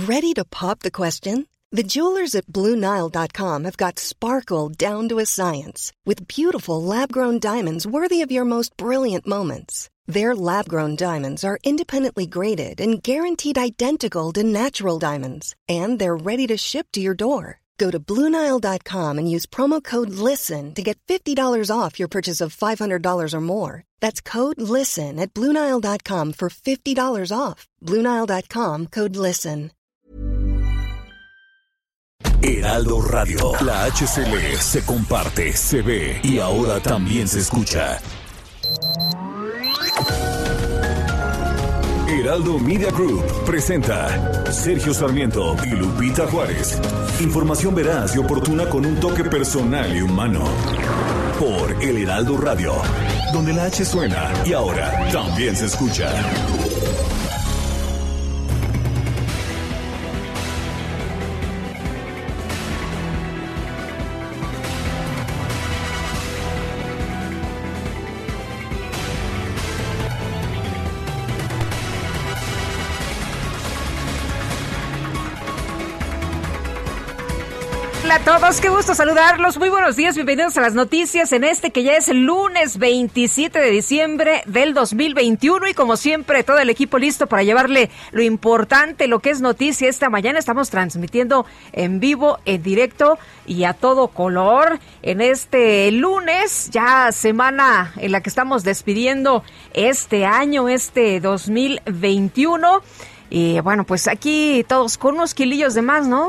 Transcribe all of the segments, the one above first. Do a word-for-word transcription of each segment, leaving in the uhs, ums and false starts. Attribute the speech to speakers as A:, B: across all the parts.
A: Ready to pop the question? The jewelers at Blue Nile dot com have got sparkle down to a science with beautiful lab-grown diamonds worthy of your most brilliant moments. Their lab-grown diamonds are independently graded and guaranteed identical to natural diamonds, and they're ready to ship to your door. Go to Blue Nile dot com and use promo code LISTEN to get fifty dollars off your purchase of five hundred dollars or more. That's code LISTEN at Blue Nile dot com for fifty dollars off. Blue Nile dot com, code LISTEN.
B: Heraldo Radio, la H C L se comparte, se ve y ahora también se escucha. Heraldo Media Group presenta Sergio Sarmiento y Lupita Juárez. Información veraz y oportuna con un toque personal y humano. Por El Heraldo Radio, donde la H suena y ahora también se escucha.
C: Hola a todos, qué gusto saludarlos, muy buenos días, bienvenidos a las noticias en este que ya es el lunes veintisiete de diciembre del dos mil veintiuno y como siempre todo el equipo listo para llevarle lo importante, lo que es noticia esta mañana. Estamos transmitiendo en vivo, en directo y a todo color en este lunes, ya semana en la que estamos despidiendo este año, este dos mil veintiuno y bueno, pues aquí todos con unos kilillos de más, ¿no?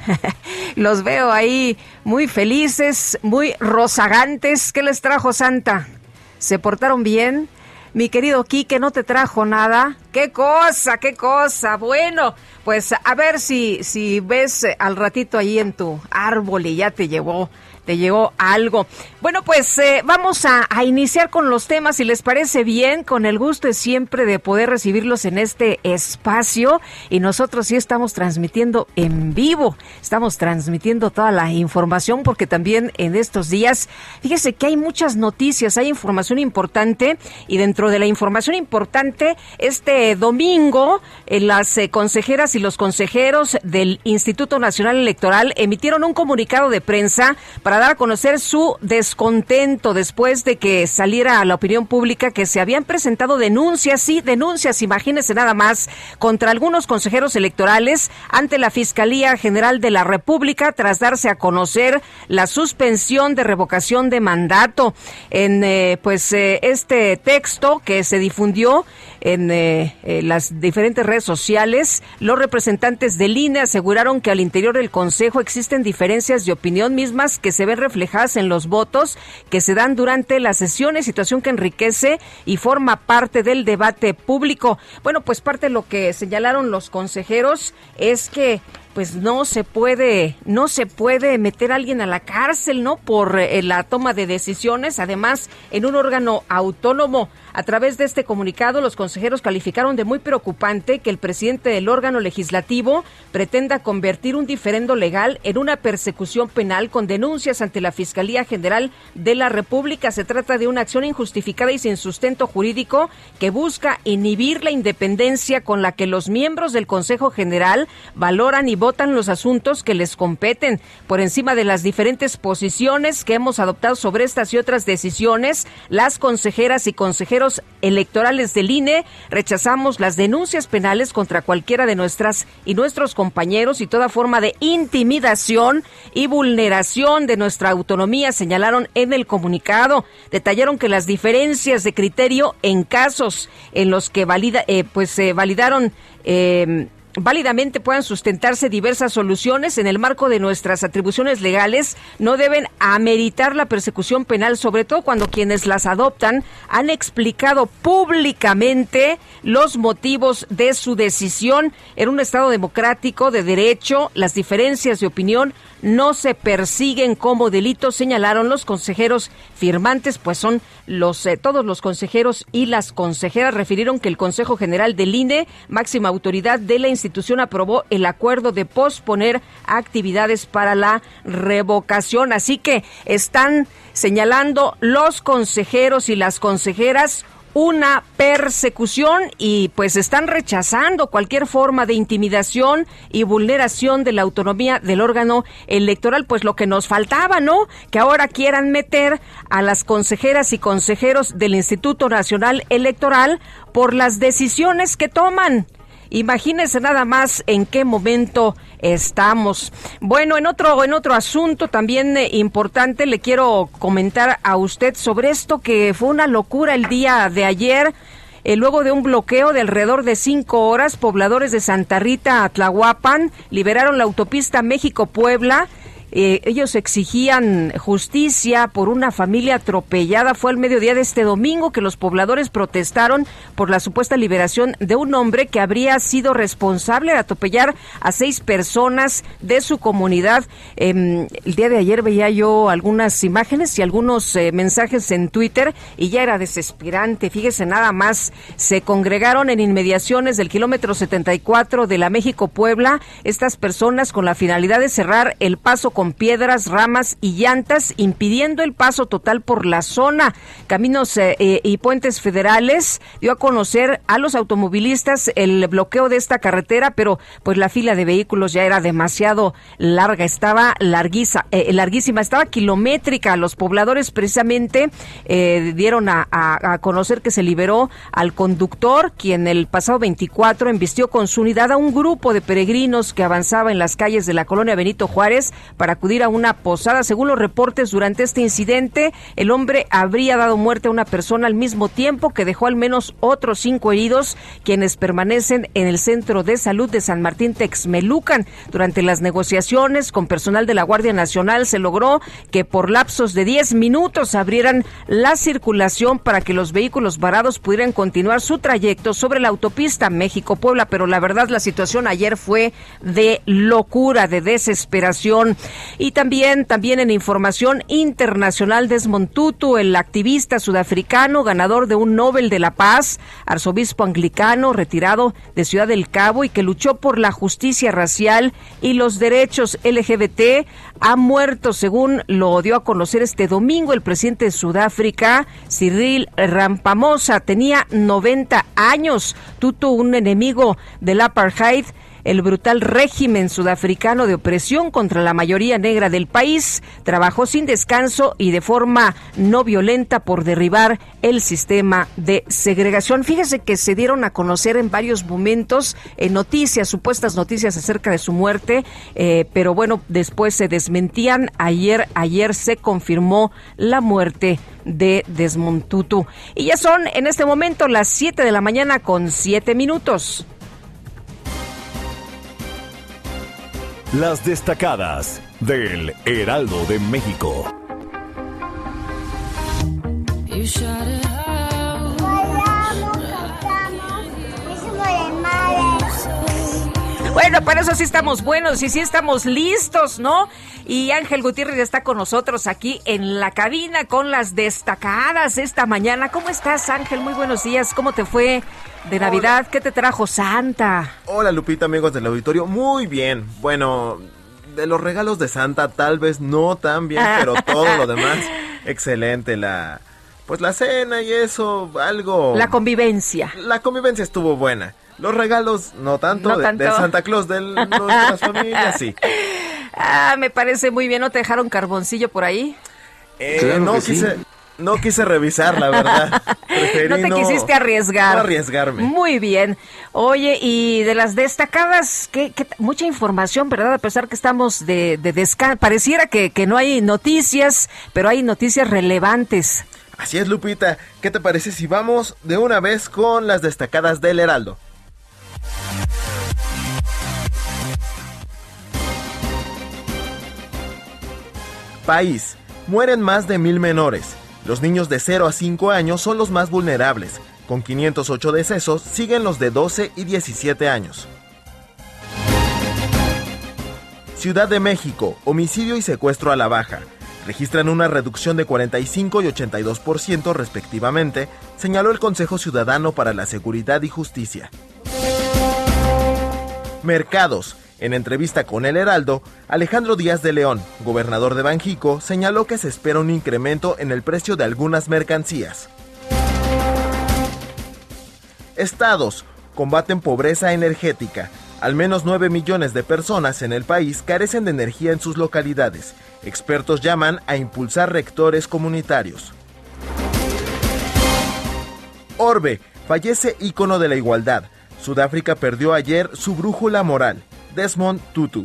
C: Los veo ahí muy felices, muy rozagantes. ¿Qué les trajo Santa? ¿Se portaron bien? Mi querido Quique, ¿no te trajo nada? ¡Qué cosa, qué cosa! Bueno, pues a ver si, si ves al ratito ahí en tu árbol y ya te llevó... te llegó algo. Bueno, pues eh, vamos a, a iniciar con los temas, si les parece bien, con el gusto de siempre de poder recibirlos en este espacio. Y nosotros sí estamos transmitiendo en vivo, estamos transmitiendo toda la información, porque también en estos días, fíjese que hay muchas noticias, hay información importante, y dentro de la información importante, este domingo, eh, las eh, consejeras y los consejeros del Instituto Nacional Electoral emitieron un comunicado de prensa para dar a conocer su descontento después de que saliera a la opinión pública que se habían presentado denuncias, sí, denuncias, imagínense nada más, contra algunos consejeros electorales ante la Fiscalía General de la República tras darse a conocer la suspensión de revocación de mandato. En eh, pues eh, este texto que se difundió en eh, eh, las diferentes redes sociales, los representantes del I N E aseguraron que al interior del Consejo existen diferencias de opinión mismas que se ven reflejadas en los votos que se dan durante las sesiones, situación que enriquece y forma parte del debate público. Bueno, pues parte de lo que señalaron los consejeros es que pues no se puede, no se puede meter a alguien a la cárcel, ¿no? Por eh, la toma de decisiones, además en un órgano autónomo. A través de este comunicado, los consejeros calificaron de muy preocupante que el presidente del órgano legislativo pretenda convertir un diferendo legal en una persecución penal con denuncias ante la Fiscalía General de la República. Se trata de una acción injustificada y sin sustento jurídico que busca inhibir la independencia con la que los miembros del Consejo General valoran y votan los asuntos que les competen. Por encima de las diferentes posiciones que hemos adoptado sobre estas y otras decisiones, las consejeras y consejeros electorales del I N E rechazamos las denuncias penales contra cualquiera de nuestras y nuestros compañeros y toda forma de intimidación y vulneración de nuestra autonomía, señalaron en el comunicado. Detallaron que las diferencias de criterio en casos en los que valida, eh, pues se eh, validaron eh, válidamente puedan sustentarse diversas soluciones en el marco de nuestras atribuciones legales, no deben ameritar la persecución penal, sobre todo cuando quienes las adoptan han explicado públicamente los motivos de su decisión. En un Estado democrático de derecho, las diferencias de opinión no se persiguen como delitos, señalaron los consejeros firmantes, pues son los eh, todos los consejeros y las consejeras. Refirieron que el Consejo General del I N E, máxima autoridad de la institución, aprobó el acuerdo de posponer actividades para la revocación. Así que están señalando los consejeros y las consejeras una persecución y pues están rechazando cualquier forma de intimidación y vulneración de la autonomía del órgano electoral. Pues lo que nos faltaba, ¿no? Que ahora quieran meter a las consejeras y consejeros del Instituto Nacional Electoral por las decisiones que toman. Imagínense nada más en qué momento estamos. Bueno, en otro en otro asunto también eh, importante, le quiero comentar a usted sobre esto que fue una locura el día de ayer. Eh, luego de un bloqueo de alrededor de cinco horas, pobladores de Santa Rita, Tlahuapan, liberaron la autopista México-Puebla. Eh, ellos exigían justicia por una familia atropellada. Fue al mediodía de este domingo que los pobladores protestaron por la supuesta liberación de un hombre que habría sido responsable de atropellar a seis personas de su comunidad. Eh, el día de ayer veía yo algunas imágenes y algunos eh, mensajes en Twitter y ya era desesperante. Fíjese nada más, se congregaron en inmediaciones del kilómetro setenta y cuatro de la México-Puebla estas personas con la finalidad de cerrar el paso con piedras, ramas y llantas, impidiendo el paso total por la zona. Caminos eh, eh, y Puentes Federales dio a conocer a los automovilistas el bloqueo de esta carretera, pero pues la fila de vehículos ya era demasiado larga, estaba larguiza, eh, larguísima, estaba kilométrica. Los pobladores precisamente eh, dieron a, a, a conocer que se liberó al conductor, quien el pasado veinticuatro embistió con su unidad a un grupo de peregrinos que avanzaba en las calles de la colonia Benito Juárez para acudir a una posada. Según los reportes, durante este incidente, el hombre habría dado muerte a una persona al mismo tiempo que dejó al menos otros cinco heridos, quienes permanecen en el Centro de Salud de San Martín Texmelucan. Durante las negociaciones con personal de la Guardia Nacional se logró que por lapsos de diez minutos abrieran la circulación para que los vehículos varados pudieran continuar su trayecto sobre la autopista México-Puebla, pero la verdad la situación ayer fue de locura, de desesperación. Y también, también en información internacional, Desmond Tutu, el activista sudafricano, ganador de un Nobel de la Paz, arzobispo anglicano, retirado de Ciudad del Cabo y que luchó por la justicia racial y los derechos L G B T, ha muerto, según lo dio a conocer este domingo el presidente de Sudáfrica, Cyril Ramaphosa. Tenía noventa años. Tutu, un enemigo del apartheid, el brutal régimen sudafricano de opresión contra la mayoría negra del país, trabajó sin descanso y de forma no violenta por derribar el sistema de segregación. Fíjese que se dieron a conocer en varios momentos eh, noticias, supuestas noticias acerca de su muerte, eh, pero bueno, después se desmentían. Ayer, ayer se confirmó la muerte de Desmond Tutu. Y ya son en este momento las siete de la mañana con siete minutos.
B: Las destacadas del Heraldo de México.
C: Bueno, para eso sí estamos buenos y sí estamos listos, ¿no? Y Ángel Gutiérrez ya está con nosotros aquí en la cabina con las destacadas esta mañana. ¿Cómo estás, Ángel? Muy buenos días. ¿Cómo te fue de Navidad? Hola. ¿Qué te trajo Santa?
D: Hola, Lupita, amigos del auditorio. Muy bien. Bueno, de los regalos de Santa tal vez no tan bien, pero todo lo demás, excelente. La, pues la cena y eso, algo...
C: La convivencia.
D: La convivencia estuvo buena. Los regalos, no tanto, no de, tanto. de Santa Claus, de nuestras familias, sí.
C: Ah, me parece muy bien. ¿No te dejaron carboncillo por ahí?
D: Eh, claro no quise, sí. no quise revisar, la verdad. Preferí
C: no te no, quisiste arriesgar.
D: No arriesgarme.
C: Muy bien. Oye, y de las destacadas, ¿qué, qué, mucha información, ¿verdad? A pesar que estamos de, de descanso, pareciera que, que no hay noticias, pero hay noticias relevantes.
D: Así es, Lupita. ¿Qué te parece si vamos de una vez con las destacadas del Heraldo? País. Mueren más de mil menores. Los niños de cero a cinco años son los más vulnerables. Con quinientos ocho decesos, siguen los de doce y diecisiete años. Ciudad de México. Homicidio y secuestro a la baja. Registran una reducción de cuarenta y cinco y ochenta y dos por ciento respectivamente, señaló el Consejo Ciudadano para la Seguridad y Justicia. Mercados. En entrevista con El Heraldo, Alejandro Díaz de León, gobernador de Banjico, señaló que se espera un incremento en el precio de algunas mercancías. Estados combaten pobreza energética. Al menos nueve millones de personas en el país carecen de energía en sus localidades. Expertos llaman a impulsar rectores comunitarios. Orbe, fallece ícono de la igualdad. Sudáfrica perdió ayer su brújula moral. Desmond Tutu.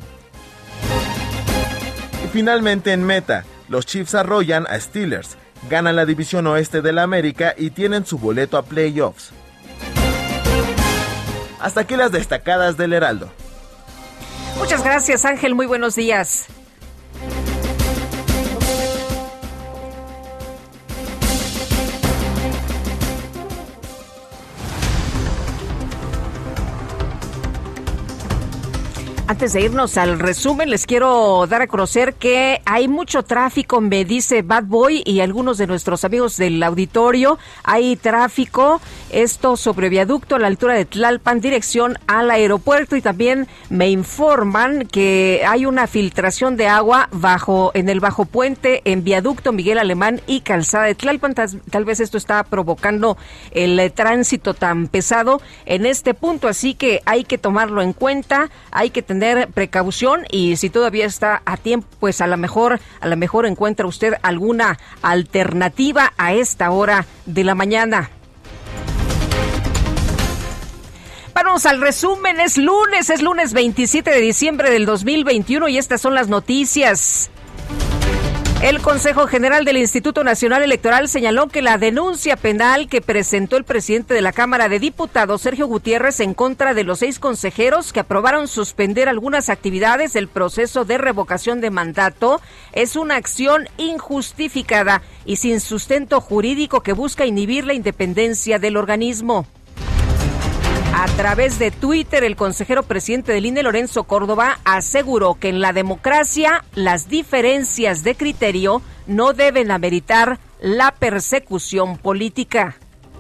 D: Y finalmente en Meta, los Chiefs arrollan a Steelers, ganan la división oeste de la América y tienen su boleto a playoffs. Hasta aquí las destacadas del Heraldo.
C: Muchas gracias, Ángel. Muy buenos días. Antes de irnos al resumen, les quiero dar a conocer que hay mucho tráfico, me dice Bad Boy y algunos de nuestros amigos del auditorio. Hay tráfico, esto sobre viaducto a la altura de Tlalpan, dirección al aeropuerto, y también me informan que hay una filtración de agua bajo en el bajo puente en viaducto Miguel Alemán y calzada de Tlalpan. Tal, tal vez esto está provocando el eh, tránsito tan pesado en este punto, así que hay que tomarlo en cuenta, hay que tener tener precaución, y si todavía está a tiempo, pues a lo mejor, a lo mejor encuentra usted alguna alternativa a esta hora de la mañana. Vamos al resumen, es lunes, es lunes veintisiete de diciembre del dos mil veintiuno y estas son las noticias. El Consejo General del Instituto Nacional Electoral señaló que la denuncia penal que presentó el presidente de la Cámara de Diputados, Sergio Gutiérrez, en contra de los seis consejeros que aprobaron suspender algunas actividades del proceso de revocación de mandato, es una acción injustificada y sin sustento jurídico que busca inhibir la independencia del organismo. A través de Twitter, el consejero presidente del I N E, Lorenzo Córdoba, aseguró que en la democracia las diferencias de criterio no deben ameritar la persecución política.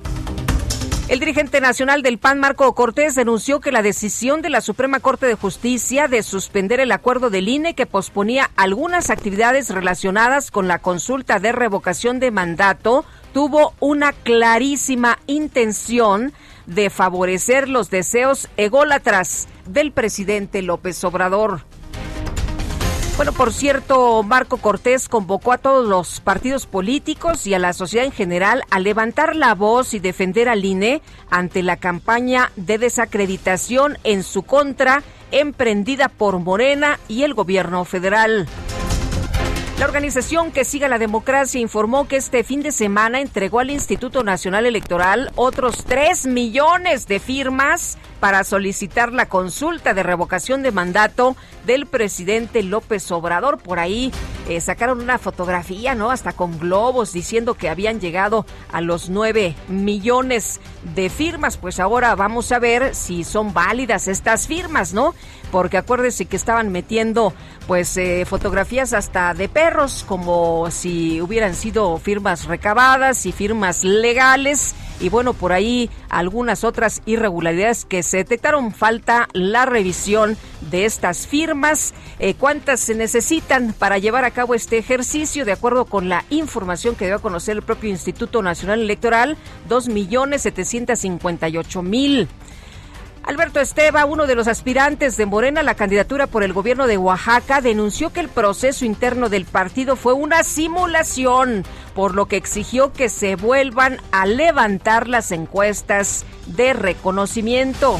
C: El dirigente nacional del P A N, Marco Cortés, denunció que la decisión de la Suprema Corte de Justicia de suspender el acuerdo del I N E que posponía algunas actividades relacionadas con la consulta de revocación de mandato tuvo una clarísima intención de favorecer los deseos ególatras del presidente López Obrador. Bueno, por cierto, Marco Cortés convocó a todos los partidos políticos y a la sociedad en general a levantar la voz y defender al I N E ante la campaña de desacreditación en su contra emprendida por Morena y el gobierno federal. La organización Que Siga la Democracia informó que este fin de semana entregó al Instituto Nacional Electoral otros tres millones de firmas para solicitar la consulta de revocación de mandato del presidente López Obrador. Por ahí eh, sacaron una fotografía, ¿no? Hasta con globos diciendo que habían llegado a los nueve millones de firmas. Pues ahora vamos a ver si son válidas estas firmas, ¿no? Porque acuérdense que estaban metiendo pues eh, fotografías hasta de perros, como si hubieran sido firmas recabadas y firmas legales. Y bueno, por ahí algunas otras irregularidades que se detectaron. Falta la revisión de estas firmas. Eh, ¿Cuántas se necesitan para llevar a cabo este ejercicio? De acuerdo con la información que dio a conocer el propio Instituto Nacional Electoral, dos millones setecientos cincuenta y ocho mil. Alberto Esteva, uno de los aspirantes de Morena a la candidatura por el gobierno de Oaxaca, denunció que el proceso interno del partido fue una simulación, por lo que exigió que se vuelvan a levantar las encuestas de reconocimiento.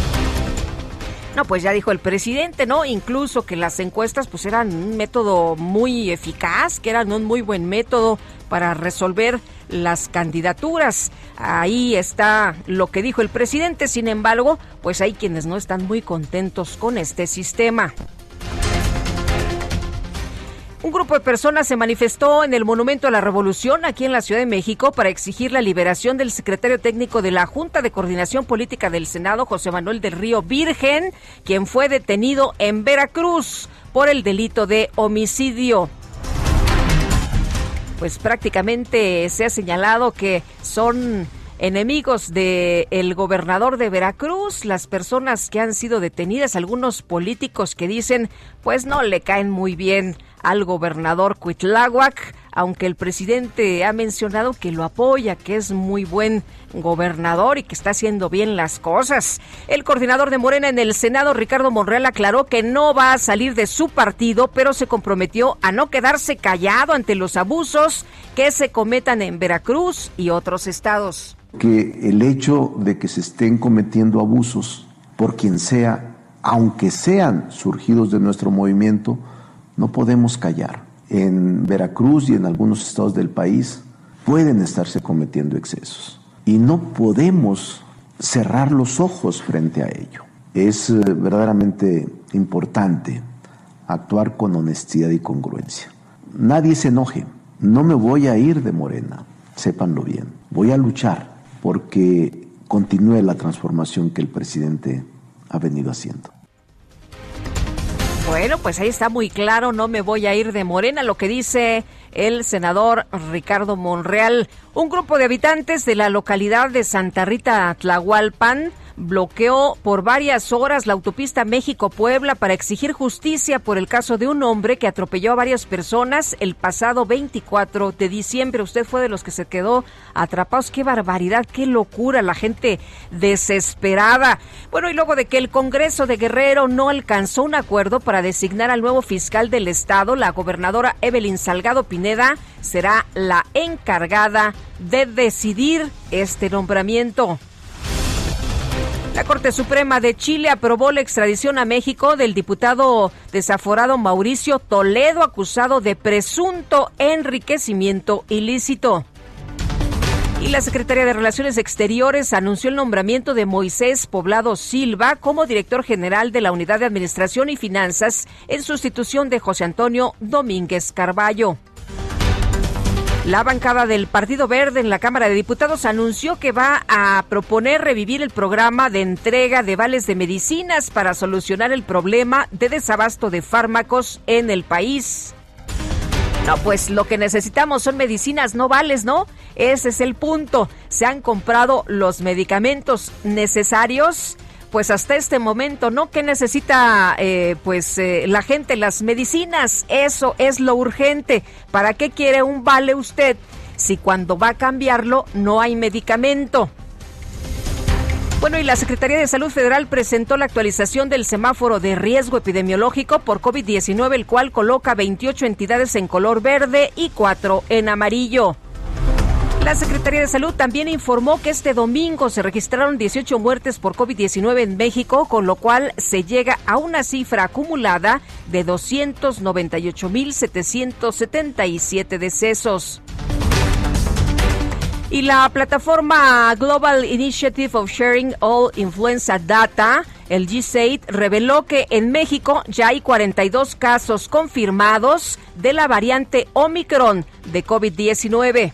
C: No, pues ya dijo el presidente, ¿no? Incluso que las encuestas pues eran un método muy eficaz, que eran un muy buen método para resolver las candidaturas. Ahí está lo que dijo el presidente. Sin embargo, pues hay quienes no están muy contentos con este sistema. Un grupo de personas se manifestó en el Monumento a la Revolución aquí en la Ciudad de México para exigir la liberación del secretario técnico de la Junta de Coordinación Política del Senado, José Manuel del Río Virgen, quien fue detenido en Veracruz por el delito de homicidio. Pues prácticamente se ha señalado que son enemigos del gobernador de Veracruz, las personas que han sido detenidas, algunos políticos que dicen pues no le caen muy bien al gobernador Cuitláhuac, aunque el presidente ha mencionado que lo apoya, que es muy buen gobernador y que está haciendo bien las cosas. El coordinador de Morena en el Senado, Ricardo Monreal, aclaró que no va a salir de su partido, pero se comprometió a no quedarse callado ante los abusos que se cometan en Veracruz y otros estados.
E: Que el hecho de que se estén cometiendo abusos por quien sea, aunque sean surgidos de nuestro movimiento, no podemos callar. En Veracruz y en algunos estados del país pueden estarse cometiendo excesos y no podemos cerrar los ojos frente a ello. Es verdaderamente importante actuar con honestidad y congruencia. Nadie se enoje, no me voy a ir de Morena, sépanlo bien. Voy a luchar porque continúe la transformación que el presidente ha venido haciendo.
C: Bueno, pues ahí está muy claro, no me voy a ir de Morena, lo que dice el senador Ricardo Monreal. Un grupo de habitantes de la localidad de Santa Rita Tlahualpan bloqueó por varias horas la autopista México-Puebla para exigir justicia por el caso de un hombre que atropelló a varias personas el pasado veinticuatro de diciembre. Usted fue de los que se quedó atrapados. ¡Qué barbaridad! ¡Qué locura! La gente desesperada. Bueno, y luego de que el Congreso de Guerrero no alcanzó un acuerdo para designar al nuevo fiscal del estado, la gobernadora Evelyn Salgado Pineda será la encargada de decidir este nombramiento. La Corte Suprema de Chile aprobó la extradición a México del diputado desaforado Mauricio Toledo, acusado de presunto enriquecimiento ilícito. Y la Secretaría de Relaciones Exteriores anunció el nombramiento de Moisés Poblado Silva como director general de la Unidad de Administración y Finanzas en sustitución de José Antonio Domínguez Carballo. La bancada del Partido Verde en la Cámara de Diputados anunció que va a proponer revivir el programa de entrega de vales de medicinas para solucionar el problema de desabasto de fármacos en el país. No, pues lo que necesitamos son medicinas, no vales, ¿no? Ese es el punto. Se han comprado los medicamentos necesarios. Pues hasta este momento, ¿no? ¿Qué necesita eh, pues eh, la gente? Las medicinas, eso es lo urgente. ¿Para qué quiere un vale usted si cuando va a cambiarlo no hay medicamento? Bueno, y la Secretaría de Salud Federal presentó la actualización del semáforo de riesgo epidemiológico por COVID diecinueve, el cual coloca veintiocho entidades en color verde y cuatro en amarillo. La Secretaría de Salud también informó que este domingo se registraron dieciocho muertes por COVID diecinueve en México, con lo cual se llega a una cifra acumulada de doscientos noventa y ocho mil setecientos setenta y siete decesos. Y la plataforma Global Initiative of Sharing All Influenza Data, el G S A I D, reveló que en México ya hay cuarenta y dos casos confirmados de la variante Omicron de COVID diecinueve.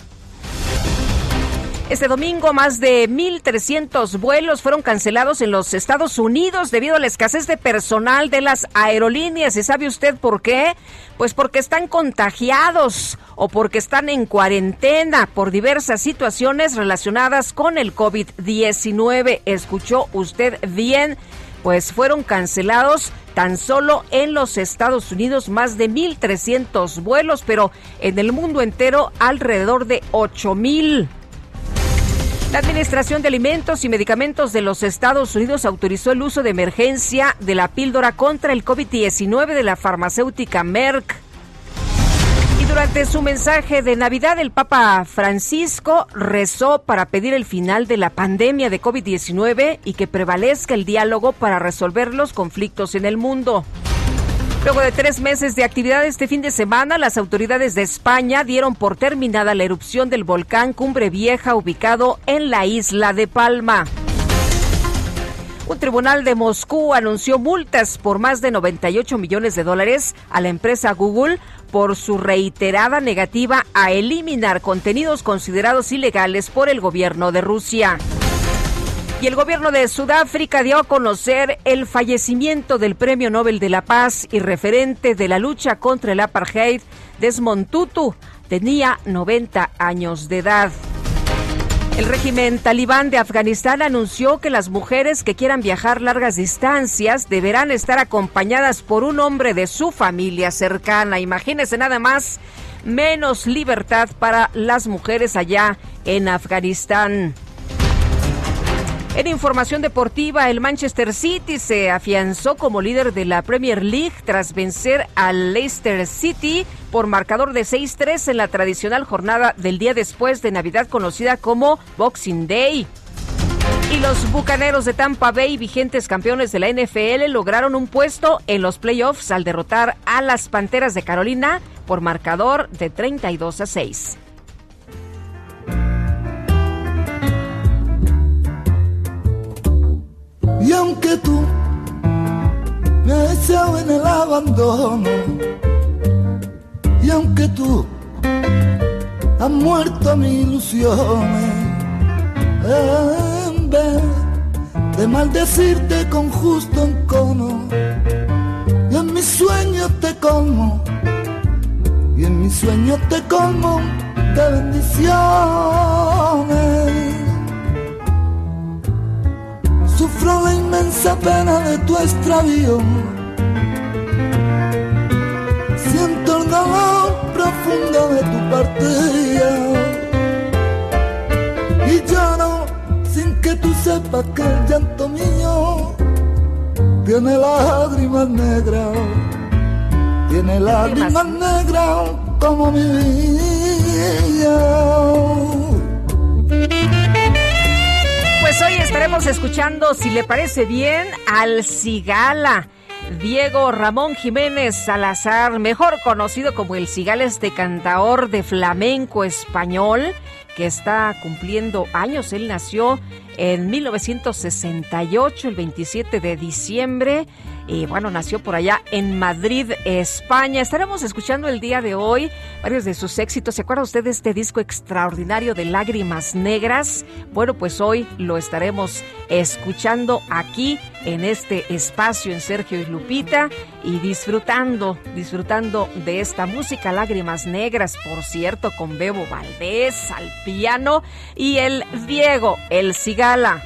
C: Este domingo, más de mil trescientos vuelos fueron cancelados en los Estados Unidos debido a la escasez de personal de las aerolíneas. ¿Y sabe usted por qué? Pues porque están contagiados o porque están en cuarentena por diversas situaciones relacionadas con el COVID diecinueve. ¿Escuchó usted bien? Pues fueron cancelados tan solo en los Estados Unidos más de mil trescientos vuelos, pero en el mundo entero alrededor de ocho mil. La Administración de Alimentos y Medicamentos de los Estados Unidos autorizó el uso de emergencia de la píldora contra el COVID diecinueve de la farmacéutica Merck. Y durante su mensaje de Navidad, el Papa Francisco rezó para pedir el final de la pandemia de COVID diecinueve y que prevalezca el diálogo para resolver los conflictos en el mundo. Luego de tres meses de actividad este fin de semana, las autoridades de España dieron por terminada la erupción del volcán Cumbre Vieja, ubicado en la isla de Palma. Un tribunal de Moscú anunció multas por más de noventa y ocho millones de dólares a la empresa Google por su reiterada negativa a eliminar contenidos considerados ilegales por el gobierno de Rusia. Y el gobierno de Sudáfrica dio a conocer el fallecimiento del Premio Nobel de la Paz y referente de la lucha contra el apartheid, Desmond Tutu. Tenía noventa años de edad. El régimen talibán de Afganistán anunció que las mujeres que quieran viajar largas distancias deberán estar acompañadas por un hombre de su familia cercana. Imagínense nada más, menos libertad para las mujeres allá en Afganistán. En información deportiva, el Manchester City se afianzó como líder de la Premier League tras vencer al Leicester City por marcador de seis tres en la tradicional jornada del día después de Navidad conocida como Boxing Day. Y los Bucaneros de Tampa Bay, vigentes campeones de la N F L, lograron un puesto en los playoffs al derrotar a las Panteras de Carolina por marcador de treinta y dos a seis.
F: Y aunque tú me has echado en el abandono, y aunque tú has muerto mis ilusiones, en vez de maldecirte con justo encono, y en mis sueños te colmo, y en mis sueños te colmo de bendiciones. Sufro la inmensa pena de tu extravío, siento el dolor profundo de tu partida, y lloro sin que tú sepas que el llanto mío tiene lágrimas negras, tiene lágrimas negras como mi vida.
C: Pues hoy estaremos escuchando, si le parece bien, al Cigala. Diego Ramón Jiménez Salazar, mejor conocido como el Cigala, este cantaor de flamenco español que está cumpliendo años. Él nació en mil novecientos sesenta y ocho, el veintisiete de diciembre, y bueno, nació por allá en Madrid, España. Estaremos escuchando el día de hoy varios de sus éxitos. ¿Se acuerda usted de este disco extraordinario de Lágrimas Negras? Bueno, pues hoy lo estaremos escuchando aquí en este espacio en Sergio y Lupita y disfrutando, disfrutando de esta música. Lágrimas Negras, por cierto, con Bebo Valdés al piano y el Diego, el Cigala.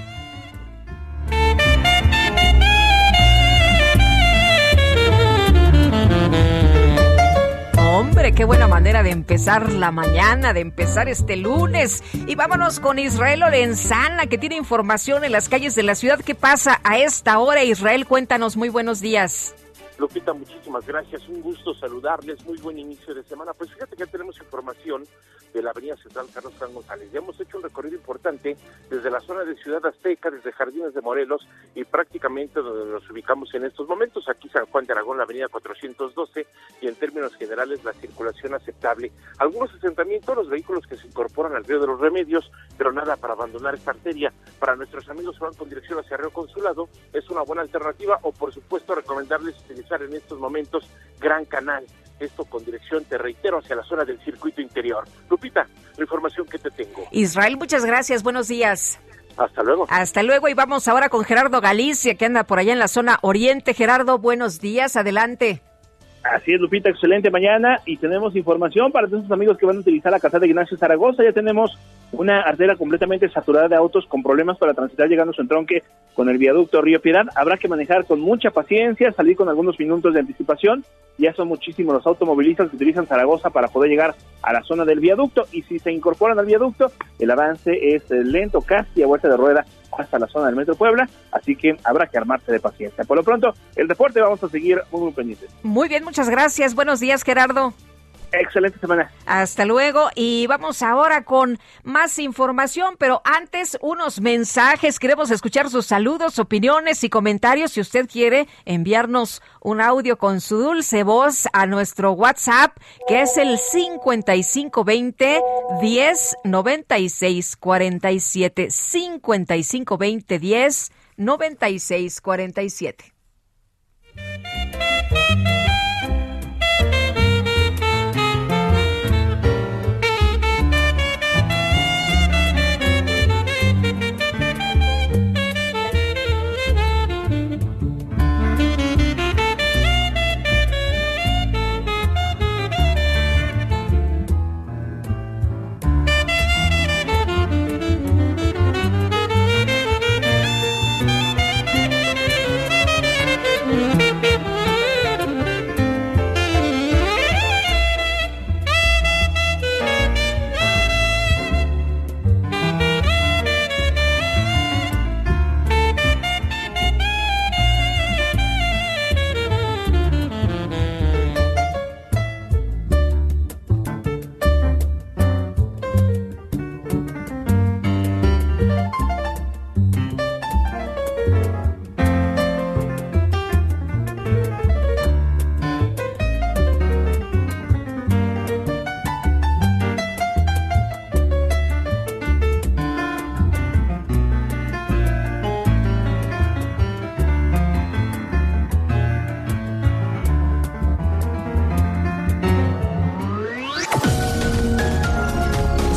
C: Hombre, qué buena manera de empezar la mañana, de empezar este lunes. Y vámonos con Israel Lorenzana, que tiene información en las calles de la ciudad. ¿Qué pasa a esta hora? Israel, cuéntanos, muy buenos días.
G: Lupita, muchísimas gracias, un gusto saludarles, muy buen inicio de semana. Pues fíjate que tenemos información de la avenida Central Carlos Juan González. Ya hemos hecho un recorrido importante desde la zona de Ciudad Azteca, desde Jardines de Morelos y prácticamente donde nos ubicamos en estos momentos, aquí San Juan de Aragón, la avenida cuatrocientos doce, y en términos generales la circulación aceptable. Algunos asentamientos, los vehículos que se incorporan al Río de los Remedios, pero nada para abandonar esta arteria. Para nuestros amigos que van con dirección hacia Río Consulado, es una buena alternativa, o por supuesto recomendarles utilizar en estos momentos Gran Canal, esto con dirección, te reitero, hacia la zona del circuito interior. Lupita, la información que te tengo.
C: Israel, muchas gracias, buenos días.
G: Hasta luego.
C: Hasta luego, y vamos ahora con Gerardo Galicia, que anda por allá en la zona oriente. Gerardo, buenos días, adelante.
H: Así es, Lupita, excelente mañana, y tenemos información para todos los amigos que van a utilizar la calzada de Ignacio Zaragoza. Ya tenemos una arteria completamente saturada de autos con problemas para transitar llegando a su entronque con el viaducto Río Piedad. Habrá que manejar con mucha paciencia, salir con algunos minutos de anticipación. Ya son muchísimos los automovilistas que utilizan Zaragoza para poder llegar a la zona del viaducto, y si se incorporan al viaducto, el avance es lento, casi a vuelta de rueda hasta la zona del Metro Puebla, así que habrá que armarse de paciencia. Por lo pronto, el deporte vamos a seguir muy, muy pendientes.
C: Muy bien, muchas gracias. Buenos días, Gerardo.
H: Excelente semana.
C: Hasta luego, y vamos ahora con más información, pero antes unos mensajes. Queremos escuchar sus saludos, opiniones y comentarios. Si usted quiere enviarnos un audio con su dulce voz a nuestro WhatsApp, que es el cincuenta y cinco veinte, diez, noventa y seis, cuarenta y siete, cincuenta y cinco veinte, diez, noventa y seis, cuarenta y siete.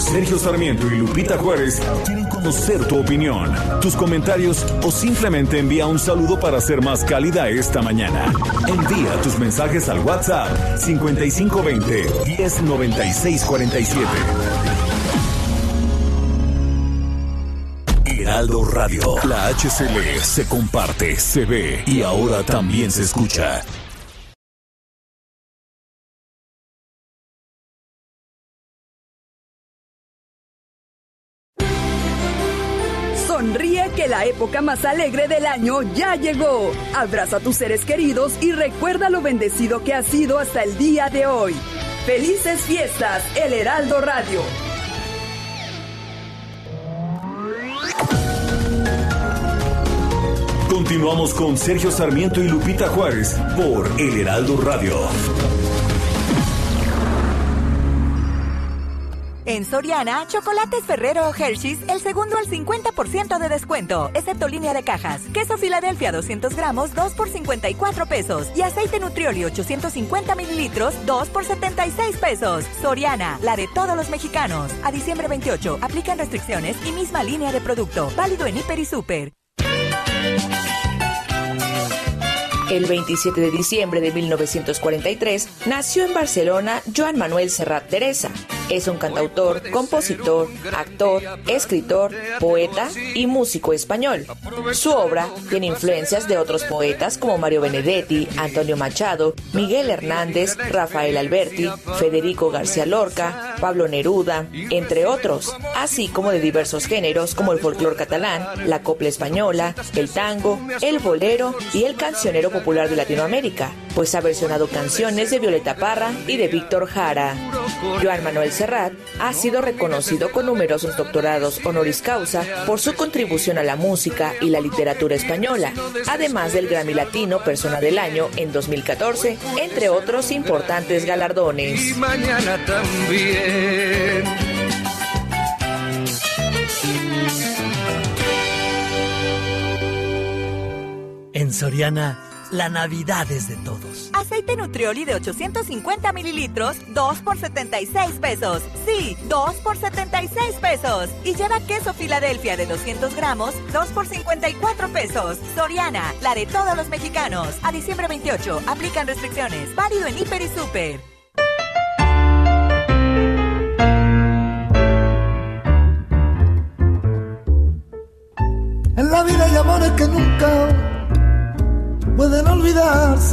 B: Sergio Sarmiento y Lupita Juárez quieren conocer tu opinión, tus comentarios o simplemente envía un saludo para hacer más cálida esta mañana. Envía tus mensajes al WhatsApp cincuenta y cinco veinte, diez noventa y seis cuarenta y siete. Heraldo Radio, la H C L se comparte, se ve y ahora también se escucha.
I: Sonríe que la época más alegre del año ya llegó. Abraza a tus seres queridos y recuerda lo bendecido que has sido hasta el día de hoy. ¡Felices fiestas, El Heraldo Radio!
B: Continuamos con Sergio Sarmiento y Lupita Juárez por El Heraldo Radio.
J: En Soriana, chocolates Ferrero o Hershey's, el segundo al cincuenta por ciento de descuento, excepto línea de cajas. Queso Filadelfia doscientos gramos, dos por cincuenta y cuatro pesos. Y aceite Nutrioli ochocientos cincuenta mililitros, dos por setenta y seis pesos. Soriana, la de todos los mexicanos. A diciembre veintiocho, aplican restricciones y misma línea de producto. Válido en Hiper y Super.
K: El veintisiete de diciembre de mil novecientos cuarenta y tres nació en Barcelona Joan Manuel Serrat Teresa. Es un cantautor, compositor, actor, escritor, poeta y músico español. Su obra tiene influencias de otros poetas como Mario Benedetti, Antonio Machado, Miguel Hernández, Rafael Alberti, Federico García Lorca, Pablo Neruda, entre otros, así como de diversos géneros como el folclor catalán, la copla española, el tango, el bolero y el cancionero popular de Latinoamérica, pues ha versionado canciones de Violeta Parra y de Víctor Jara. Joan Manuel Serrat ha sido reconocido con numerosos doctorados honoris causa por su contribución a la música y la literatura española, además del Grammy Latino Persona del Año en dos mil catorce, entre otros importantes galardones.
L: Y mañana también.
M: En Soriana, la Navidad es de todos.
J: Aceite Nutrioli de ochocientos cincuenta mililitros, dos por setenta y seis pesos. Sí, dos por setenta y seis pesos. Y lleva queso Filadelfia de doscientos gramos, dos por cincuenta y cuatro pesos. Soriana, la de todos los mexicanos. A diciembre veintiocho, aplican restricciones. Válido en Hiper y Super.
F: En la vida hay amores que nunca pueden olvidarse,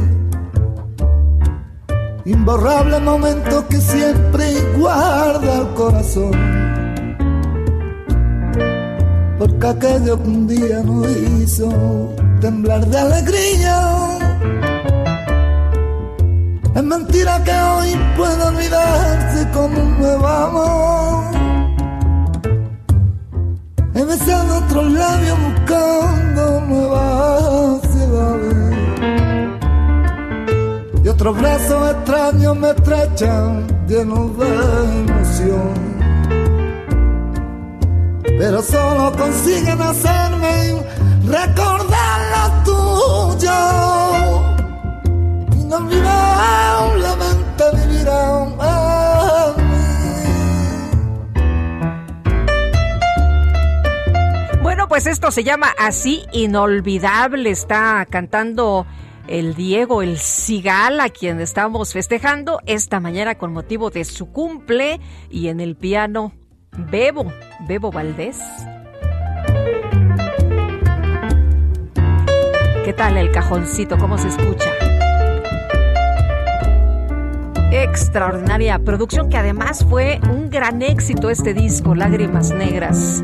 F: imborrable momento que siempre guarda el corazón, porque aquello que un día nos hizo temblar de alegría, es mentira que hoy puede olvidarse como un nuevo amor. He besado otros labios buscando nuevas ciudades, y otros brazos extraños me estrechan llenos de emoción, pero solo consiguen hacerme recordar lo tuyo. Inolvidablemente vivirán en mí.
C: Bueno, pues esto se llama Así Inolvidable. Está cantando el Diego, el Cigala, a quien estamos festejando esta mañana con motivo de su cumple. Y en el piano, Bebo, Bebo Valdés. ¿Qué tal el cajoncito? ¿Cómo se escucha? Extraordinaria producción, que además fue un gran éxito este disco, Lágrimas Negras.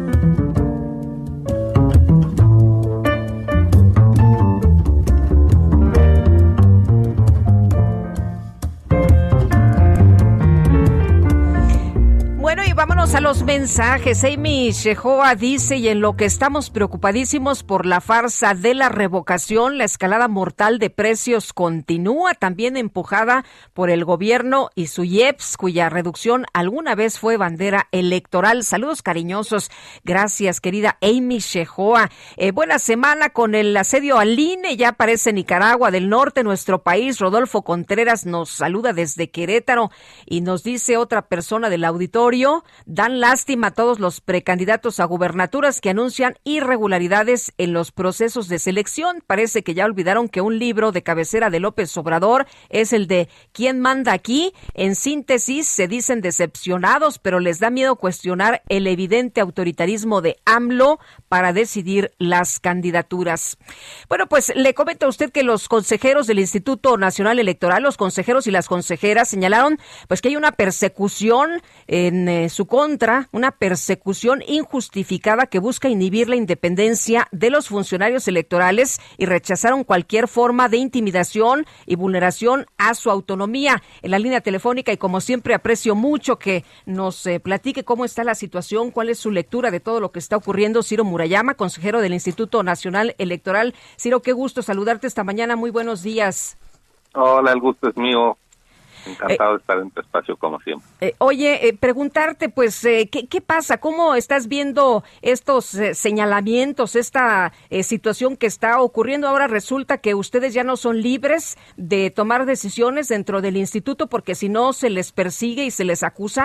C: Bueno, y vámonos a los mensajes. Amy Shehoa dice: y en lo que estamos preocupadísimos por la farsa de la revocación, la escalada mortal de precios continúa, también empujada por el gobierno y su I E P S, cuya reducción alguna vez fue bandera electoral. Saludos cariñosos. Gracias, querida Amy Shehoa. Eh, buena semana con el asedio al I N E. Ya aparece Nicaragua del Norte, nuestro país. Rodolfo Contreras nos saluda desde Querétaro y nos dice otra persona del auditorio: dan lástima a todos los precandidatos a gubernaturas que anuncian irregularidades en los procesos de selección. Parece que ya olvidaron que un libro de cabecera de López Obrador es el de ¿Quién manda aquí? En síntesis, se dicen decepcionados, pero les da miedo cuestionar el evidente autoritarismo de AMLO para decidir las candidaturas. Bueno, pues le comento a usted que los consejeros del Instituto Nacional Electoral, los consejeros y las consejeras señalaron pues que hay una persecución en eh, su contra, una persecución injustificada que busca inhibir la independencia de los funcionarios electorales y rechazaron cualquier forma de intimidación y vulneración a su autonomía. En la línea telefónica, y como siempre aprecio mucho que nos eh, platique cómo está la situación, cuál es su lectura de todo lo que está ocurriendo, Ciro Murayama, consejero del Instituto Nacional Electoral. Ciro, qué gusto saludarte esta mañana, muy buenos días.
N: Hola, el gusto es mío. Encantado eh, de estar en tu espacio, como siempre.
C: Eh, oye, eh, preguntarte, pues, eh, ¿qué, ¿qué pasa? ¿Cómo estás viendo estos eh, señalamientos, esta eh, situación que está ocurriendo? Ahora resulta que ustedes ya no son libres de tomar decisiones dentro del instituto porque si no se les persigue y se les acusa.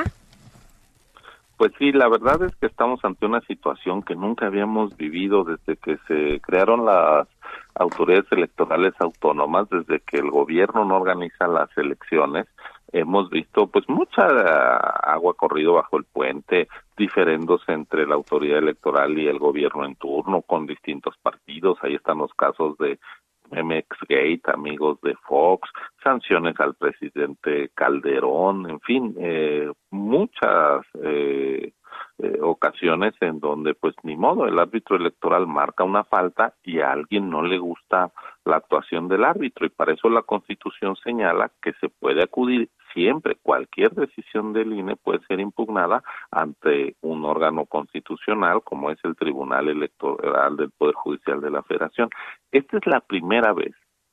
N: Pues sí, la verdad es que estamos ante una situación que nunca habíamos vivido desde que se crearon las autoridades electorales autónomas, desde que el gobierno no organiza las elecciones. Hemos visto pues mucha agua corrido bajo el puente, diferendos entre la autoridad electoral y el gobierno en turno con distintos partidos. Ahí están los casos de M X Gate, amigos de Fox, sanciones al presidente Calderón, en fin, eh, muchas eh, eh, ocasiones en donde pues ni modo, el árbitro electoral marca una falta y a alguien no le gusta la actuación del árbitro, y para eso la Constitución señala que se puede acudir siempre, cualquier decisión del I N E puede ser impugnada ante un órgano constitucional como es el Tribunal Electoral del Poder Judicial de la Federación. Esta es la primera vez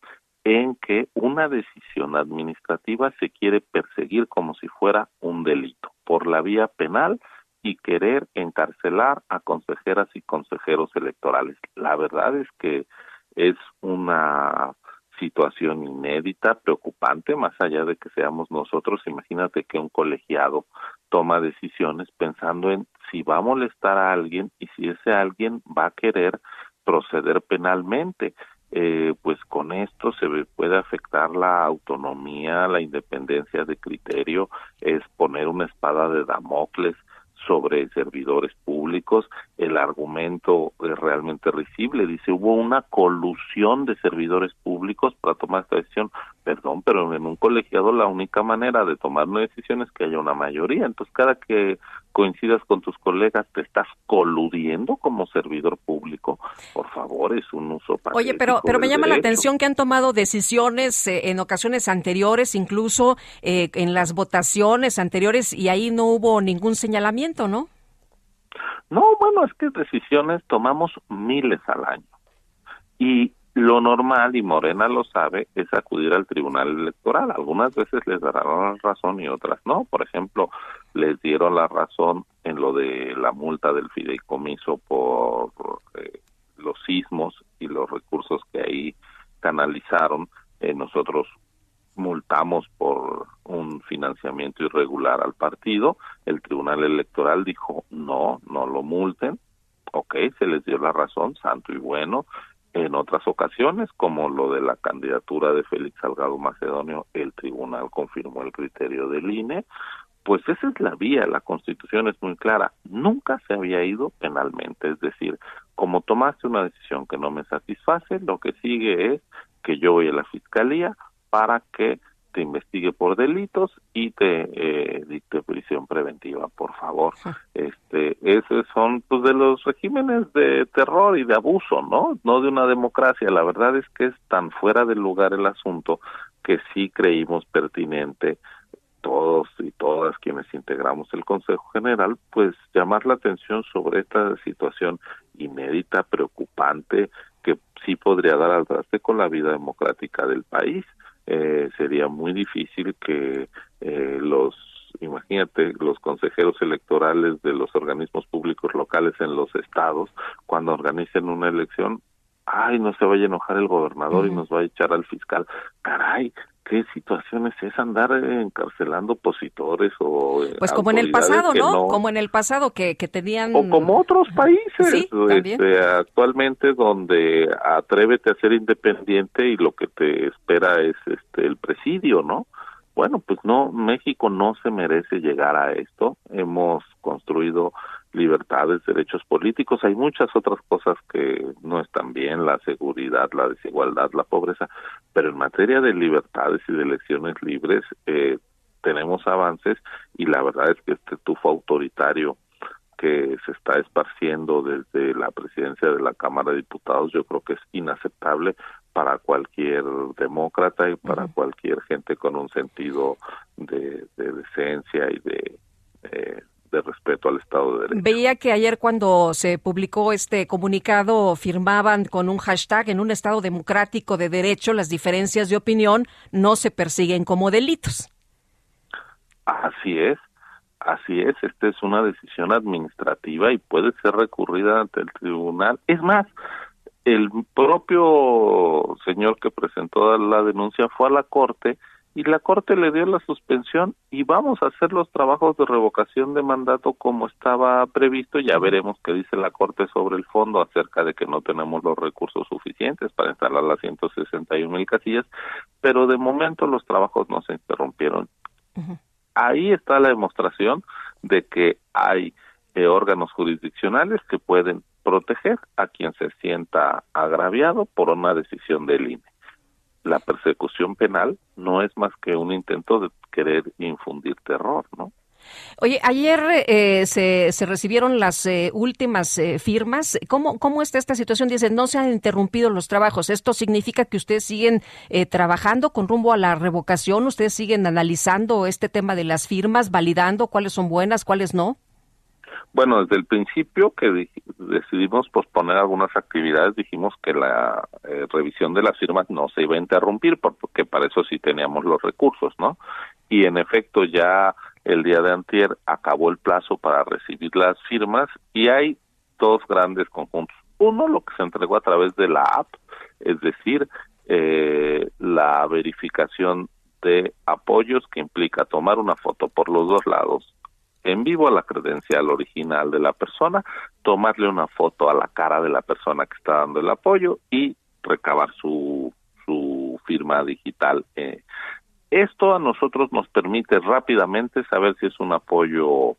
N: en que una decisión administrativa se quiere perseguir como si fuera un delito por la vía penal y querer encarcelar a consejeras y consejeros electorales. La verdad es que es una situación inédita, preocupante, más allá de que seamos nosotros. Imagínate que un colegiado toma decisiones pensando en si va a molestar a alguien y si ese alguien va a querer proceder penalmente. Eh, pues con esto se puede afectar la autonomía, la independencia de criterio, es poner una espada de Damocles sobre servidores públicos. El argumento es realmente risible, dice, hubo una colusión de servidores públicos para tomar esta decisión. Perdón, pero en un colegiado la única manera de tomar una decisión es que haya una mayoría. Entonces, cada que coincidas con tus colegas, te estás coludiendo como servidor público. Por favor, es un uso patético.
C: Oye, pero pero me llama
N: derecho.
C: la atención que han tomado decisiones eh, en ocasiones anteriores, incluso eh, en las votaciones anteriores, y ahí no hubo ningún señalamiento, ¿no?
N: No, bueno, es que decisiones tomamos miles al año. Y lo normal, y Morena lo sabe, es acudir al Tribunal Electoral. Algunas veces les darán la razón y otras no. Por ejemplo, les dieron la razón en lo de la multa del fideicomiso por eh, los sismos y los recursos que ahí canalizaron. Eh, nosotros multamos por un financiamiento irregular al partido. El Tribunal Electoral dijo, no, no lo multen. Ok, se les dio la razón, santo y bueno. En otras ocasiones, como lo de la candidatura de Félix Salgado Macedonio, el tribunal confirmó el criterio del I N E. Pues esa es la vía, la Constitución es muy clara. Nunca se había ido penalmente, es decir, como tomaste una decisión que no me satisface, lo que sigue es que yo voy a la Fiscalía para que te investigue por delitos y te eh, dicte prisión preventiva, por favor. Este, esos son pues de los regímenes de terror y de abuso, ¿no? No de una democracia. La verdad es que es tan fuera de lugar el asunto que sí creímos pertinente todos y todas quienes integramos el Consejo General, pues llamar la atención sobre esta situación inédita, preocupante, que sí podría dar al traste con la vida democrática del país. Eh, sería muy difícil que eh, los, imagínate, los consejeros electorales de los organismos públicos locales en los estados, cuando organicen una elección, ay, no se vaya a enojar el gobernador uh-huh. y nos va a echar al fiscal. Caray, ¿qué ¿qué situación es esa? Andar encarcelando opositores o
C: pues como en el pasado, ¿no? ¿no? Como en el pasado que, que tenían...
N: O como otros países,
C: ¿sí?
N: este, actualmente donde atrévete a ser independiente y lo que te espera es este el presidio, ¿no? Bueno, pues no, México no se merece llegar a esto. Hemos construido libertades, derechos políticos, hay muchas otras cosas que no están bien, la seguridad, la desigualdad, la pobreza, pero en materia de libertades y de elecciones libres eh, tenemos avances y la verdad es que este tufo autoritario que se está esparciendo desde la presidencia de la Cámara de Diputados yo creo que es inaceptable para cualquier demócrata y para uh-huh. cualquier gente con un sentido de, de decencia y de... Eh, de respeto al Estado de Derecho.
C: Veía que ayer cuando se publicó este comunicado firmaban con un hashtag en un Estado democrático de derecho las diferencias de opinión no se persiguen como delitos.
N: Así es, así es, esta es una decisión administrativa y puede ser recurrida ante el tribunal. Es más, el propio señor que presentó la denuncia fue a la Corte y la Corte le dio la suspensión y vamos a hacer los trabajos de revocación de mandato como estaba previsto. Ya veremos qué dice la Corte sobre el fondo acerca de que no tenemos los recursos suficientes para instalar las ciento sesenta y un mil casillas, pero de momento los trabajos no se interrumpieron. Uh-huh. Ahí está la demostración de que hay eh, órganos jurisdiccionales que pueden proteger a quien se sienta agraviado por una decisión del I N E. La persecución penal no es más que un intento de querer infundir terror, ¿no?
C: Oye, ayer eh, se, se recibieron las eh, últimas eh, firmas. ¿Cómo, ¿Cómo está esta situación? Dicen, no se han interrumpido los trabajos. ¿Esto significa que ustedes siguen eh, trabajando con rumbo a la revocación? ¿Ustedes siguen analizando este tema de las firmas, validando cuáles son buenas, cuáles no?
N: Bueno, desde el principio que decidimos posponer algunas actividades, dijimos que la eh, revisión de las firmas no se iba a interrumpir, porque para eso sí teníamos los recursos, ¿no? Y en efecto ya el día de antier acabó el plazo para recibir las firmas y hay dos grandes conjuntos. Uno, lo que se entregó a través de la app, es decir, eh, la verificación de apoyos que implica tomar una foto por los dos lados, en vivo a la credencial original de la persona, tomarle una foto a la cara de la persona que está dando el apoyo y recabar su su firma digital. Eh, esto a nosotros nos permite rápidamente saber si es un apoyo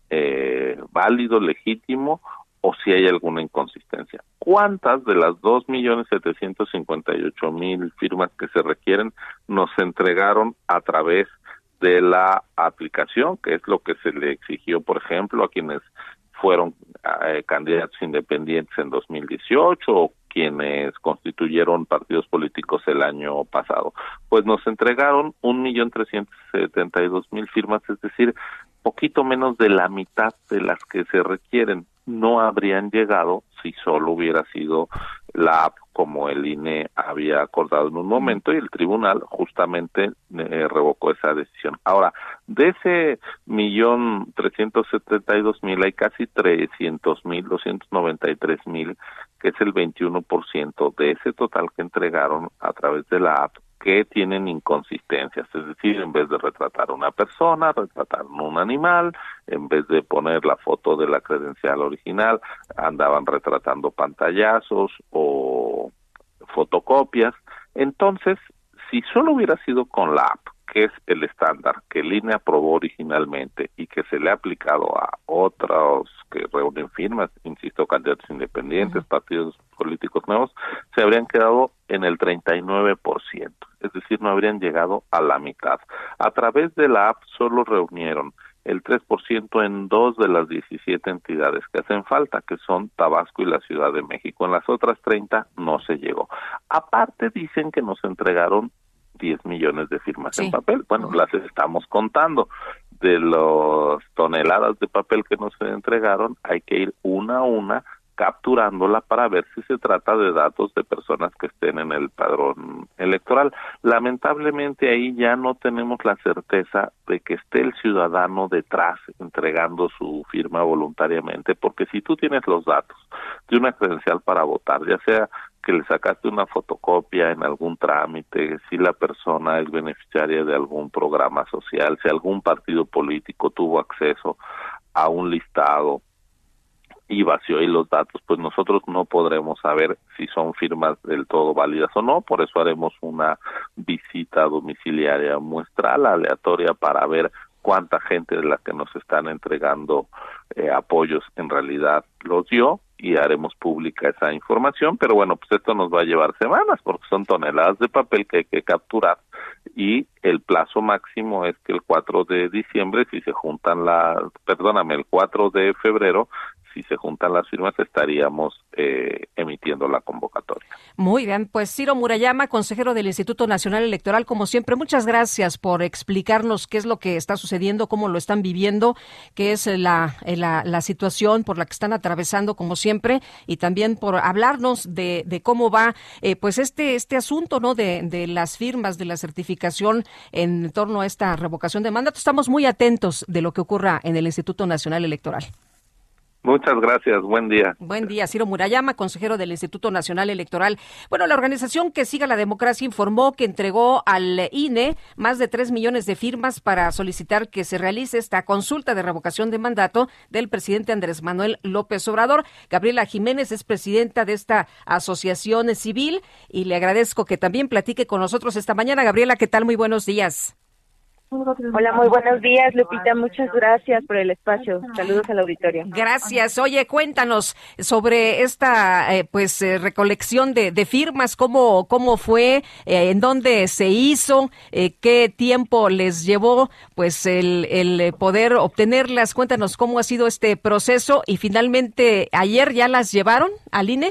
N: eh, válido, legítimo, o si hay alguna inconsistencia. ¿Cuántas de las dos millones setecientos cincuenta y ocho mil firmas que se requieren nos entregaron a través de la aplicación, que es lo que se le exigió, por ejemplo, a quienes fueron eh, candidatos independientes en dos mil dieciocho o quienes constituyeron partidos políticos el año pasado? Pues nos entregaron un millón trescientos setenta y dos mil firmas, es decir, poquito menos de la mitad de las que se requieren. No habrían llegado si solo hubiera sido la app como el I N E había acordado en un momento y el tribunal justamente eh, revocó esa decisión. Ahora, de ese millón trescientos setenta y dos mil hay casi trescientos mil, doscientos noventa y tres mil, que es el veintiuno por ciento de ese total que entregaron a través de la app, que tienen inconsistencias, es decir, en vez de retratar a una persona, retrataron un animal, en vez de poner la foto de la credencial original, andaban retratando pantallazos o fotocopias. Entonces, si solo hubiera sido con la app, que es el estándar que el I N E aprobó originalmente y que se le ha aplicado a otros que reúnen firmas, insisto, candidatos independientes, uh-huh. partidos políticos nuevos, se habrían quedado en el treinta y nueve por ciento, es decir, no habrían llegado a la mitad. A través de la app solo reunieron el tres por ciento en dos de las diecisiete entidades que hacen falta, que son Tabasco y la Ciudad de México. En las otras treinta no se llegó. Aparte dicen que nos entregaron diez millones de firmas sí. en papel. Bueno, uh-huh. las estamos contando. De las toneladas de papel que nos entregaron, hay que ir una a una capturándola para ver si se trata de datos de personas que estén en el padrón electoral. Lamentablemente ahí ya no tenemos la certeza de que esté el ciudadano detrás entregando su firma voluntariamente, porque si tú tienes los datos de una credencial para votar, ya sea que le sacaste una fotocopia en algún trámite, si la persona es beneficiaria de algún programa social, si algún partido político tuvo acceso a un listado y vació ahí los datos, pues nosotros no podremos saber si son firmas del todo válidas o no. Por eso haremos una visita domiciliaria muestral, aleatoria, para ver cuánta gente de la que nos están entregando eh, apoyos en realidad los dio, y haremos pública esa información. Pero bueno, pues esto nos va a llevar semanas porque son toneladas de papel que hay que capturar, y el plazo máximo es que el cuatro de diciembre, si se juntan la, perdóname, el cuatro de febrero, si se juntan las firmas, estaríamos eh, emitiendo la convocatoria.
C: Muy bien, pues Ciro Murayama, consejero del Instituto Nacional Electoral, como siempre, muchas gracias por explicarnos qué es lo que está sucediendo, cómo lo están viviendo, qué es la, la, la situación por la que están atravesando, como siempre, y también por hablarnos de, de cómo va eh, pues este este asunto, ¿no?, de, de las firmas, de la certificación en torno a esta revocación de mandato. Estamos muy atentos de lo que ocurra en el Instituto Nacional Electoral.
N: Muchas gracias, buen día.
C: Buen día, Ciro Murayama, consejero del Instituto Nacional Electoral. Bueno, la organización Que Siga la Democracia informó que entregó al I N E más de tres millones de firmas para solicitar que se realice esta consulta de revocación de mandato del presidente Andrés Manuel López Obrador. Gabriela Jiménez es presidenta de esta asociación civil y le agradezco que también platique con nosotros esta mañana. Gabriela, ¿qué tal? Muy buenos días.
O: Hola, muy buenos días, Lupita. Muchas gracias por el espacio. Saludos al auditorio.
C: Gracias. Oye, cuéntanos sobre esta eh, pues eh, recolección de, de firmas, cómo cómo fue, eh, en dónde se hizo, eh, qué tiempo les llevó pues el, el poder obtenerlas. Cuéntanos cómo ha sido este proceso y finalmente ayer ya las llevaron al I N E.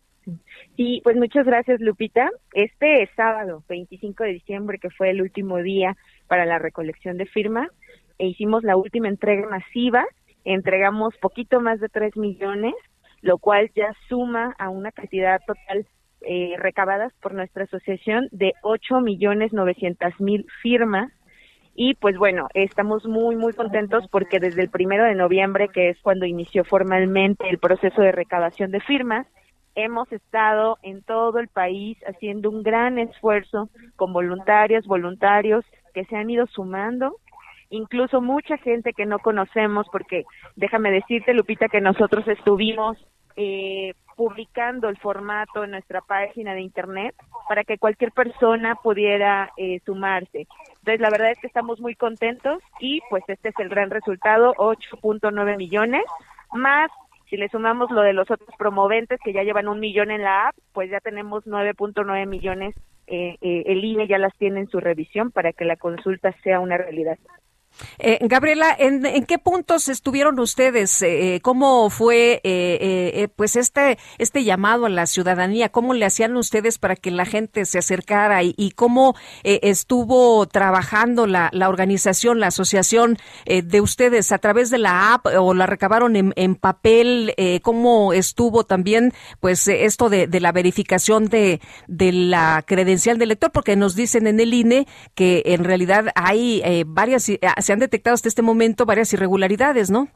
O: Sí, pues muchas gracias, Lupita. Este sábado, veinticinco de diciembre, que fue el último día para la recolección de firmas, e hicimos la última entrega masiva. Entregamos poquito más de tres millones, lo cual ya suma a una cantidad total eh, recabadas por nuestra asociación de ocho millones novecientas mil firmas. Y pues bueno, estamos muy, muy contentos porque desde el primero de noviembre, que es cuando inició formalmente el proceso de recabación de firmas, hemos estado en todo el país haciendo un gran esfuerzo con voluntarias, voluntarios que se han ido sumando, incluso mucha gente que no conocemos, porque déjame decirte, Lupita, que nosotros estuvimos eh, publicando el formato en nuestra página de internet para que cualquier persona pudiera eh, sumarse. Entonces, la verdad es que estamos muy contentos y pues este es el gran resultado, ocho punto nueve millones, más si le sumamos lo de los otros promoventes que ya llevan un millón en la app, pues ya tenemos nueve punto nueve millones. Eh, eh, el I N E ya las tiene en su revisión para que la consulta sea una realidad.
C: Eh, Gabriela, ¿en, ¿en qué puntos estuvieron ustedes? Eh, ¿Cómo fue eh, eh, pues este este llamado a la ciudadanía? ¿Cómo le hacían ustedes para que la gente se acercara? ¿Y, y cómo eh, estuvo trabajando la, la organización, la asociación eh, de ustedes a través de la app o la recabaron en, en papel? Eh, ¿Cómo estuvo también pues eh, esto de, de la verificación de, de la credencial del elector? Porque nos dicen en el I N E que en realidad hay eh, varias... Eh, se han detectado hasta este momento varias irregularidades, ¿no?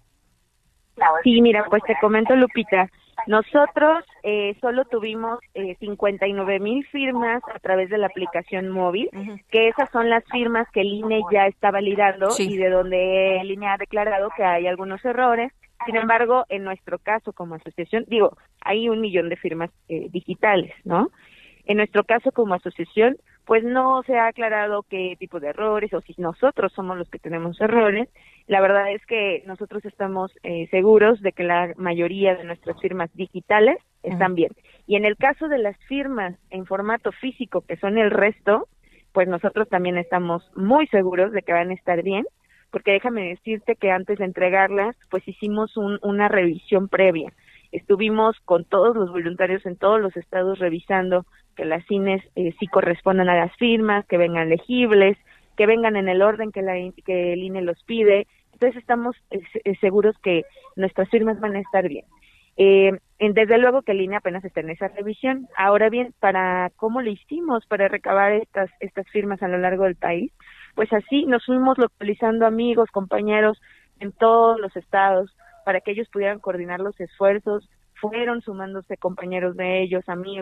O: Sí, mira, pues te comento, Lupita, nosotros eh, solo tuvimos eh, cincuenta y nueve mil firmas a través de la aplicación móvil, uh-huh. que esas son las firmas que el I N E ya está validando sí. y de donde el I N E ha declarado que hay algunos errores. Sin embargo, en nuestro caso como asociación, digo, hay un millón de firmas eh, digitales, ¿no? En nuestro caso como asociación, pues no se ha aclarado qué tipo de errores o si nosotros somos los que tenemos errores. La verdad es que nosotros estamos eh, seguros de que la mayoría de nuestras firmas digitales están uh-huh. bien. Y en el caso de las firmas en formato físico, que son el resto, pues nosotros también estamos muy seguros de que van a estar bien, porque déjame decirte que antes de entregarlas, pues hicimos un, una revisión previa. Estuvimos con todos los voluntarios en todos los estados revisando que las I N Es eh, sí correspondan a las firmas, que vengan legibles, que vengan en el orden que, la, que el I N E los pide. Entonces estamos eh, seguros que nuestras firmas van a estar bien. Eh, desde luego que el I N E apenas está en esa revisión. Ahora bien, para cómo lo hicimos para recabar estas estas firmas a lo largo del país, pues así nos fuimos localizando amigos, compañeros en todos los estados para que ellos pudieran coordinar los esfuerzos. Fueron sumándose compañeros de ellos, amigos,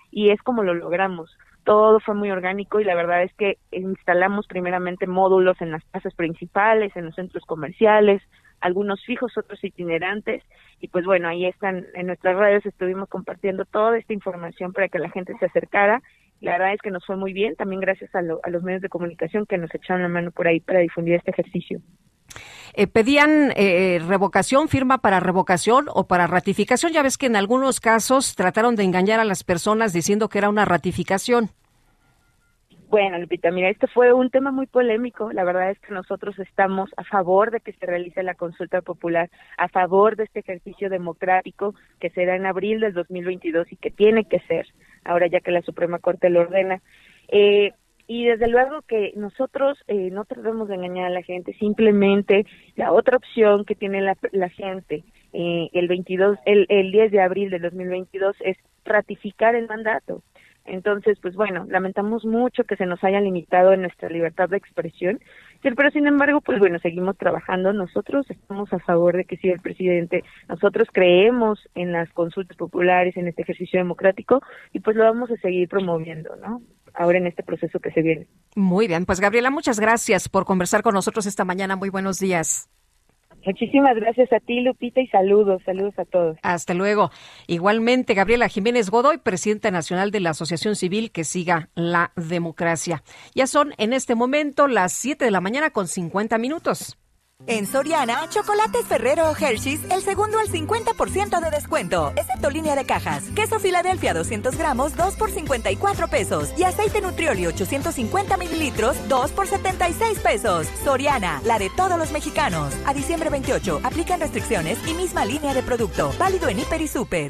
O: y es como lo logramos. Todo fue muy orgánico y la verdad es que instalamos primeramente módulos en las plazas principales, en los centros comerciales, algunos fijos, otros itinerantes, y pues bueno, ahí están, en nuestras redes estuvimos compartiendo toda esta información para que la gente se acercara. La verdad es que nos fue muy bien, también gracias a, lo, a los medios de comunicación que nos echaron la mano por ahí para difundir este ejercicio.
C: Eh, ¿Pedían eh, revocación, firma para revocación o para ratificación? Ya ves que en algunos casos trataron de engañar a las personas diciendo que era una ratificación.
O: Bueno, Lupita, mira, este fue un tema muy polémico. La verdad es que nosotros estamos a favor de que se realice la consulta popular, a favor de este ejercicio democrático que será en abril del dos mil veintidós y que tiene que ser, ahora ya que la Suprema Corte lo ordena. Eh, y desde luego que nosotros eh, no tratamos de engañar a la gente, simplemente la otra opción que tiene la, la gente eh, el veintidós, el, el diez de abril del dos mil veintidós es ratificar el mandato. Entonces, pues bueno, lamentamos mucho que se nos haya limitado en nuestra libertad de expresión, pero sin embargo, pues bueno, seguimos trabajando. Nosotros estamos a favor de que siga el presidente, nosotros creemos en las consultas populares, en este ejercicio democrático, y pues lo vamos a seguir promoviendo, ¿no? Ahora en este proceso que se viene.
C: Muy bien, pues Gabriela, muchas gracias por conversar con nosotros esta mañana. Muy buenos días.
O: Muchísimas gracias a ti, Lupita, y saludos, saludos a todos.
C: Hasta luego. Igualmente, Gabriela Jiménez Godoy, presidenta nacional de la Asociación Civil Que Siga la Democracia. Ya son en este momento las siete de la mañana con cincuenta minutos.
J: En Soriana, chocolates Ferrero o Hershey's, el segundo al cincuenta por ciento de descuento, excepto línea de cajas. Queso Filadelfia doscientos gramos, dos por cincuenta y cuatro pesos. Y aceite Nutrioli ochocientos cincuenta mililitros, dos por setenta y seis pesos. Soriana, la de todos los mexicanos. A diciembre veintiocho, aplican restricciones y misma línea de producto. Válido en Hiper y Super.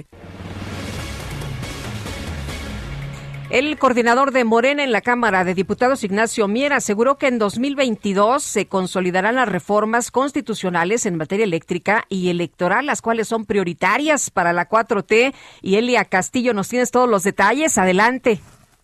C: El coordinador de Morena en la Cámara de Diputados, Ignacio Mier, aseguró que en dos mil veintidós se consolidarán las reformas constitucionales en materia eléctrica y electoral, las cuales son prioritarias para la cuatro T. Y Elia Castillo, nos tienes todos los detalles. Adelante.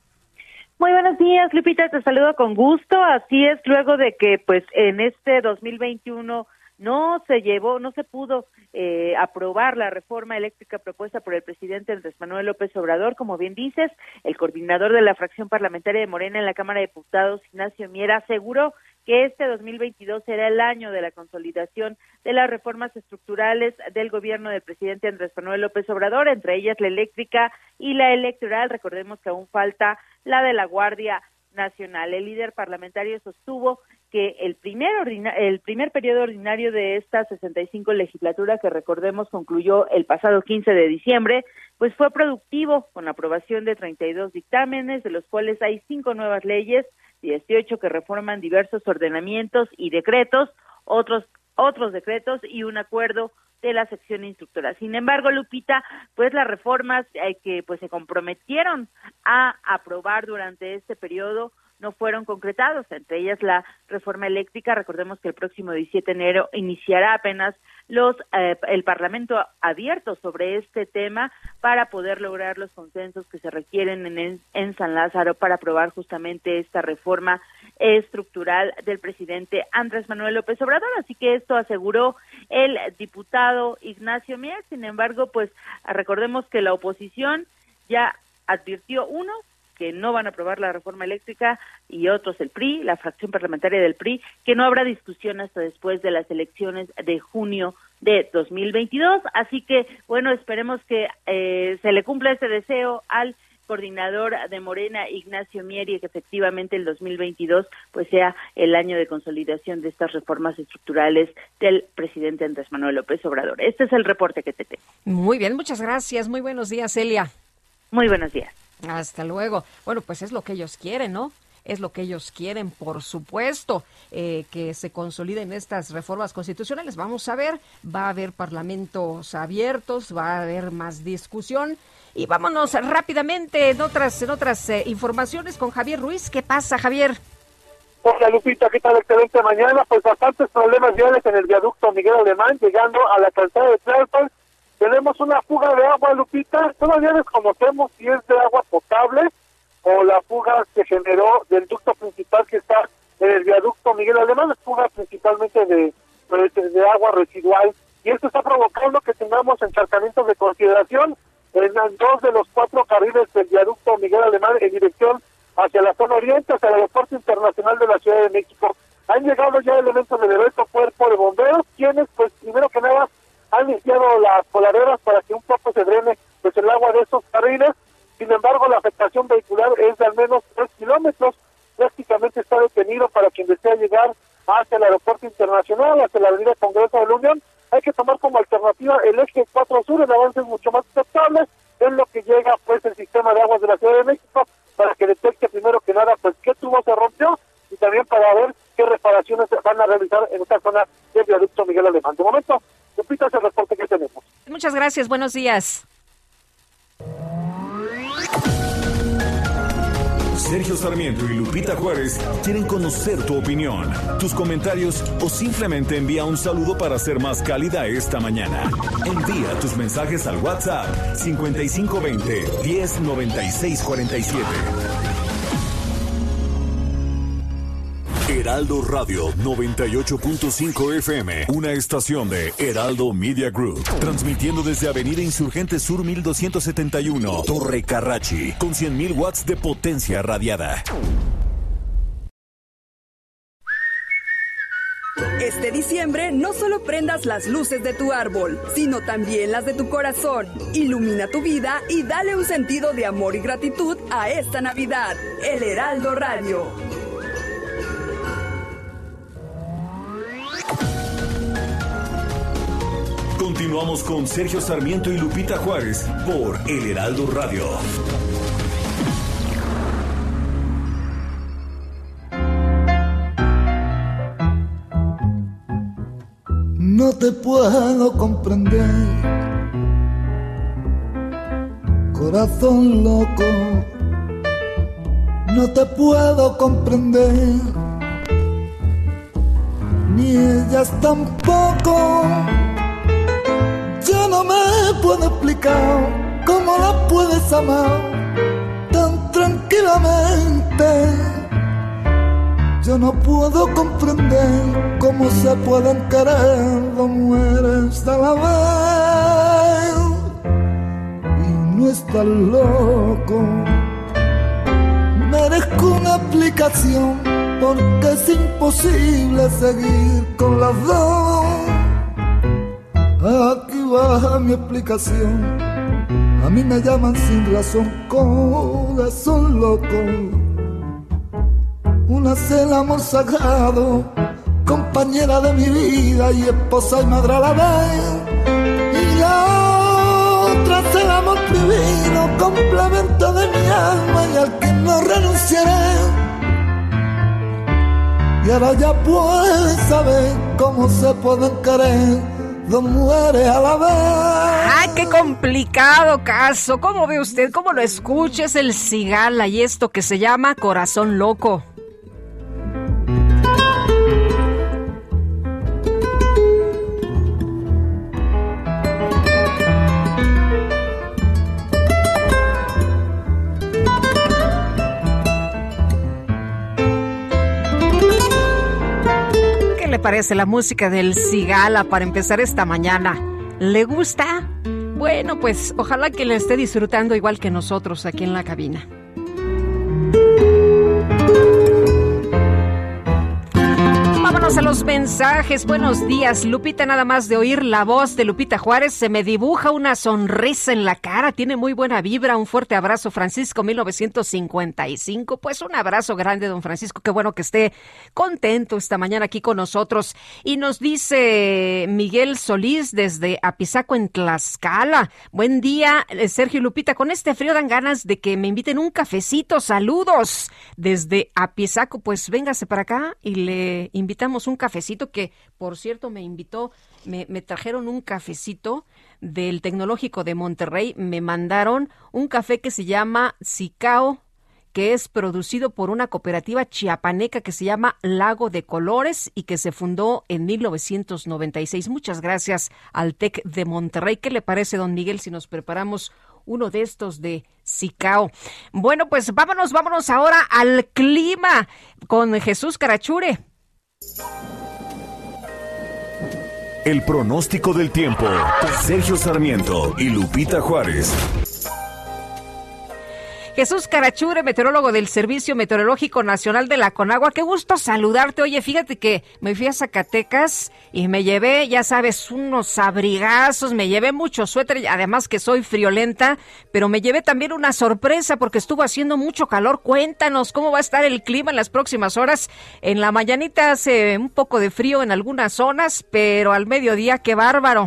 P: Muy buenos días, Lupita, te saludo con gusto. Así es, luego de que pues en este dos mil veintiuno no se llevó, no se pudo eh, aprobar la reforma eléctrica propuesta por el presidente Andrés Manuel López Obrador, como bien dices, el coordinador de la fracción parlamentaria de Morena en la Cámara de Diputados, Ignacio Mier, aseguró que este dos mil veintidós será el año de la consolidación de las reformas estructurales del gobierno del presidente Andrés Manuel López Obrador, entre ellas la eléctrica y la electoral. Recordemos que aún falta la de la Guardia Nacional. El líder parlamentario sostuvo que el primer ordina- el primer periodo ordinario de esta sesenta y cinco legislatura, que recordemos concluyó el pasado quince de diciembre, pues fue productivo, con la aprobación de treinta y dos dictámenes, de los cuales hay cinco nuevas leyes, dieciocho que reforman diversos ordenamientos y decretos, otros otros decretos y un acuerdo de la sección instructora. Sin embargo, Lupita, pues las reformas eh, que pues se comprometieron a aprobar durante este periodo no fueron concretados, entre ellas la reforma eléctrica. Recordemos que el próximo diecisiete de enero iniciará apenas los eh, el Parlamento abierto sobre este tema para poder lograr los consensos que se requieren en, en San Lázaro para aprobar justamente esta reforma estructural del presidente Andrés Manuel López Obrador. Así que esto aseguró el diputado Ignacio Mier. Sin embargo, pues recordemos que la oposición ya advirtió, uno, que no van a aprobar la reforma eléctrica, y otros, el P R I, la fracción parlamentaria del P R I, que no habrá discusión hasta después de las elecciones de junio de dos mil veintidós. Así que, bueno, esperemos que eh, se le cumpla este deseo al coordinador de Morena, Ignacio Mier, y que efectivamente el dos mil veintidós pues sea el año de consolidación de estas reformas estructurales del presidente Andrés Manuel López Obrador. Este es el reporte que te tengo.
C: Muy bien, muchas gracias. Muy buenos días, Elia.
P: Muy buenos días.
C: Hasta luego. Bueno, pues es lo que ellos quieren, ¿no? Es lo que ellos quieren, por supuesto, eh, que se consoliden estas reformas constitucionales. Vamos a ver, va a haber parlamentos abiertos, va a haber más discusión. Y vámonos rápidamente en otras, en otras eh, informaciones con Javier Ruiz. ¿Qué pasa, Javier?
Q: Hola, Lupita, ¿qué tal? Excelente mañana. Pues bastantes problemas viales en el viaducto Miguel Alemán, llegando a la calzada de Tlalpan. Tenemos una fuga de agua, Lupita. Todavía desconocemos si es de agua potable o la fuga se generó del ducto principal que está en el viaducto Miguel Alemán. Es fuga principalmente de, de agua residual. Y esto está provocando que tengamos encharcamientos de consideración en dos de los cuatro carriles del viaducto Miguel Alemán en dirección hacia la zona oriente, hacia el Aeropuerto Internacional de la Ciudad de México. Han llegado ya elementos del Derecho Cuerpo de Bomberos, quienes, pues, primero que nada, han limpiado las coladeras para que un poco se drene pues el agua de esos carriles. Sin embargo, la afectación vehicular es de al menos tres kilómetros. Prácticamente está detenido para quien desea llegar hacia el Aeropuerto Internacional, hacia la Avenida Congreso de la Unión. Hay que tomar como alternativa el eje cuatro Sur, el avance es mucho más aceptable, en lo que llega pues el sistema de aguas de la Ciudad de México, para que detecte primero que nada pues qué tubo se rompió y también para ver qué reparaciones se van a realizar en esta zona del viaducto Miguel Alemán. De momento, Lupita, es el reporte que tenemos.
C: Muchas gracias, buenos días.
B: Sergio Sarmiento y Lupita Juárez quieren conocer tu opinión, tus comentarios o simplemente envía un saludo para ser más cálida esta mañana. Envía tus mensajes al WhatsApp cincuenta y cinco veinte, diez noventa y seis cuarenta y siete. Heraldo Radio noventa y ocho punto cinco F M, una estación de Heraldo Media Group, transmitiendo desde Avenida Insurgente Sur mil doscientos setenta y uno, Torre Carrachi, con cien mil watts de potencia radiada.
I: Este diciembre no solo prendas las luces de tu árbol, sino también las de tu corazón. Ilumina tu vida y dale un sentido de amor y gratitud a esta Navidad. El Heraldo Radio.
B: Continuamos con Sergio Sarmiento y Lupita Juárez por El Heraldo Radio.
F: No te puedo comprender, corazón loco. No te puedo comprender, ni ellas tampoco. Yo no me puedo explicar cómo la puedes amar tan tranquilamente. Yo no puedo comprender cómo se pueden querer dos mujeres a la vez. Y no estás loco. Merezco una explicación porque es imposible seguir con las dos. Aquí va mi explicación. A mí me llaman sin razón corazón loco. Una es el amor sagrado, compañera de mi vida y esposa y madre a la vez. Y la otra es el amor prohibido, complemento de mi alma y al que no renunciaré. Y ahora ya puedes saber cómo se pueden querer dos mujeres a la vez.
C: ¡Ay, qué complicado caso! ¿Cómo ve usted? ¿Cómo lo escucha? Es el Cigala y esto que se llama Corazón Loco. ¿Qué le parece la música del Cigala para empezar esta mañana? ¿Le gusta? Bueno, pues ojalá que le esté disfrutando igual que nosotros aquí en la cabina. Vámonos a los mensajes. Buenos días, Lupita. Nada más de oír la voz de Lupita Juárez se me dibuja una sonrisa en la cara. Tiene muy buena vibra. Un fuerte abrazo, Francisco, mil novecientos cincuenta y cinco. Pues un abrazo grande, don Francisco. Qué bueno que esté contento esta mañana aquí con nosotros. Y nos dice Miguel Solís desde Apizaco en Tlaxcala. Buen día, Sergio y Lupita. Con este frío dan ganas de que me inviten un cafecito. Saludos desde Apizaco. Pues véngase para acá y le invitamos un cafecito que, por cierto, me invitó, me, me trajeron un cafecito del Tecnológico de Monterrey, me mandaron un café que se llama Cicao, que es producido por una cooperativa chiapaneca que se llama Lago de Colores y que se fundó en mil novecientos noventa y seis. Muchas gracias al Tec de Monterrey. ¿Qué le parece, don Miguel, si nos preparamos uno de estos de Cicao? Bueno, pues vámonos, vámonos ahora al clima con Jesús Carachure.
B: El pronóstico del tiempo. Sergio Sarmiento y Lupita Juárez.
C: Jesús Carachure, meteorólogo del Servicio Meteorológico Nacional de la Conagua. Qué gusto saludarte. Oye, fíjate que me fui a Zacatecas y me llevé, ya sabes, unos abrigazos, me llevé mucho suéter, además que soy friolenta, pero me llevé también una sorpresa porque estuvo haciendo mucho calor. Cuéntanos cómo va a estar el clima en las próximas horas. En la mañanita hace un poco de frío en algunas zonas, pero al mediodía, qué bárbaro.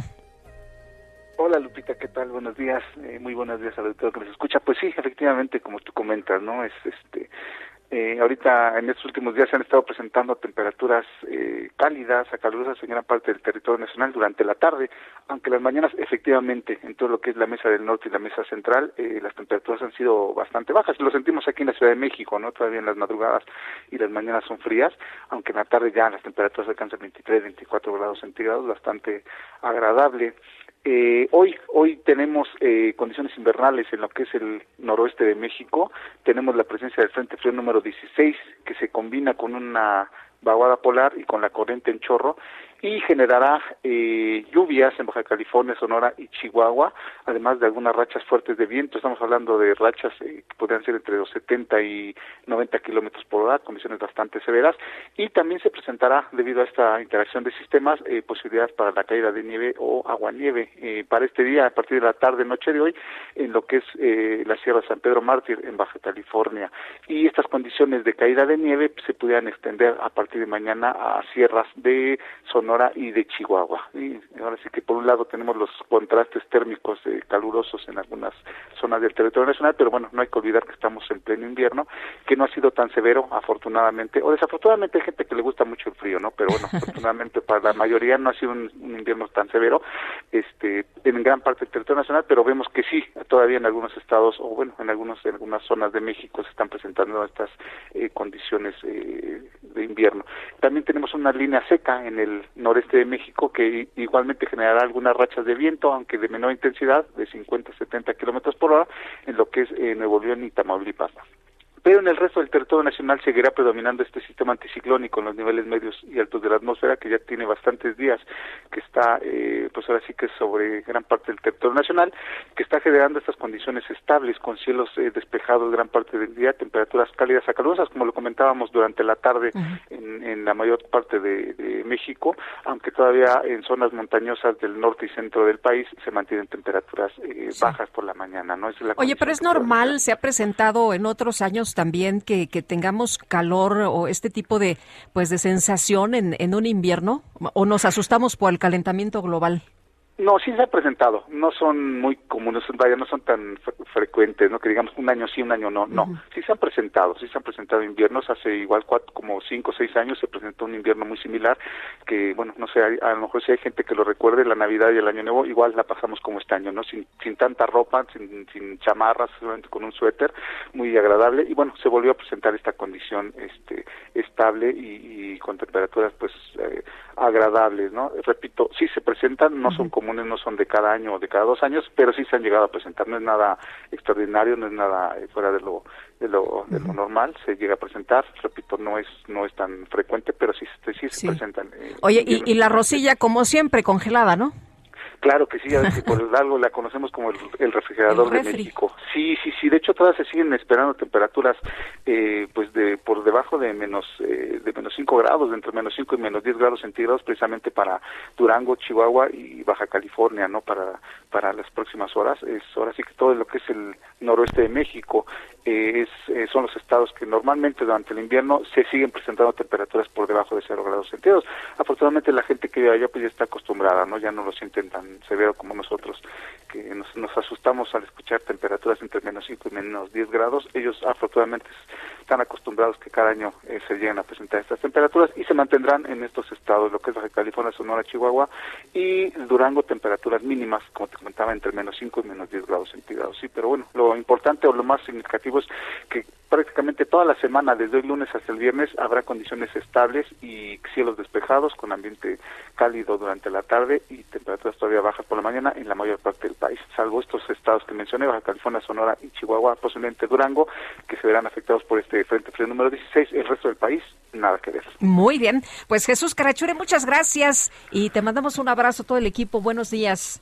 R: Hola Lupita, ¿qué tal? Buenos días, eh, muy buenos días a todo que nos escucha. Pues sí, efectivamente, como tú comentas, ¿no? Es este, eh, ahorita en estos últimos días se han estado presentando temperaturas eh, cálidas a calurosas en gran parte del territorio nacional durante la tarde, aunque las mañanas efectivamente en todo lo que es la mesa del norte y la mesa central eh, las temperaturas han sido bastante bajas. Lo sentimos aquí en la Ciudad de México, ¿no? Todavía en las madrugadas y las mañanas son frías, aunque en la tarde ya las temperaturas alcanzan veintitrés, veinticuatro grados centígrados, bastante agradable. Eh, hoy hoy tenemos eh, condiciones invernales en lo que es el noroeste de México. Tenemos la presencia del Frente Frío número dieciséis, que se combina con una vaguada polar y con la corriente en chorro, y generará eh, lluvias en Baja California, Sonora y Chihuahua, además de algunas rachas fuertes de viento. Estamos hablando de rachas eh, que podrían ser entre los setenta y noventa kilómetros por hora, condiciones bastante severas, y también se presentará, debido a esta interacción de sistemas, eh, posibilidades para la caída de nieve o aguanieve eh, para este día, a partir de la tarde, noche de hoy, en lo que es eh, la Sierra San Pedro Mártir, en Baja California. Y estas condiciones de caída de nieve se pudieran extender a partir de mañana a sierras de Sonora y de Chihuahua. Y ahora sí que por un lado tenemos los contrastes térmicos eh, calurosos en algunas zonas del territorio nacional, pero bueno, no hay que olvidar que estamos en pleno invierno, que no ha sido tan severo, afortunadamente, o desafortunadamente hay gente que le gusta mucho el frío, ¿no? Pero bueno, afortunadamente para la mayoría no ha sido un, un invierno tan severo, este, en gran parte del territorio nacional, pero vemos que sí, todavía en algunos estados, o bueno, en algunos en algunas zonas de México se están presentando estas eh, condiciones eh, de invierno. También tenemos una línea seca en el noreste de México que igualmente generará algunas rachas de viento, aunque de menor intensidad, de cincuenta a setenta kilómetros por hora, en lo que es eh, Nuevo León y Tamaulipas. Pero en el resto del territorio nacional seguirá predominando este sistema anticiclónico en los niveles medios y altos de la atmósfera, que ya tiene bastantes días que está, eh, pues ahora sí que sobre gran parte del territorio nacional, que está generando estas condiciones estables, con cielos eh, despejados gran parte del día, temperaturas cálidas a calurosas, como lo comentábamos durante la tarde uh-huh. en, en la mayor parte de, de México, aunque todavía en zonas montañosas del norte y centro del país se mantienen temperaturas eh, sí. bajas por la mañana, ¿no? Esa es la
C: Oye, pero es normal, se ha presentado en otros años también que, que tengamos calor o este tipo de pues de sensación en, en un invierno, o nos asustamos por el calentamiento global.
R: No, sí se ha presentado, no son muy comunes, vaya, no son tan fre- frecuentes, no que digamos un año sí, un año no, no, uh-huh. sí se han presentado, sí se han presentado inviernos, hace igual cuatro, como cinco o seis años se presentó un invierno muy similar, que bueno, no sé, a, a lo mejor si hay gente que lo recuerde, la Navidad y el Año Nuevo, igual la pasamos como este año, ¿no? Sin, sin tanta ropa, sin, sin chamarras, solamente con un suéter, muy agradable, y bueno, se volvió a presentar esta condición este estable y, y con temperaturas pues eh, agradables, ¿no? Repito, sí se presentan, no uh-huh. son como no son de cada año o de cada dos años, pero sí se han llegado a presentar. No es nada extraordinario, no es nada fuera de lo de lo, de lo normal, se llega a presentar. Repito, no es no es tan frecuente, pero sí, sí, sí se presentan. Eh,
C: Oye, y, y la rosilla, como siempre, congelada, ¿no?
R: Claro que sí, ya que por algo la conocemos como el, el refrigerador el de México. Sí, sí, sí. De hecho, todas se siguen esperando temperaturas, eh, pues de por debajo de menos eh, de menos cinco grados, de entre menos cinco y menos diez grados centígrados, precisamente para Durango, Chihuahua y Baja California, ¿no? Para para las próximas horas. Es ahora sí que todo lo que es el noroeste de México eh, es eh, son los estados que normalmente durante el invierno se siguen presentando temperaturas por debajo de cero grados centígrados. Afortunadamente la gente que vive allá pues ya está acostumbrada, ¿no? Ya no lo sienten tan severo como nosotros, que nos, nos asustamos al escuchar temperaturas entre menos cinco y menos diez grados. Ellos afortunadamente están acostumbrados que cada año eh, se lleguen a presentar estas temperaturas y se mantendrán en estos estados, lo que es Baja California, Sonora, Chihuahua y Durango, temperaturas mínimas, como te comentaba, entre menos cinco y menos diez grados centígrados. Sí, pero bueno, lo importante o lo más significativo es que prácticamente toda la semana, desde el lunes hasta el viernes, habrá condiciones estables y cielos despejados con ambiente cálido durante la tarde y temperaturas todavía bajas por la mañana en la mayor parte del país, salvo estos estados que mencioné, Baja California, Sonora y Chihuahua, posiblemente Durango, que se verán afectados por este Frente Frío número dieciséis. El resto del país, nada que ver.
C: Muy bien, pues Jesús Carachure, muchas gracias y te mandamos un abrazo a todo el equipo. Buenos días.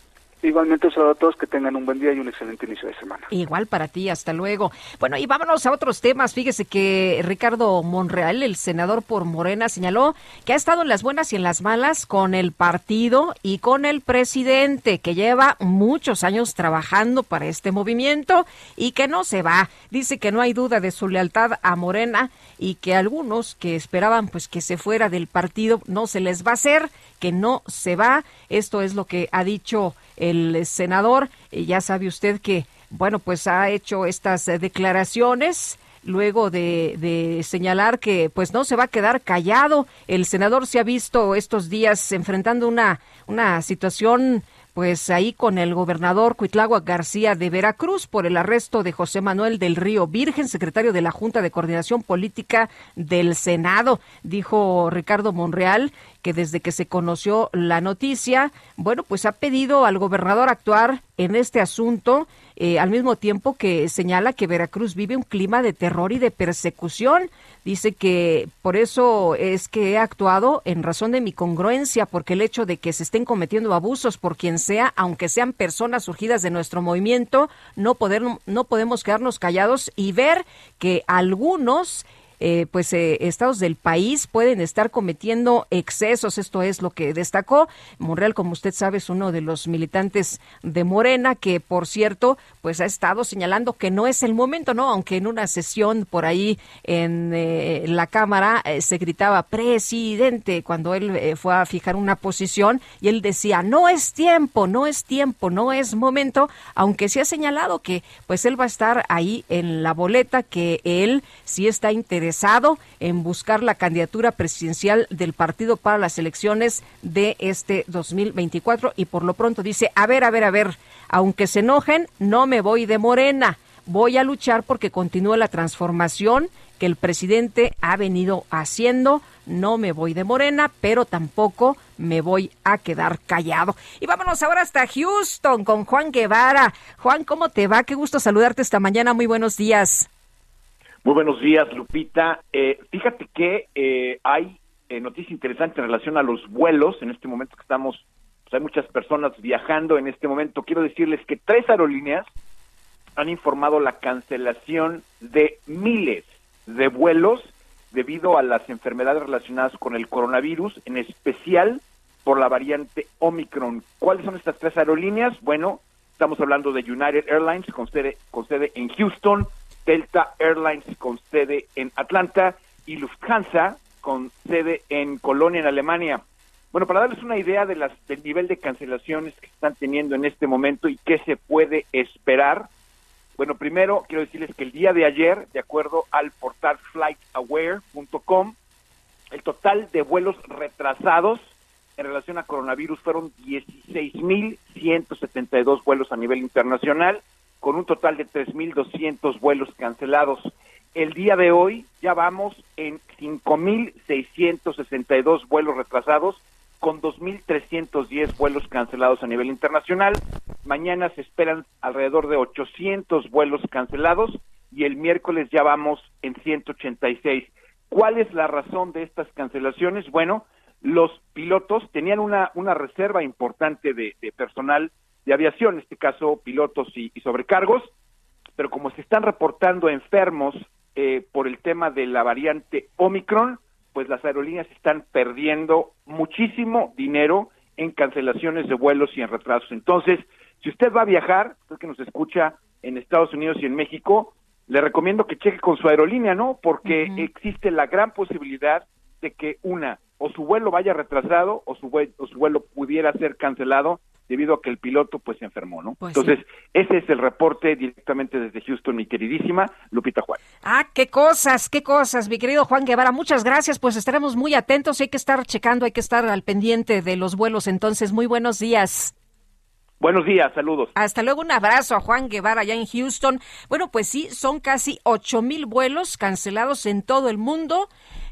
R: Igualmente, un saludo a todos, que tengan un buen día y un excelente inicio de semana.
C: Igual para ti, hasta luego. Bueno, y vámonos a otros temas. Fíjese que Ricardo Monreal, el senador por Morena, señaló que ha estado en las buenas y en las malas con el partido y con el presidente, que lleva muchos años trabajando para este movimiento y que no se va. Dice que no hay duda de su lealtad a Morena y que algunos que esperaban pues que se fuera del partido no se les va a hacer, que no se va. Esto es lo que ha dicho el senador. Eh, ya sabe usted que, bueno, pues ha hecho estas eh, declaraciones luego de, de señalar que pues no se va a quedar callado. El senador se ha visto estos días enfrentando una, una situación pues ahí con el gobernador Cuitláhuac García de Veracruz por el arresto de José Manuel del Río Virgen, secretario de la Junta de Coordinación Política del Senado. Dijo Ricardo Monreal que desde que se conoció la noticia, bueno, pues ha pedido al gobernador actuar en este asunto, eh, al mismo tiempo que señala que Veracruz vive un clima de terror y de persecución. Dice que por eso es que he actuado en razón de mi congruencia, porque el hecho de que se estén cometiendo abusos por quien sea, aunque sean personas surgidas de nuestro movimiento, no poder, no podemos quedarnos callados y ver que algunos Eh, pues eh, estados del país pueden estar cometiendo excesos. Esto es lo que destacó. Monreal, como usted sabe, es uno de los militantes de Morena, que por cierto, pues ha estado señalando que no es el momento, ¿no? Aunque en una sesión por ahí en eh, la Cámara eh, se gritaba presidente cuando él eh, fue a fijar una posición y él decía no es tiempo, no es tiempo, no es momento, aunque sí ha señalado que pues él va a estar ahí en la boleta, que él sí está interesado en buscar la candidatura presidencial del partido para las elecciones de este dos mil veinticuatro y por lo pronto dice, a ver, a ver, a ver, aunque se enojen, no me voy de Morena, voy a luchar porque continúe la transformación que el presidente ha venido haciendo, no me voy de Morena, pero tampoco me voy a quedar callado. Y vámonos ahora hasta Houston con Juan Guevara. Juan, ¿cómo te va? Qué gusto saludarte esta mañana, muy buenos días.
S: Muy buenos días, Lupita. Eh, fíjate que eh, hay eh, noticia interesante en relación a los vuelos. En este momento que estamos, pues hay muchas personas viajando en este momento. Quiero decirles que tres aerolíneas han informado la cancelación de miles de vuelos debido a las enfermedades relacionadas con el coronavirus, en especial por la variante Omicron. ¿Cuáles son estas tres aerolíneas? Bueno, estamos hablando de United Airlines, con sede, con sede en Houston, Delta Airlines con sede en Atlanta y Lufthansa con sede en Colonia, en Alemania. Bueno, para darles una idea de las del nivel de cancelaciones que están teniendo en este momento y qué se puede esperar. Bueno, primero quiero decirles que el día de ayer, de acuerdo al portal flight aware punto com, el total de vuelos retrasados en relación a coronavirus fueron dieciséis mil ciento setenta y dos vuelos a nivel internacional, con un total de tres mil doscientos vuelos cancelados. El día de hoy ya vamos en cinco mil seiscientos sesenta y dos vuelos retrasados, con dos mil trescientos diez vuelos cancelados a nivel internacional. Mañana se esperan alrededor de ochocientos vuelos cancelados y el miércoles ya vamos en ciento ochenta y seis. ¿Cuál es la razón de estas cancelaciones? Bueno, los pilotos tenían una, una reserva importante de, de personal de aviación, en este caso pilotos y, y sobrecargos, pero como se están reportando enfermos eh, por el tema de la variante Omicron, pues las aerolíneas están perdiendo muchísimo dinero en cancelaciones de vuelos y en retrasos. Entonces, si usted va a viajar, usted que nos escucha en Estados Unidos y en México, le recomiendo que cheque con su aerolínea, ¿no? Porque uh-huh. existe la gran posibilidad de que una, o su vuelo vaya retrasado, o su, vuelo, o su vuelo pudiera ser cancelado, debido a que el piloto pues se enfermó, ¿no? Pues Entonces, sí. ese es el reporte directamente desde Houston, mi queridísima Lupita Juárez.
C: Ah, qué cosas, qué cosas, mi querido Juan Guevara, muchas gracias, pues estaremos muy atentos, hay que estar checando, hay que estar al pendiente de los vuelos, entonces, muy buenos días.
S: Buenos días, saludos.
C: Hasta luego, un abrazo a Juan Guevara allá en Houston. Bueno, pues sí, son casi ocho mil vuelos cancelados en todo el mundo.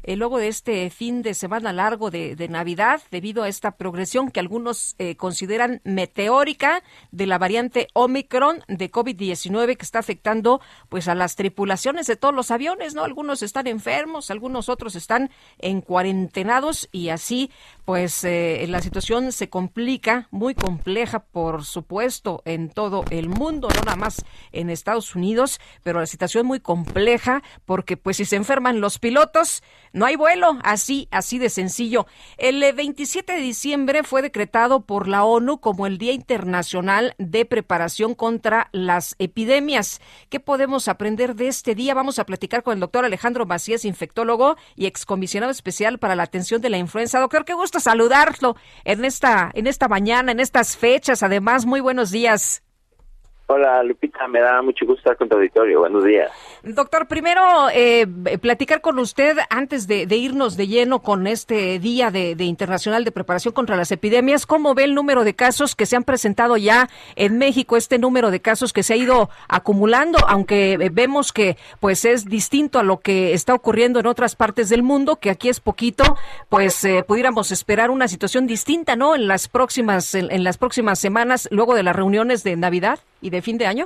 C: eh, luego de este fin de semana largo de, de Navidad, debido a esta progresión que algunos eh, consideran meteórica de la variante Omicron de COVID diecinueve que está afectando pues a las tripulaciones de todos los aviones, ¿no? Algunos están enfermos, algunos otros están en cuarentenados y así pues eh, la situación se complica, muy compleja por supuesto en todo el mundo, no nada más en Estados Unidos, pero la situación muy compleja porque pues si se enferman los pilotos no hay vuelo, así, así de sencillo. El veintisiete de diciembre fue decretado por la ONU como el Día Internacional de Preparación contra las Epidemias. ¿Qué podemos aprender de este día? Vamos a platicar con el doctor Alejandro Macías, infectólogo y excomisionado especial para la atención de la influenza. Doctor, qué gusto saludarlo en esta, en esta mañana, en estas fechas. Además, muy buenos días.
T: Hola, Lupita, me da mucho gusto estar con tu auditorio. Buenos días.
C: Doctor, primero eh, platicar con usted antes de, de irnos de lleno con este Día de, de Internacional de Preparación contra las Epidemias. ¿Cómo ve el número de casos que se han presentado ya en México, este número de casos que se ha ido acumulando, aunque vemos que pues es distinto a lo que está ocurriendo en otras partes del mundo, que aquí es poquito, pues eh, pudiéramos esperar una situación distinta, ¿no? En las próximas, en, en las próximas semanas, luego de las reuniones de Navidad y de fin de año?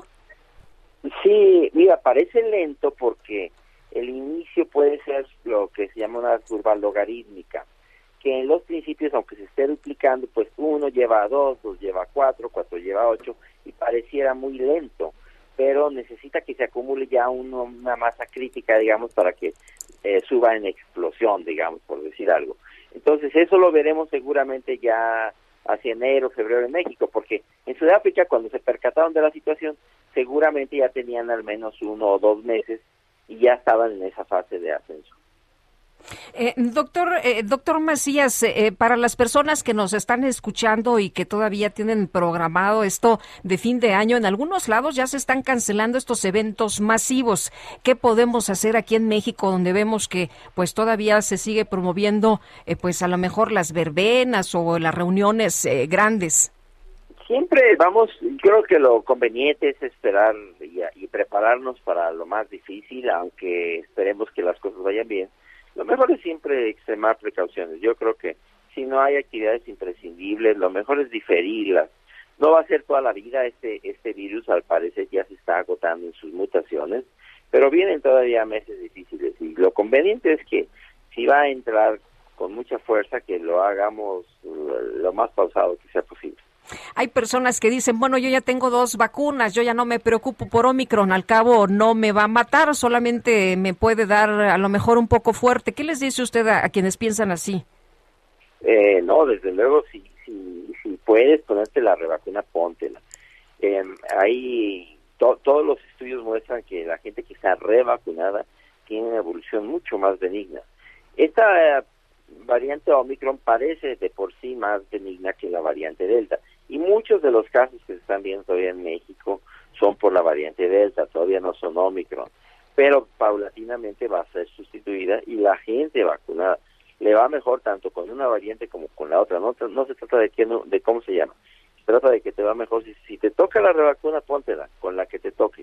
T: Sí, mira, parece lento porque el inicio puede ser lo que se llama una curva logarítmica, que en los principios, aunque se esté duplicando, pues uno lleva a dos, dos lleva a cuatro, cuatro lleva a ocho, y pareciera muy lento, pero necesita que se acumule ya uno, una masa crítica, digamos, para que eh, suba en explosión, digamos, por decir algo. Entonces, eso lo veremos seguramente ya hacia enero, febrero en México, porque en Sudáfrica, cuando se percataron de la situación, seguramente ya tenían al menos uno o dos meses y ya estaban en esa fase de ascenso.
C: Eh, doctor, eh, doctor Macías, eh, para las personas que nos están escuchando y que todavía tienen programado esto de fin de año, en algunos lados ya se están cancelando estos eventos masivos. ¿Qué podemos hacer aquí en México, donde vemos que pues todavía se sigue promoviendo eh, pues a lo mejor las verbenas o las reuniones eh, grandes?
T: Siempre vamos, creo que lo conveniente es esperar y, y prepararnos para lo más difícil, aunque esperemos que las cosas vayan bien. Lo mejor es siempre extremar precauciones. Yo creo que si no hay actividades imprescindibles, lo mejor es diferirlas. No va a ser toda la vida, este este virus al parecer ya se está agotando en sus mutaciones, pero vienen todavía meses difíciles y lo conveniente es que si va a entrar con mucha fuerza, que lo hagamos lo más pausado que sea posible.
C: Hay personas que dicen, bueno, yo ya tengo dos vacunas, yo ya no me preocupo por Omicron, al cabo no me va a matar, solamente me puede dar a lo mejor un poco fuerte. ¿Qué les dice usted a, a quienes piensan así?
T: Eh, no, desde luego, si, si, si puedes ponerte la revacuna, póntela. Eh, ahí to, todos los estudios muestran que la gente que está revacunada tiene una evolución mucho más benigna. Esta eh, variante Omicron parece de por sí más benigna que la variante Delta. Y muchos de los casos que se están viendo todavía en México son por la variante Delta, todavía no son Omicron. Pero paulatinamente va a ser sustituida y la gente vacunada le va mejor tanto con una variante como con la otra. No, no se trata de, que no, de cómo se llama, se trata de que te va mejor. Si, si te toca la revacuna, póntela con la que te toque.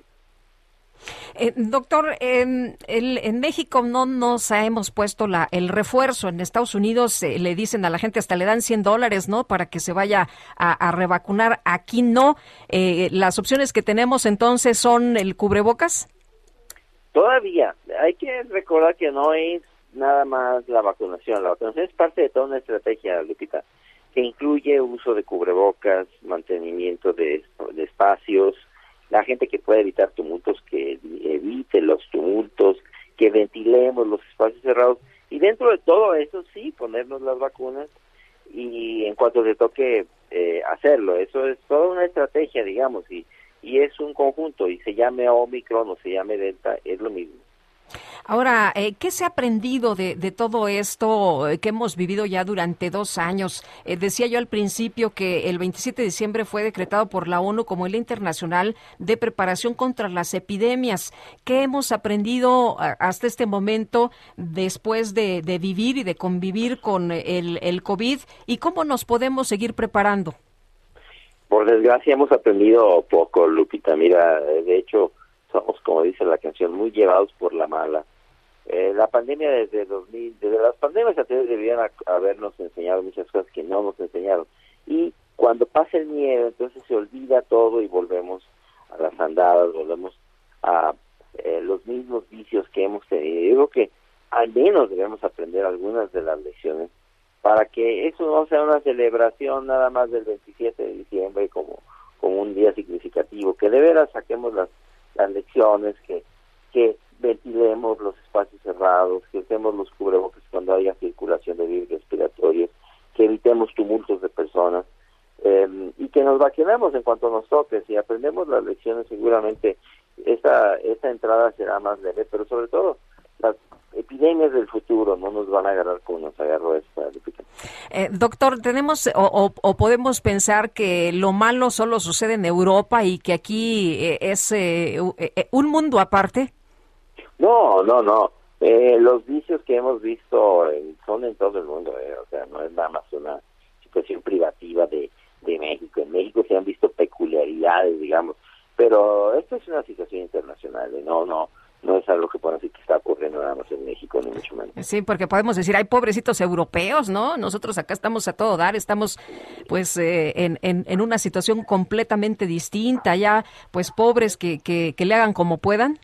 C: Eh, doctor, eh, el, en México no nos hemos puesto la, el refuerzo. En Estados Unidos eh, le dicen a la gente, hasta le dan cien dólares, ¿no?, para que se vaya a, a revacunar. Aquí no. Eh, las opciones que tenemos entonces son el cubrebocas.
T: Todavía. Hay que recordar que no es nada más la vacunación. La vacunación es parte de toda una estrategia, Lupita, que incluye uso de cubrebocas, mantenimiento de, de espacios, la gente que puede evitar tumultos, que evite los tumultos, que ventilemos los espacios cerrados, y dentro de todo eso sí, ponernos las vacunas, y en cuanto te toque eh, hacerlo. Eso es toda una estrategia, digamos, y, y es un conjunto, y se llame Omicron o se llame Delta, es lo mismo.
C: Ahora, eh, ¿qué se ha aprendido de, de todo esto que hemos vivido ya durante dos años? Eh, decía yo al principio que el veintisiete de diciembre fue decretado por la ONU como el Día Internacional de Preparación contra las Epidemias. ¿Qué hemos aprendido hasta este momento después de, de vivir y de convivir con el, el COVID? ¿Y cómo nos podemos seguir preparando?
T: Por desgracia hemos aprendido poco, Lupita. Mira, de hecho, somos, como dice la canción, muy llevados por la mala. Eh, la pandemia desde dos mil, desde las pandemias anteriores deberían a, habernos enseñado muchas cosas que no nos enseñaron. Y cuando pasa el miedo, entonces se olvida todo y volvemos a las andadas, volvemos a eh, los mismos vicios que hemos tenido. Yo creo que al menos debemos aprender algunas de las lecciones para que eso no sea una celebración nada más del veintisiete de diciembre como, como un día significativo, que de veras saquemos las, las lecciones, que, que ventilemos los espacios cerrados, que usemos los cubrebocas cuando haya circulación de virus respiratorios, que evitemos tumultos de personas, eh, y que nos vacunemos en cuanto nos toque. Si aprendemos las lecciones, seguramente esta, esta entrada será más leve, pero sobre todo las epidemias del futuro no nos van a agarrar como nos agarró esta.
C: Eh, doctor, tenemos o, o, o podemos pensar que lo malo solo sucede en Europa y que aquí eh, es eh, eh, un mundo aparte.
T: No, no, no. Eh, los vicios que hemos visto en, son en todo el mundo, eh, o sea, no es nada más una situación privativa de, de México. En México se han visto peculiaridades, digamos, pero esto es una situación internacional, eh, no, no. No es algo que podemos decir que está ocurriendo nada más en México, ni mucho menos.
C: Sí, porque podemos decir, hay pobrecitos europeos, ¿no? Nosotros acá estamos a todo dar, estamos pues eh, en, en, en una situación completamente distinta, ya pues pobres que, que, que le hagan como puedan.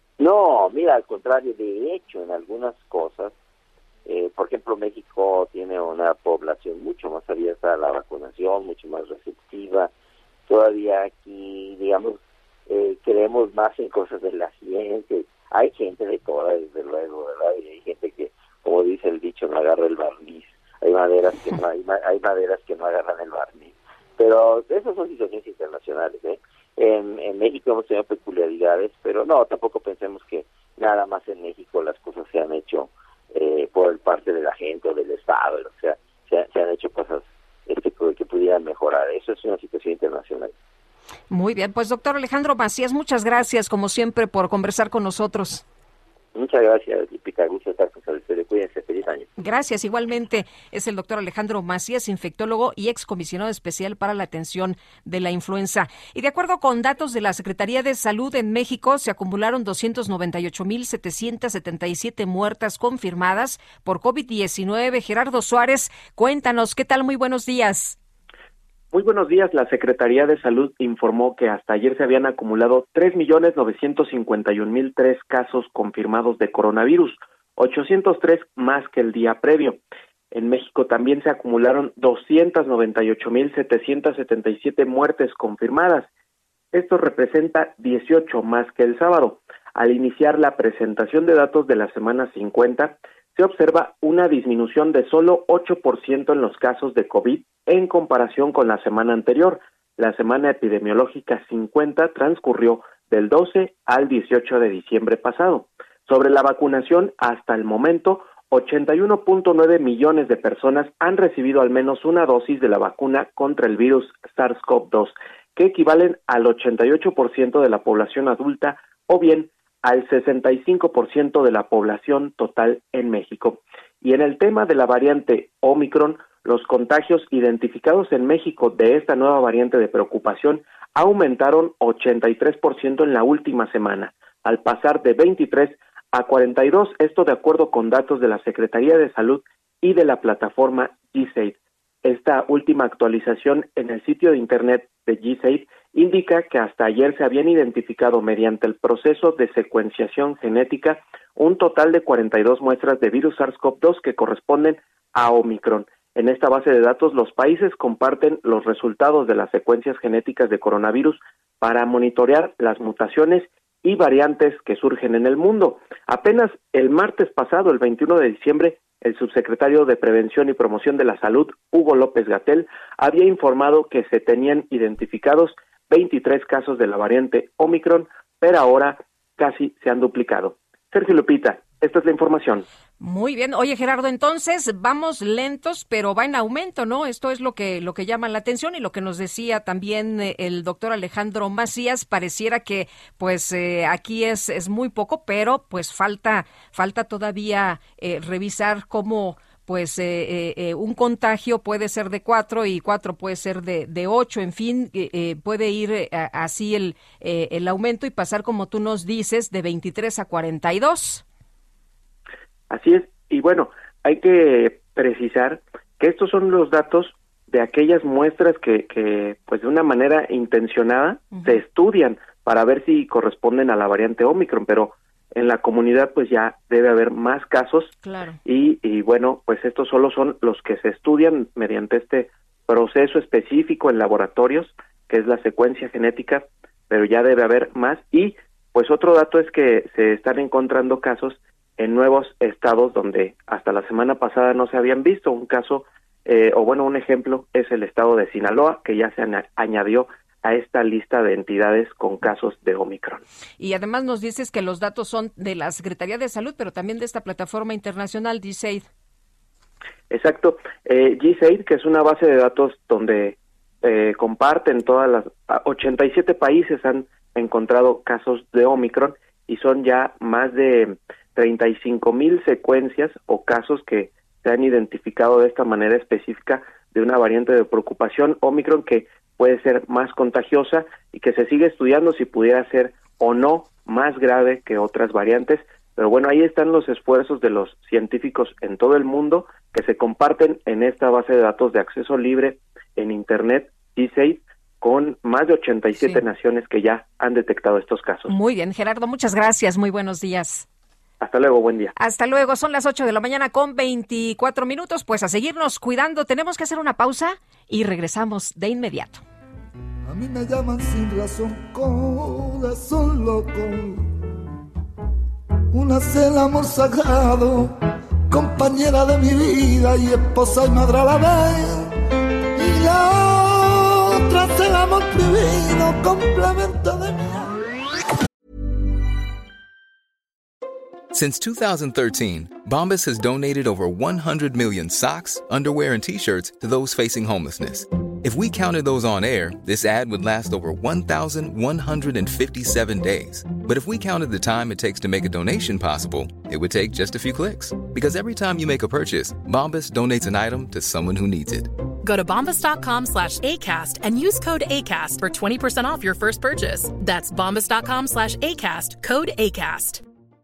T: No, mira, al contrario, de hecho, en algunas cosas, eh, por ejemplo, México tiene una población mucho más abierta a la vacunación, mucho más receptiva. Todavía aquí, digamos, Eh, creemos más en cosas de la ciencia. Hay gente de toda, desde luego, ¿verdad? Y hay gente que, como dice el dicho, no agarra el barniz. Hay maderas que no, hay, hay maderas que no agarran el barniz. Pero esas son situaciones internacionales, ¿eh? En, en México hemos tenido peculiaridades, pero no, tampoco pensemos que nada más en México las cosas se han hecho eh, por parte de la gente o del Estado, o sea, se, se han hecho cosas este, que pudieran mejorar. Eso es una situación internacional.
C: Muy bien, pues doctor Alejandro Macías, muchas gracias como siempre por conversar con nosotros.
T: Muchas gracias, Lupita, gusto estar con ustedes. Cuídense, feliz año.
C: Gracias, igualmente. Es el doctor Alejandro Macías, infectólogo y excomisionado especial para la atención de la influenza. Y de acuerdo con datos de la Secretaría de Salud en México, se acumularon doscientas noventa y ocho mil setecientas setenta y siete muertas confirmadas por COVID diecinueve. Gerardo Suárez, cuéntanos, ¿qué tal? Muy buenos días.
U: Muy buenos días. La Secretaría de Salud informó que hasta ayer se habían acumulado tres millones novecientos cincuenta y un mil tres casos confirmados de coronavirus, ochocientos tres más que el día previo. En México también se acumularon doscientas noventa y ocho mil setecientas setenta y siete muertes confirmadas. Esto representa dieciocho más que el sábado. Al iniciar la presentación de datos de la semana cincuenta, se observa una disminución de solo ocho por ciento en los casos de COVID en comparación con la semana anterior. La semana epidemiológica cincuenta transcurrió del doce al dieciocho de diciembre pasado. Sobre la vacunación, hasta el momento, ochenta y uno punto nueve millones de personas han recibido al menos una dosis de la vacuna contra el virus SARS-CoV dos, que equivalen al ochenta y ocho por ciento de la población adulta o bien al sesenta y cinco por ciento de la población total en México. Y en el tema de la variante Omicron, los contagios identificados en México de esta nueva variante de preocupación aumentaron ochenta y tres por ciento en la última semana, al pasar de veintitrés a cuarenta y dos, esto de acuerdo con datos de la Secretaría de Salud y de la plataforma G S A I D. Esta última actualización en el sitio de internet de G S A I D indica que hasta ayer se habían identificado mediante el proceso de secuenciación genética un total de cuarenta y dos muestras de virus SARS-CoV dos que corresponden a Omicron. En esta base de datos, los países comparten los resultados de las secuencias genéticas de coronavirus para monitorear las mutaciones y variantes que surgen en el mundo. Apenas el martes pasado, el veintiuno de diciembre, el subsecretario de Prevención y Promoción de la Salud, Hugo López-Gatell, había informado que se tenían identificados veintitrés casos de la variante Omicron, pero ahora casi se han duplicado. Sergio Lupita, esta es la información.
C: Muy bien. Oye, Gerardo, entonces vamos lentos, pero va en aumento, ¿no? Esto es lo que lo que llama la atención y lo que nos decía también eh, el doctor Alejandro Macías. Pareciera que, pues, eh, aquí es es muy poco, pero pues falta falta todavía eh, revisar cómo pues eh, eh, un contagio puede ser de cuatro y cuatro puede ser de, de ocho, en fin, eh, eh, puede ir eh, así el, eh, el aumento y pasar, como tú nos dices, de veintitrés a cuarenta y dos.
U: Así es, y bueno, hay que precisar que estos son los datos de aquellas muestras que, que pues de una manera intencionada uh-huh. se estudian para ver si corresponden a la variante Omicron, pero en la comunidad pues ya debe haber más casos
C: claro.
U: y, y bueno, pues estos solo son los que se estudian mediante este proceso específico en laboratorios, que es la secuencia genética, pero ya debe haber más. Y pues otro dato es que se están encontrando casos en nuevos estados donde hasta la semana pasada no se habían visto. Un caso, eh, o bueno, un ejemplo es el estado de Sinaloa, que ya se ana- añadió a esta lista de entidades con casos de Omicron.
C: Y además nos dices que los datos son de la Secretaría de Salud, pero también de esta plataforma internacional G S A I D.
U: Exacto, eh, G S A I D, que es una base de datos donde eh, comparten todas las ochenta y siete países han encontrado casos de Omicron y son ya más de treinta y cinco mil secuencias o casos que se han identificado de esta manera específica de una variante de preocupación Omicron que puede ser más contagiosa y que se sigue estudiando si pudiera ser o no más grave que otras variantes. Pero bueno, ahí están los esfuerzos de los científicos en todo el mundo que se comparten en esta base de datos de acceso libre en Internet, G S A I D, con más de ochenta y siete sí. naciones que ya han detectado estos casos.
C: Muy bien, Gerardo, muchas gracias. Muy buenos días.
U: Hasta luego, buen día.
C: Hasta luego, son las ocho de la mañana con veinticuatro minutos. Pues a seguirnos cuidando, tenemos que hacer una pausa y regresamos de inmediato.
F: A mí me llaman sin razón, corazón loco. Una es el amor sagrado, compañera de mi vida y esposa y madre a la vez. Y la otra es el amor prohibido, complemento de mi alma.
A: Since two thousand thirteen, Bombas has donated over one hundred million socks, underwear, and T-shirts to those facing homelessness. If we counted those on air, this ad would last over one thousand one hundred fifty-seven days. But if we counted the time it takes to make a donation possible, it would take just a few clicks. Because every time you make a purchase, Bombas donates an item to someone who needs it.
V: Go to bombas.com slash ACAST and use code ACAST for twenty percent off your first purchase. That's bombas.com slash ACAST, code ACAST.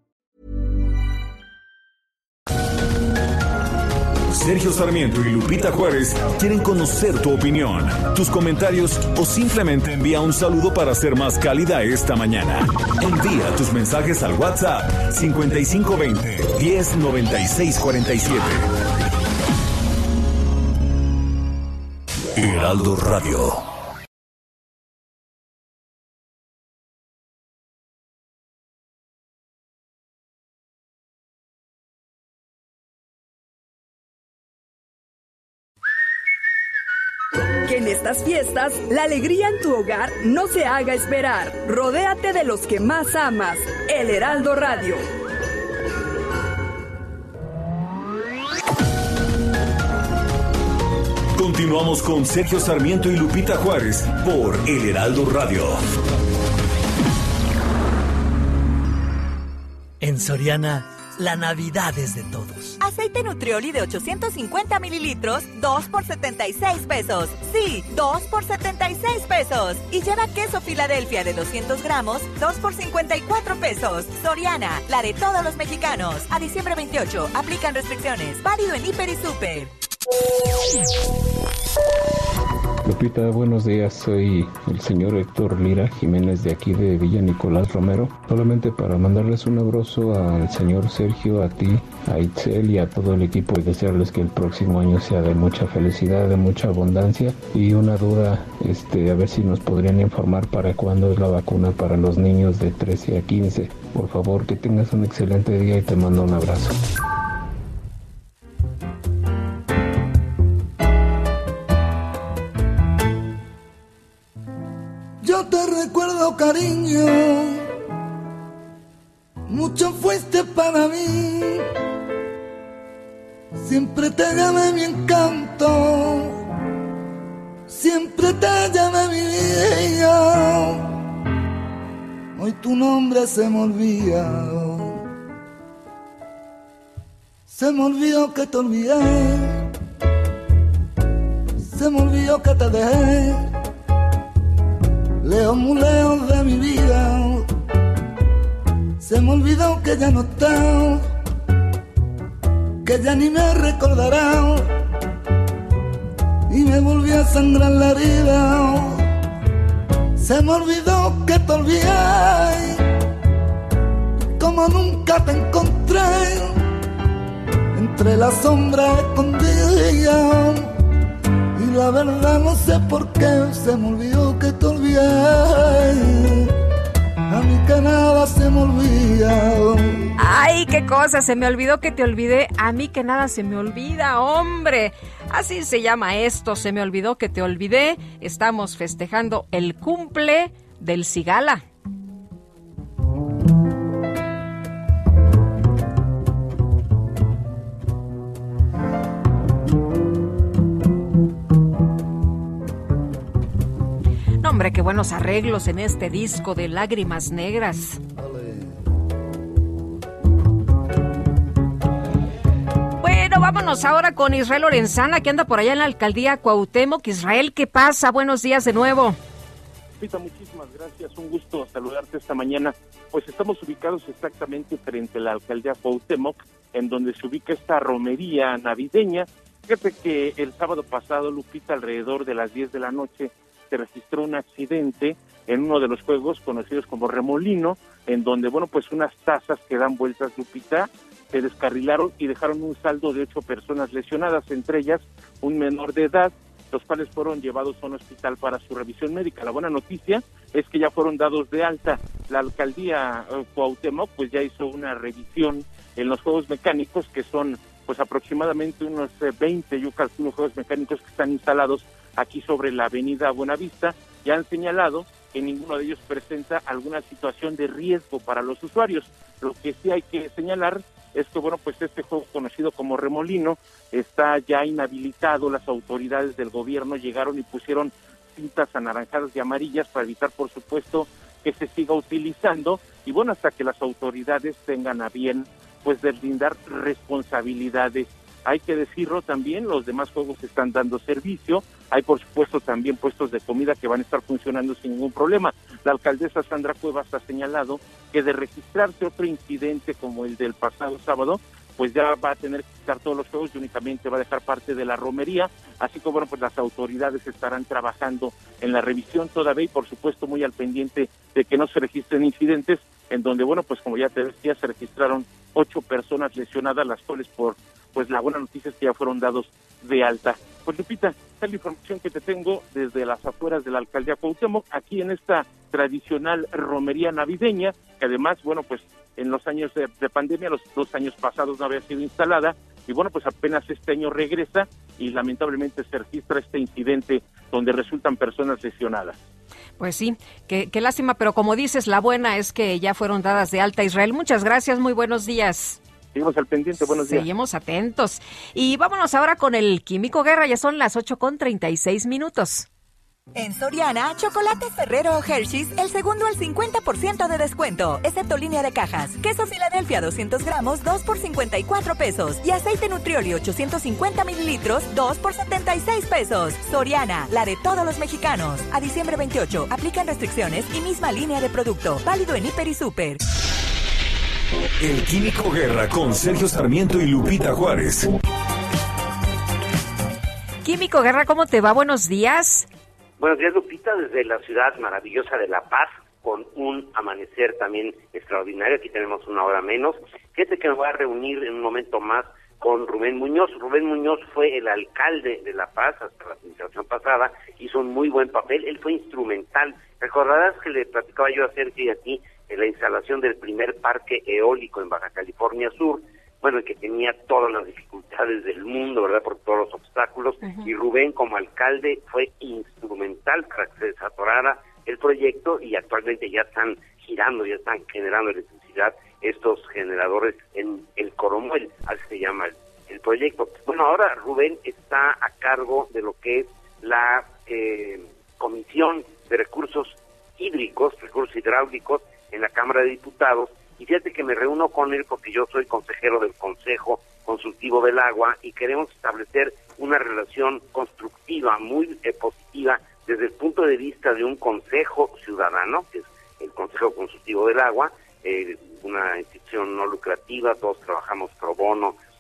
B: Sergio Sarmiento y Lupita Juárez quieren conocer tu opinión, tus comentarios o simplemente envía un saludo para ser más cálida esta mañana. Envía tus mensajes al WhatsApp cincuenta y cinco veinte, diez noventa y seis cuarenta y siete. Heraldo Radio.
I: Que en estas fiestas, la alegría en tu hogar no se haga esperar. Rodéate de los que más amas. El Heraldo Radio.
B: Continuamos con Sergio Sarmiento y Lupita Juárez por El Heraldo Radio.
M: En Soriana, la Navidad es de todos.
J: Aceite Nutrioli de ochocientos cincuenta mililitros, dos por setenta y seis pesos. Sí, dos por setenta y seis pesos. Y lleva queso Filadelfia de doscientos gramos, dos por cincuenta y cuatro pesos. Soriana, la de todos los mexicanos. A diciembre veintiocho, aplican restricciones. Válido en Hiper y Super.
W: Lupita, buenos días. Soy el señor Héctor Lira Jiménez de aquí de Villa Nicolás Romero. Solamente para mandarles un abrazo al señor Sergio, a ti, a Itzel y a todo el equipo y desearles que el próximo año sea de mucha felicidad, de mucha abundancia. Y una duda, este, a ver si nos podrían informar para cuándo es la vacuna para los niños de trece a quince. Por favor, que tengas un excelente día y te mando un abrazo.
F: Yo te recuerdo, cariño, mucho fuiste para mí. Siempre te llamé mi encanto, siempre te llamé mi vida. Hoy tu nombre se me olvida, se me olvidó que te olvidé, se me olvidó que te dejé. Lejos, muy lejos de mi vida, se me olvidó que ya no estás. que ya ni me recordará, y me volvió a sangrar la herida. Se me olvidó que te olvidé, como nunca te encontré, entre las sombras escondidas, y la verdad no sé por qué se me olvidó que te olvidé. A mí que nada se me olvida.
C: Ay, qué cosa, se me olvidó que te olvidé. A mí que nada se me olvida, hombre. Así se llama esto, se me olvidó que te olvidé. Estamos festejando el cumple del Cigala. Hombre, qué buenos arreglos en este disco de Lágrimas Negras. Bueno, vámonos ahora con Israel Lorenzana, que anda por allá en la alcaldía Cuauhtémoc. Israel, ¿qué pasa? Buenos días de nuevo.
D: Pita, muchísimas gracias, un gusto saludarte esta mañana. Pues estamos ubicados exactamente frente a la alcaldía Cuauhtémoc, en donde se ubica esta romería navideña. Fíjate que el sábado pasado, Lupita, alrededor de las diez de la noche, se registró un accidente en uno de los juegos conocidos como Remolino, en donde, bueno, pues unas tazas que dan vueltas, Lupita, se descarrilaron y dejaron un saldo de ocho personas lesionadas, entre ellas un menor de edad, los cuales fueron llevados a un hospital para su revisión médica. La buena noticia es que ya fueron dados de alta. La alcaldía eh, Cuauhtémoc pues ya hizo una revisión en los juegos mecánicos, que son pues aproximadamente unos eh, veinte, yo calculo, juegos mecánicos que están instalados aquí sobre la avenida Buenavista. Ya han señalado que ninguno de ellos presenta alguna situación de riesgo para los usuarios. Lo que sí hay que señalar es que, bueno, pues este juego conocido como Remolino está ya inhabilitado. Las autoridades del gobierno llegaron y pusieron cintas anaranjadas y amarillas para evitar, por supuesto, que se siga utilizando, y bueno, hasta que las autoridades tengan a bien, pues, deslindar responsabilidades. Hay que decirlo también, los demás juegos están dando servicio. Hay, por supuesto, también puestos de comida que van a estar funcionando sin ningún problema. La alcaldesa Sandra Cuevas ha señalado que de registrarse otro incidente como el del pasado sábado, pues ya va a tener que quitar todos los juegos y únicamente va a dejar parte de la romería. Así que, bueno, pues las autoridades estarán trabajando en la revisión todavía y, por supuesto, muy al pendiente de que no se registren incidentes en donde, bueno, pues como ya te decía, se registraron ocho personas lesionadas, las cuales por pues la buena noticia es que ya fueron dados de alta. Pues, Lupita, esta es la información que te tengo desde las afueras de la alcaldía Cuauhtémoc, aquí en esta tradicional romería navideña, que además, bueno, pues en los años de, de pandemia, los dos años pasados no había sido instalada, y bueno, pues apenas este año regresa y lamentablemente se registra este incidente donde resultan personas lesionadas.
C: Pues sí, qué, qué lástima, pero como dices, la buena es que ya fueron dadas de alta. Israel, muchas gracias, muy buenos días.
D: Seguimos al pendiente, buenos días.
C: Seguimos atentos. Y vámonos ahora con el Químico Guerra, ya son las ocho con treinta y seis minutos.
J: En Soriana, chocolate Ferrero o Hershey's, el segundo al cincuenta por ciento de descuento, excepto línea de cajas. Queso Filadelfia doscientos gramos, dos por cincuenta y cuatro pesos. Y aceite Nutrioli ochocientos cincuenta mililitros, dos por setenta y seis pesos. Soriana, la de todos los mexicanos. A diciembre veintiocho, aplican restricciones y misma línea de producto. Válido en Hiper y Super.
B: El Químico Guerra con Sergio Sarmiento y Lupita Juárez.
C: Químico Guerra, ¿cómo te va? Buenos días.
E: Buenos días, Lupita, desde la ciudad maravillosa de La Paz, con un amanecer también extraordinario. Aquí tenemos una hora menos. Fíjate que me voy a reunir en un momento más con Rubén Muñoz. Rubén Muñoz fue el alcalde de La Paz hasta la administración pasada, hizo un muy buen papel, él fue instrumental. Recordarás que le platicaba yo a Sergio y a ti en la instalación del primer parque eólico en Baja California Sur, bueno, que tenía todas las dificultades del mundo, ¿verdad?, por todos los obstáculos, uh-huh. Y Rubén como alcalde fue instrumental para que se desatorara el proyecto y actualmente ya están girando, ya están generando electricidad estos generadores en el Coromuel, así se llama el, el proyecto. Bueno, ahora Rubén está a cargo de lo que es la eh, Comisión de Recursos Hídricos, Recursos Hidráulicos, en la Cámara de Diputados, y fíjate que me reúno con él porque yo soy consejero del Consejo Consultivo del Agua y queremos establecer una relación constructiva, muy eh, positiva, desde el punto de vista de un consejo ciudadano, que es el Consejo Consultivo del Agua, eh, una institución no lucrativa, todos trabajamos pro bono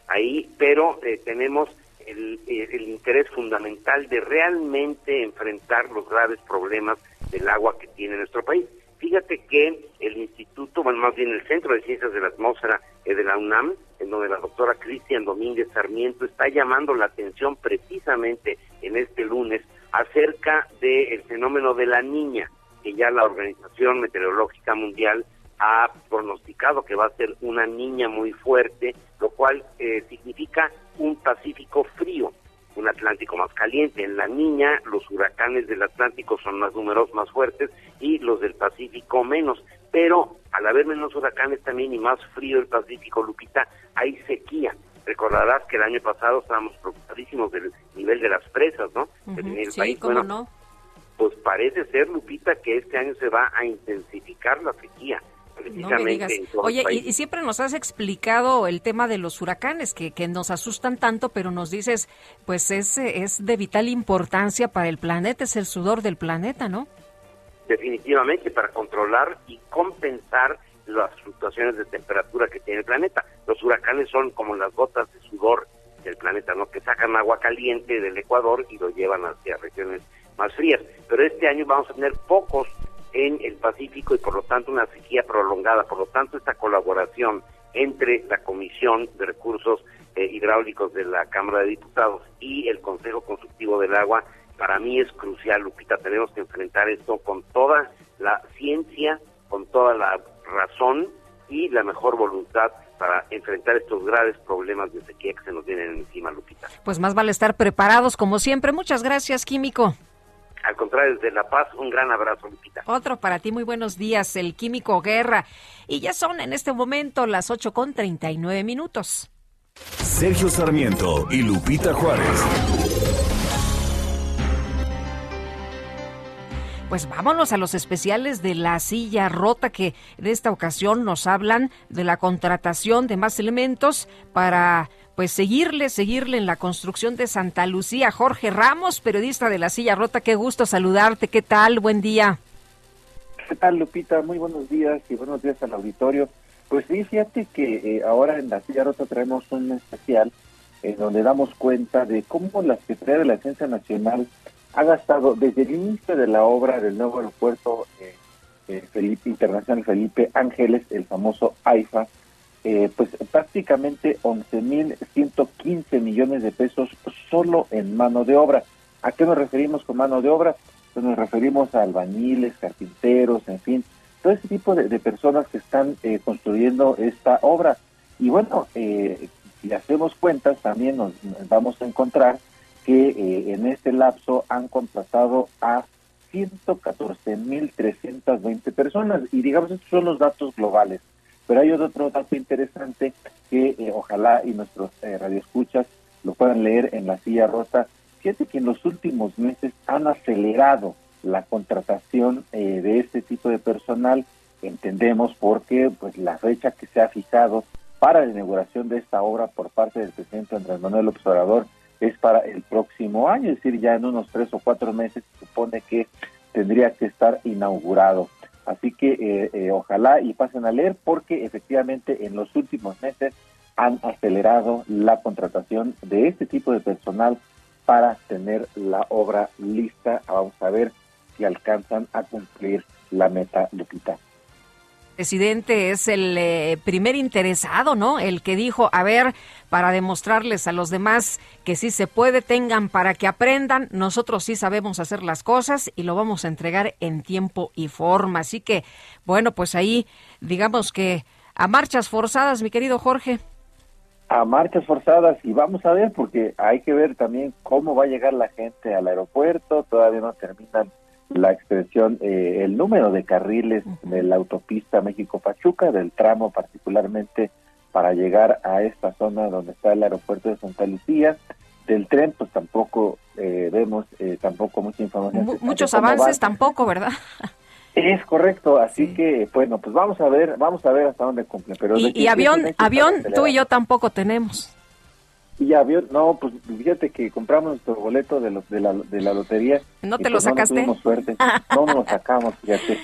E: ahí, pero eh, tenemos el, el, el interés fundamental de realmente enfrentar los graves problemas del agua que tiene nuestro país. Fíjate que el instituto, bueno, más bien el Centro de Ciencias de la Atmósfera eh, de la UNAM, en donde la doctora Cristian Domínguez Sarmiento está llamando la atención precisamente en este lunes acerca del fenómeno de la Niña, que ya la Organización Meteorológica Mundial ha pronosticado que va a ser una niña muy fuerte, lo cual eh, significa un Pacífico frío, un Atlántico más caliente. En la Niña, los huracanes del Atlántico son más numerosos, más fuertes, y los del Pacífico menos. Pero al haber menos huracanes también y más frío el Pacífico, Lupita, hay sequía. Recordarás que el año pasado estábamos preocupadísimos del nivel de las presas, ¿no?
C: Uh-huh.
E: Que tenía el
C: sí,
E: país.
C: cómo
E: Bueno,
C: no.
E: Pues parece ser, Lupita, que este año se va a intensificar la sequía.
C: No me digas. Oye, y, y siempre nos has explicado el tema de los huracanes, que, que nos asustan tanto, pero nos dices, pues es, es de vital importancia para el planeta, es el sudor del planeta, ¿no?
E: Definitivamente, para controlar y compensar las fluctuaciones de temperatura que tiene el planeta. Los huracanes son como las gotas de sudor del planeta, ¿no? Que sacan agua caliente del Ecuador y lo llevan hacia regiones más frías. Pero este año vamos a tener pocos en el Pacífico y por lo tanto una sequía prolongada. Por lo tanto, esta colaboración entre la Comisión de Recursos eh, Hidráulicos de la Cámara de Diputados y el Consejo Consultivo del Agua, para mí es crucial, Lupita. Tenemos que enfrentar esto con toda la ciencia, con toda la razón y la mejor voluntad para enfrentar estos graves problemas de sequía que se nos vienen encima, Lupita.
C: Pues más vale estar preparados como siempre. Muchas gracias, Químico.
E: Al contrario, desde La Paz, un gran abrazo, Lupita.
C: Otro para ti, muy buenos días, el Químico Guerra. Y ya son en este momento las ocho con treinta y nueve minutos.
B: Sergio Sarmiento y Lupita Juárez.
C: Pues vámonos a los especiales de La Silla Rota, que en esta ocasión nos hablan de la contratación de más elementos para pues seguirle, seguirle en la construcción de Santa Lucía. Jorge Ramos, periodista de La Silla Rota, qué gusto saludarte, ¿qué tal? Buen día.
G: ¿Qué tal, Lupita? Muy buenos días y buenos días al auditorio. Pues sí, fíjate que eh, ahora en La Silla Rota traemos un especial en donde damos cuenta de cómo la Secretaría de la Defensa Nacional ha gastado desde el inicio de la obra del nuevo aeropuerto eh, eh, Felipe Internacional Felipe Ángeles, el famoso AIFA, eh, pues prácticamente once mil ciento quince millones de pesos solo en mano de obra. ¿A qué nos referimos con mano de obra? Pues nos referimos a albañiles, carpinteros, en fin, todo ese tipo de, de personas que están eh, construyendo esta obra. Y bueno, eh, si hacemos cuentas, también nos vamos a encontrar que eh, en este lapso han contratado a ciento catorce mil trescientas veinte personas, y digamos, estos son los datos globales. Pero hay otro dato interesante que eh, ojalá y nuestros eh, radioescuchas lo puedan leer en La Silla Rota. Fíjate que en los últimos meses han acelerado la contratación eh, de este tipo de personal. Entendemos porque pues la fecha que se ha fijado para la inauguración de esta obra por parte del presidente Andrés Manuel López Obrador es para el próximo año, es decir, ya en unos tres o cuatro meses se supone que tendría que estar inaugurado. Así que eh, eh, ojalá y pasen a leer, porque efectivamente en los últimos meses han acelerado la contratación de este tipo de personal para tener la obra lista. Vamos a ver si alcanzan a cumplir la meta, Lupita.
C: Presidente es el eh, primer interesado, ¿no? El que dijo, a ver, para demostrarles a los demás que sí se puede, tengan para que aprendan, nosotros sí sabemos hacer las cosas y lo vamos a entregar en tiempo y forma. Así que, bueno, pues ahí, digamos que a marchas forzadas, mi querido Jorge.
G: A marchas forzadas, y vamos a ver, porque hay que ver también cómo va a llegar la gente al aeropuerto. Todavía no terminan la extensión, eh, el número de carriles de la autopista México-Pachuca, del tramo particularmente para llegar a esta zona donde está el aeropuerto de Santa Lucía. Del tren, pues tampoco eh, vemos eh, tampoco mucha información.
C: M- muchos avances tampoco, ¿verdad?
G: Es correcto, así sí. que, bueno, pues vamos a ver, vamos a ver hasta dónde cumple. Pero
C: y, y avión, avión, tú y yo tampoco tenemos.
G: Y avión, no, pues fíjate que compramos nuestro boleto de los de la de la lotería.
C: ¿No te
G: pues
C: lo sacaste?
G: No tuvimos suerte, no nos lo sacamos, fíjate.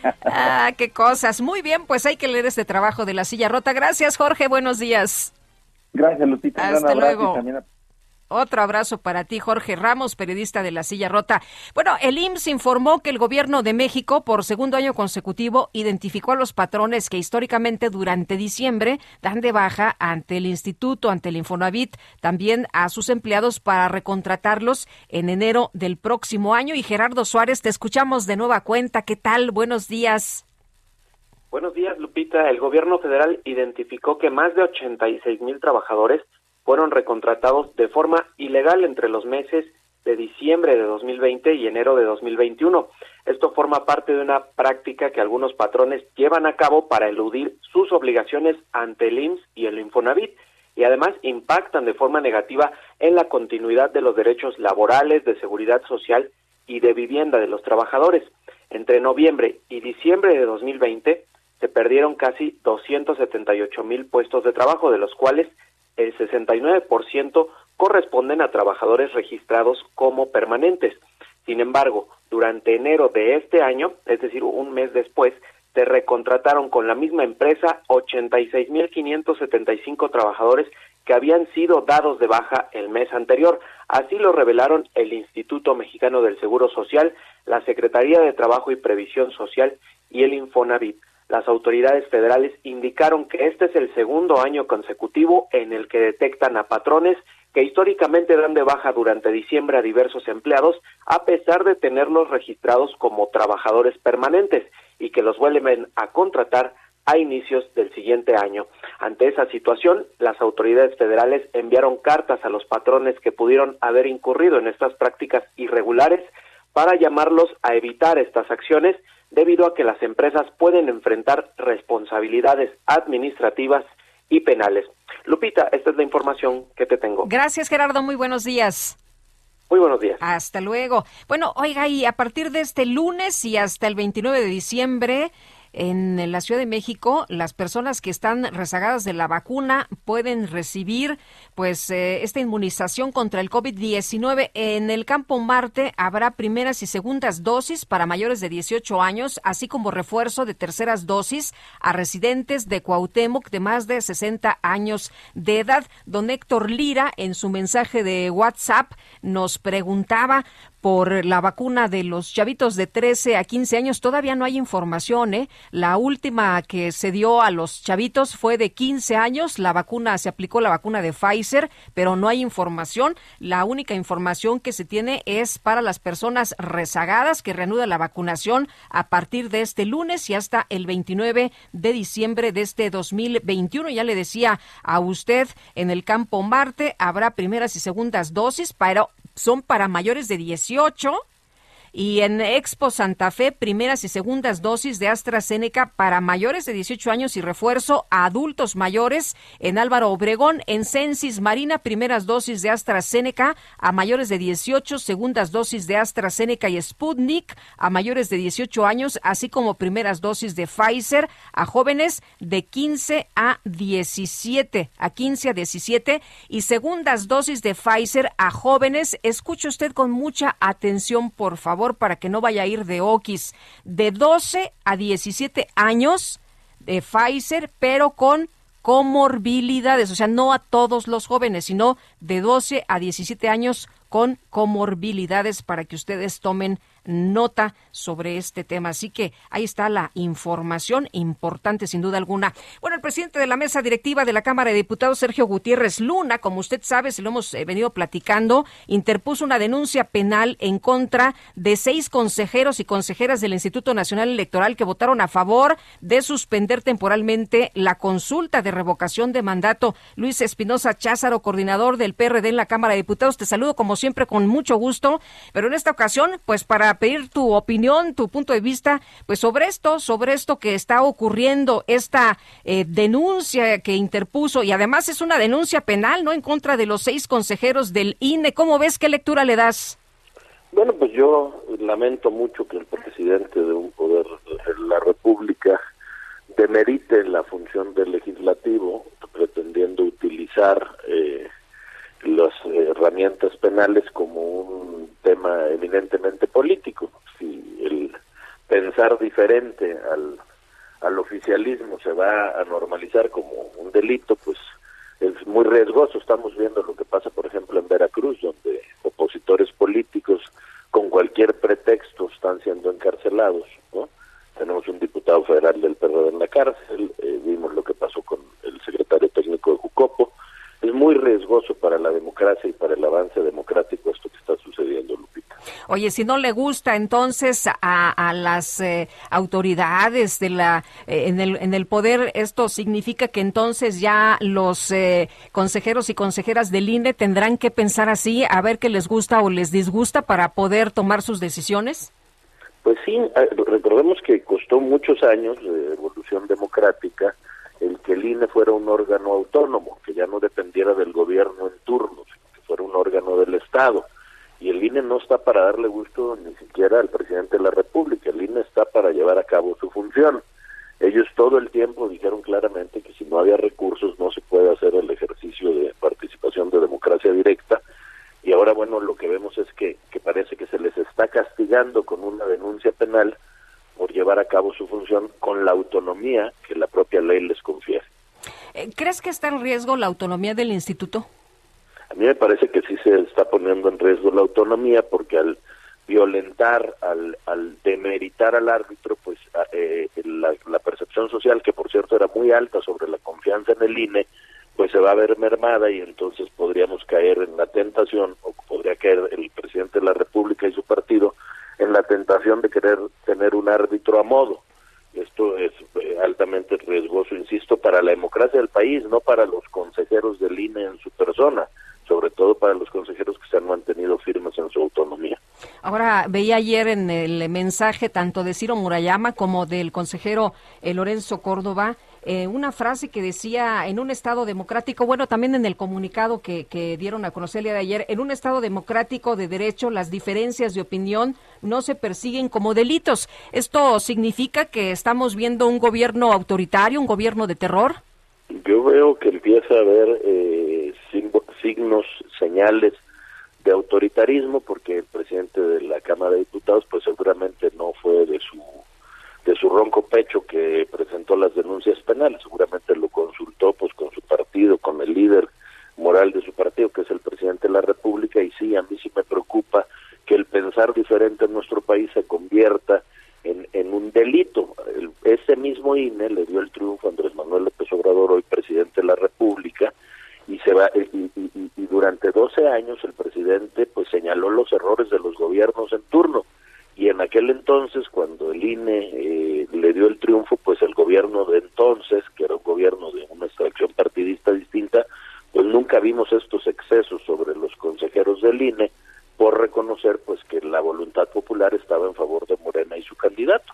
C: Ah, qué cosas. Muy bien, pues hay que leer este trabajo de La Silla Rota. Gracias, Jorge, buenos días.
G: Gracias, Lupita.
C: Hasta luego.
G: También a...
C: Otro abrazo para ti, Jorge Ramos, periodista de La Silla Rota. Bueno, el I M S S informó que el gobierno de México, por segundo año consecutivo, identificó a los patrones que históricamente durante diciembre dan de baja ante el Instituto, ante el Infonavit, también a sus empleados para recontratarlos en enero del próximo año. Y Gerardo Suárez, te escuchamos de nueva cuenta. ¿Qué tal? Buenos días.
U: Buenos días, Lupita. El gobierno federal identificó que más de ochenta y seis mil trabajadores fueron recontratados de forma ilegal entre los meses de diciembre de dos mil veinte y enero de dos mil veintiuno. Esto forma parte de una práctica que algunos patrones llevan a cabo para eludir sus obligaciones ante el I M S S y el Infonavit, y además impactan de forma negativa en la continuidad de los derechos laborales, de seguridad social y de vivienda de los trabajadores. Entre noviembre y diciembre de dos mil veinte se perdieron casi doscientos setenta y ocho mil puestos de trabajo, de los cuales el sesenta y nueve por ciento corresponden a trabajadores registrados como permanentes. Sin embargo, durante enero de este año, es decir, un mes después, se recontrataron con la misma empresa ochenta y seis mil quinientos setenta y cinco trabajadores que habían sido dados de baja el mes anterior. Así lo revelaron el Instituto Mexicano del Seguro Social, la Secretaría de Trabajo y Previsión Social y el Infonavit. Las autoridades federales indicaron que este es el segundo año consecutivo en el que detectan a patrones que históricamente dan de baja durante diciembre a diversos empleados, a pesar de tenerlos registrados como trabajadores permanentes, y que los vuelven a contratar a inicios del siguiente año. Ante esa situación, las autoridades federales enviaron cartas a los patrones que pudieron haber incurrido en estas prácticas irregulares para llamarlos a evitar estas acciones, debido a que las empresas pueden enfrentar responsabilidades administrativas y penales. Lupita, esta es la información que te tengo.
C: Gracias, Gerardo. Muy buenos días.
U: Muy buenos días.
C: Hasta luego. Bueno, oiga, y a partir de este lunes y hasta el veintinueve de diciembre, en la Ciudad de México, las personas que están rezagadas de la vacuna pueden recibir pues eh, esta inmunización contra el COVID diecinueve. En el Campo Marte habrá primeras y segundas dosis para mayores de dieciocho años, así como refuerzo de terceras dosis a residentes de Cuauhtémoc de más de sesenta años de edad. Don Héctor Lira, en su mensaje de WhatsApp, nos preguntaba por la vacuna de los chavitos de trece a quince años. Todavía no hay información, ¿eh? La última que se dio a los chavitos fue de quince años. La vacuna, se aplicó la vacuna de Pfizer, pero no hay información. La única información que se tiene es para las personas rezagadas, que reanuda la vacunación a partir de este lunes y hasta el veintinueve de diciembre de este dos mil veintiuno. Ya le decía a usted, en el Campo Marte habrá primeras y segundas dosis, pero son para mayores de dieciocho, y en Expo Santa Fe, primeras y segundas dosis de AstraZeneca para mayores de dieciocho años y refuerzo a adultos mayores. En Álvaro Obregón, en Censis Marina, primeras dosis de AstraZeneca a mayores de dieciocho, segundas dosis de AstraZeneca y Sputnik a mayores de dieciocho años, así como primeras dosis de Pfizer a jóvenes de quince a diecisiete, a quince a diecisiete, y segundas dosis de Pfizer a jóvenes. Escuche usted con mucha atención, por favor, para que no vaya a ir de oquis, de doce a diecisiete años de Pfizer, pero con comorbilidades, o sea, no a todos los jóvenes, sino de doce a diecisiete años con comorbilidades, para que ustedes tomen nota sobre este tema. Así que ahí está la información importante, sin duda alguna. Bueno, el presidente de la mesa directiva de la Cámara de Diputados, Sergio Gutiérrez Luna, como usted sabe, se lo hemos eh, venido platicando, interpuso una denuncia penal en contra de seis consejeros y consejeras del Instituto Nacional Electoral que votaron a favor de suspender temporalmente la consulta de revocación de mandato. Luis Espinosa Cházaro, coordinador del P R D en la Cámara de Diputados, te saludo como siempre con mucho gusto, pero en esta ocasión, pues para pedir tu opinión, tu punto de vista, pues sobre esto, sobre esto que está ocurriendo, esta eh, denuncia que interpuso, y además es una denuncia penal, ¿no?, en contra de los seis consejeros del I N E. ¿Cómo ves? ¿Qué lectura le das?
N: Bueno, pues yo lamento mucho que el presidente de un poder de la República demerite la función del legislativo, pretendiendo utilizar eh, las herramientas penales como un tema eminentemente político. Si el pensar diferente al, al oficialismo se va a normalizar como un delito, pues es muy
H: riesgoso. Estamos viendo lo que pasa, por ejemplo, en Veracruz, donde opositores políticos con cualquier pretexto están siendo encarcelados, ¿no? Tenemos un diputado federal del P R D en la cárcel, eh, vimos lo que pasó con el secretario técnico de Jucopo. Es muy riesgoso para la democracia y para el avance democrático esto que está sucediendo, Lupita.
C: Oye, si no le gusta entonces a, a las eh, autoridades de la eh, en el en el poder, esto significa que entonces ya los eh, consejeros y consejeras del I N E tendrán que pensar así, a ver qué les gusta o les disgusta para poder tomar sus decisiones.
H: Pues sí, recordemos que costó muchos años de evolución democrática el que el I N E fuera un órgano autónomo, que ya no dependiera del gobierno en turno, sino que fuera un órgano del Estado. Y el I N E no está para darle gusto ni siquiera al presidente de la República, el I N E está para llevar a cabo su función. Ellos todo el tiempo dijeron claramente que si no había recursos no se puede hacer el ejercicio de participación de democracia directa, y ahora, bueno, lo que vemos es que, que parece que se les está castigando con una denuncia penal por llevar a cabo su función con la autonomía que la propia ley les confiere.
C: ¿Crees que está en riesgo la autonomía del instituto?
H: A mí me parece que sí se está poniendo en riesgo la autonomía, porque al violentar, al, al demeritar al árbitro, pues eh, la, la percepción social, que por cierto era muy alta sobre la confianza en el I N E, pues se va a ver mermada, y entonces podríamos caer en la tentación, o podría caer el presidente de la República y su partido, en la tentación de querer tener un árbitro a modo. Esto es eh, altamente riesgoso, insisto, para la democracia del país, no para los consejeros del I N E en su persona, sobre todo para los consejeros que se han mantenido firmes en su autonomía.
C: Ahora, veía ayer en el mensaje tanto de Ciro Murayama como del consejero eh, Lorenzo Córdoba, eh, una frase que decía: en un Estado democrático, bueno, también en el comunicado que, que dieron a conocer el día de ayer, en un Estado democrático de derecho, las diferencias de opinión no se persiguen como delitos. ¿Esto significa que estamos viendo un gobierno autoritario, un gobierno de terror?
H: Yo veo que empieza a haber eh, signos, señales de autoritarismo, porque el presidente de la Cámara de Diputados pues seguramente no fue de su de su ronco pecho que presentó las denuncias penales, seguramente lo consultó pues con su partido, con el líder moral de su partido, que es el presidente de la República, y sí, a mí sí me preocupa que el pensar diferente en nuestro país se convierta en, en un delito. El, ese mismo I N E le dio el triunfo a Andrés Manuel López Obrador, hoy presidente de la República, y se va y, y, y, y durante doce años el presidente pues señaló los errores de los gobiernos en turno, y en aquel entonces, cuando el I N E eh, le dio el triunfo, pues el gobierno de entonces, que era un gobierno de una extracción partidista distinta, pues nunca vimos estos excesos sobre los consejeros del I N E, por reconocer pues que la voluntad popular estaba en favor de Morena y su candidato.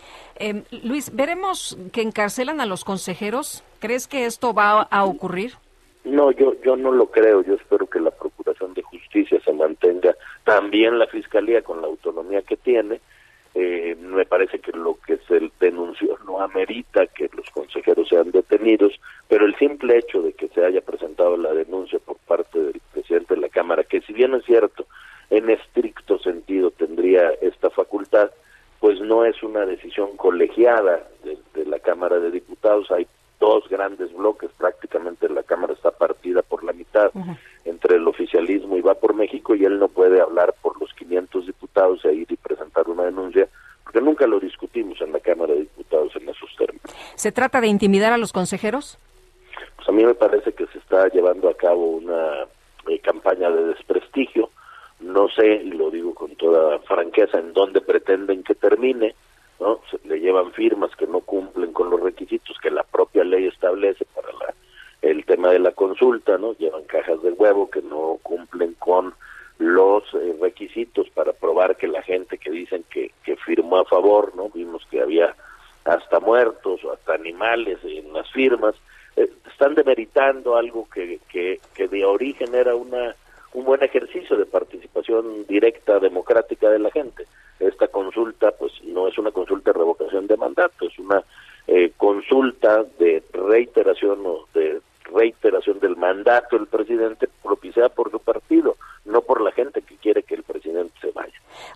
C: Eh, Luis, ¿veremos que encarcelan a los consejeros? ¿Crees que esto va a ocurrir?
H: No, yo yo no lo creo. Yo espero que la Procuración de Justicia se mantenga, también la Fiscalía con la autonomía que tiene. Eh, me parece que lo que se denunció no amerita que los consejeros sean detenidos, pero el simple hecho de que se haya presentado la denuncia por parte del presidente de la Cámara, que si bien es cierto, en estricto sentido tendría esta facultad, pues no es una decisión colegiada de, de la Cámara de Diputados. Hay dos grandes bloques, prácticamente la Cámara está partida por la mitad, uh-huh, entre el oficialismo y Va por México, y él no puede hablar por los quinientos diputados e ir y presentar una denuncia, porque nunca lo discutimos en la Cámara de Diputados en esos términos.
C: ¿Se trata de intimidar a los consejeros?
H: Pues a mí me parece que se está llevando a cabo una eh, campaña de desprestigio. No sé, y lo digo con toda franqueza, en dónde pretenden que termine, ¿no? Se le llevan firmas que no cumplen con los requisitos que la propia ley establece para la, el tema de la consulta, ¿no? Llevan cajas de huevo que no cumplen con los eh, requisitos para probar que la gente que dicen que, que firmó a favor, ¿no? Vimos que había hasta muertos o hasta animales en las firmas. Eh, están demeritando algo que, que, que de origen era una un buen ejercicio de participación directa democrática de la gente. Esta consulta pues no es una consulta de revocación de mandato, es una eh, consulta de reiteración o de reiteración del mandato del presidente propiciada por su partido, no por la gente que quiere que el presidente se vaya.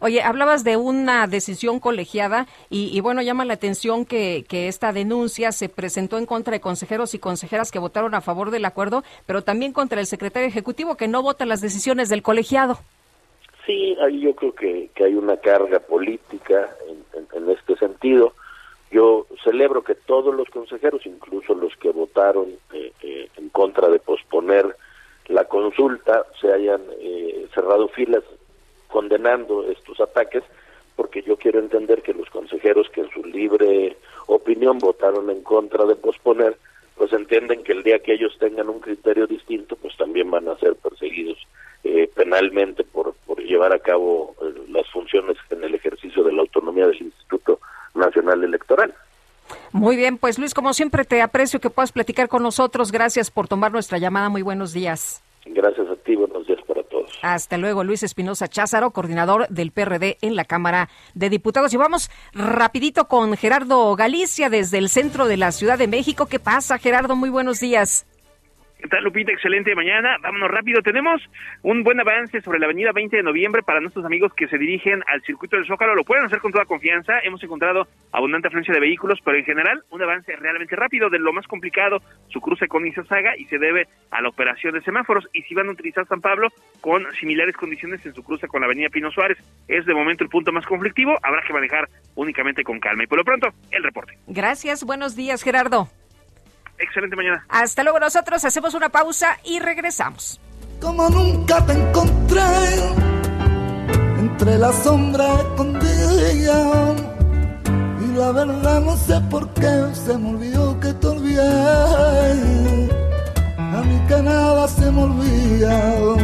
C: Oye, hablabas de una decisión colegiada y, y bueno, llama la atención que, que esta denuncia se presentó en contra de consejeros y consejeras que votaron a favor del acuerdo, pero también contra el secretario ejecutivo que no vota las decisiones del colegiado.
H: Sí, ahí yo creo que, que hay una carga política en, en, en este sentido. Yo celebro que todos los consejeros, incluso los que votaron eh, eh, en contra de posponer la consulta, se hayan eh, cerrado filas condenando estos ataques, porque yo quiero entender que los consejeros que en su libre opinión votaron en contra de posponer, pues entienden que el día que ellos tengan un criterio distinto, pues también van a ser perseguidos eh, penalmente por, por llevar a cabo eh, las funciones en el ejercicio de la autonomía del Instituto Nacional Electoral.
C: Muy bien, pues Luis, como siempre te aprecio que puedas platicar con nosotros. Gracias por tomar nuestra llamada. Muy buenos días.
H: Gracias a ti, buenos días para todos.
C: Hasta luego, Luis Espinosa Cházaro, coordinador del P R D en la Cámara de Diputados. Y vamos rapidito con Gerardo Galicia desde el centro de la Ciudad de México. ¿Qué pasa, Gerardo? Muy buenos días.
K: ¿Qué tal, Lupita? Excelente mañana. Vámonos rápido. Tenemos un buen avance sobre la avenida veinte de noviembre para nuestros amigos que se dirigen al circuito del Zócalo. Lo pueden hacer con toda confianza. Hemos encontrado abundante afluencia de vehículos, pero en general un avance realmente rápido. De lo más complicado, su cruce con Izazaga, y se debe a la operación de semáforos. Y si van a utilizar San Pablo, con similares condiciones en su cruce con la avenida Pino Suárez. Es de momento el punto más conflictivo. Habrá que manejar únicamente con calma. Y por lo pronto, el reporte.
C: Gracias. Buenos días, Gerardo.
K: Excelente mañana.
C: Hasta luego. Nosotros hacemos una pausa y regresamos.
F: Como nunca te encontré entre la sombra escondida, y la verdad no sé por qué se me olvidó que te olvidé. A mí que nada se me olvida.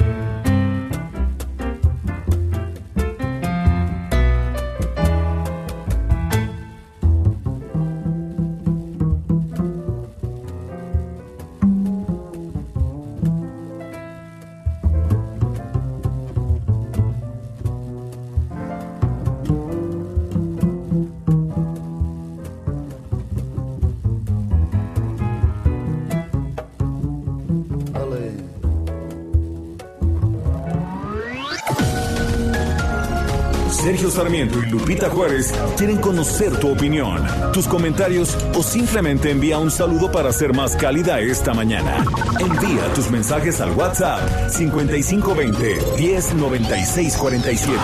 B: Sergio Sarmiento y Lupita Juárez quieren conocer tu opinión, tus comentarios o simplemente envía un saludo para hacer más cálida esta mañana. Envía tus mensajes al WhatsApp cincuenta y cinco veinte, diez noventa y seis cuarenta y siete.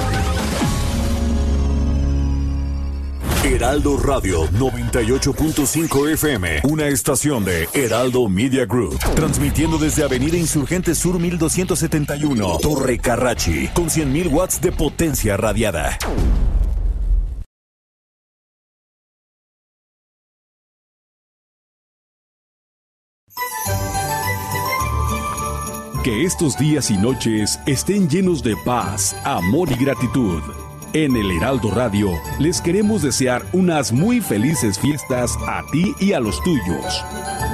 B: Heraldo Radio noventa y ocho punto cinco F M, una estación de Heraldo Media Group, transmitiendo desde Avenida Insurgente Sur mil doscientos setenta y uno, Torre Carrachi, con cien mil watts de potencia radiada. Que estos días y noches estén llenos de paz, amor y gratitud. En el Heraldo Radio les queremos desear unas muy felices fiestas a ti y a los tuyos.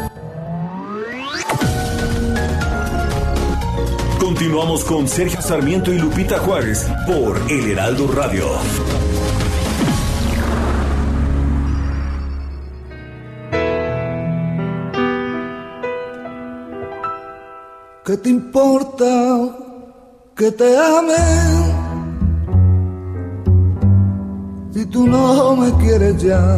B: Continuamos con Sergio Sarmiento y Lupita Juárez por el Heraldo Radio.
F: ¿Qué te importa que te ame si tú no me quieres ya?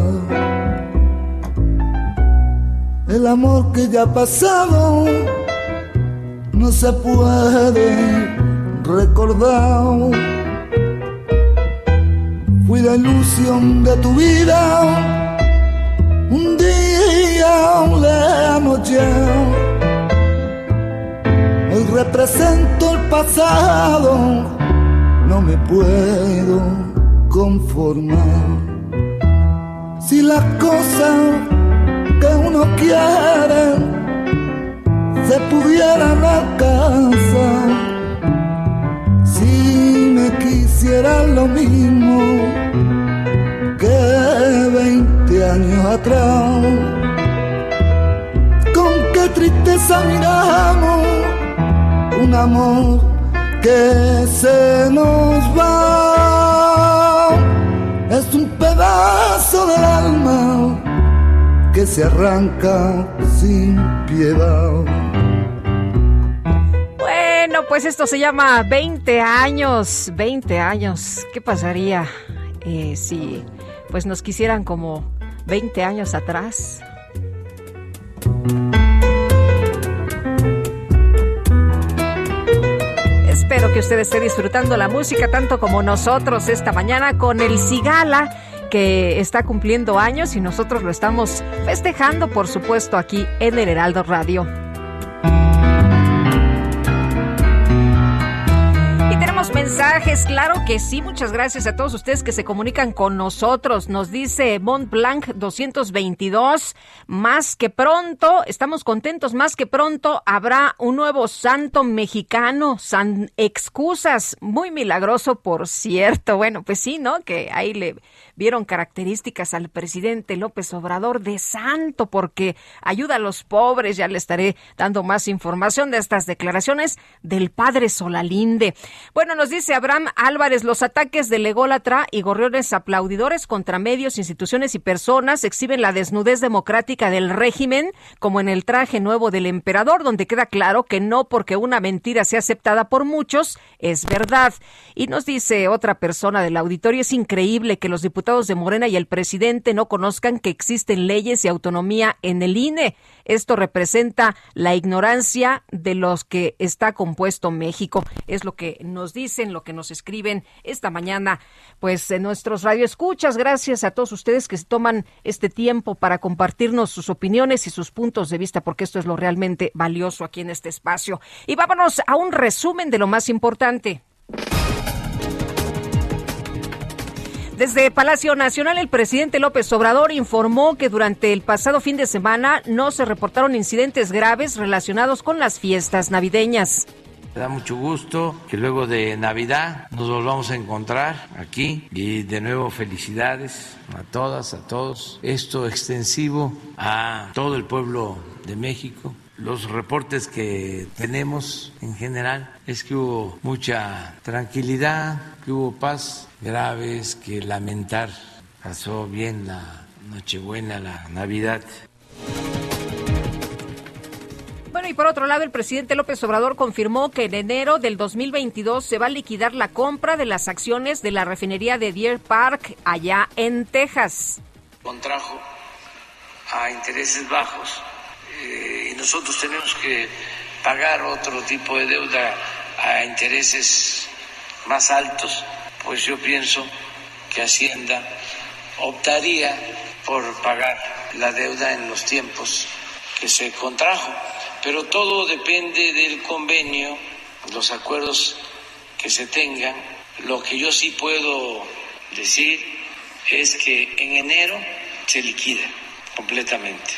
F: El amor que ya ha pasado no se puede recordar. Fui la ilusión de tu vida, un día lejano ya. Hoy represento el pasado, no me puedo conformar. Si las cosas que uno quiere se pudieran alcanzar, si me quisieran lo mismo que veinte años atrás, con qué tristeza miramos un amor que se nos va. Es un pedazo del alma que se arranca sin piedad.
C: Bueno, Bueno, pues esto se llama veinte años, veinte años. ¿Qué pasaría eh, si pues nos quisieran como veinte años atrás? Espero que usted esté disfrutando la música tanto como nosotros esta mañana con el Cigala, que está cumpliendo años y nosotros lo estamos festejando, por supuesto, aquí en el Heraldo Radio. Mensajes, claro que sí, muchas gracias a todos ustedes que se comunican con nosotros. Nos dice Montblanc doscientos veintidós, más que pronto, estamos contentos, más que pronto habrá un nuevo santo mexicano, San Excusas, muy milagroso por cierto. Bueno, pues sí, ¿no? Que ahí le vieron características al presidente López Obrador de santo porque ayuda a los pobres. Ya le estaré dando más información de estas declaraciones del padre Solalinde. Bueno, nos dice Abraham Álvarez, los ataques del ególatra y gorriones aplaudidores contra medios, instituciones y personas exhiben la desnudez democrática del régimen, como en el traje nuevo del emperador, donde queda claro que no porque una mentira sea aceptada por muchos, es verdad. Y nos dice otra persona del auditorio, es increíble que los diputados de Morena y el presidente no conozcan que existen leyes y autonomía en el I N E. Esto representa la ignorancia de los que está compuesto México. Es lo que nos dicen, lo que nos escriben esta mañana, pues en nuestros radioescuchas. Gracias a todos ustedes que se toman este tiempo para compartirnos sus opiniones y sus puntos de vista, porque esto es lo realmente valioso aquí en este espacio. Y vámonos a un resumen de lo más importante. Desde Palacio Nacional, el presidente López Obrador informó que durante el pasado fin de semana no se reportaron incidentes graves relacionados con las fiestas navideñas.
L: Me da mucho gusto que luego de Navidad nos volvamos a encontrar aquí y de nuevo felicidades a todas, a todos. Esto extensivo a todo el pueblo de México. Los reportes que tenemos en general es que hubo mucha tranquilidad, que hubo paz, graves que lamentar. Pasó bien la Nochebuena, la Navidad.
C: Bueno, y por otro lado, el presidente López Obrador confirmó que en enero del dos mil veintidós se va a liquidar la compra de las acciones de la refinería de Deer Park allá en Texas.
L: Contrajo a intereses bajos eh, y nosotros tenemos que pagar otro tipo de deuda a intereses más altos, pues yo pienso que Hacienda optaría por pagar la deuda en los tiempos que se contrajo. Pero todo depende del convenio, los acuerdos que se tengan. Lo que yo sí puedo decir es que en enero se liquida completamente.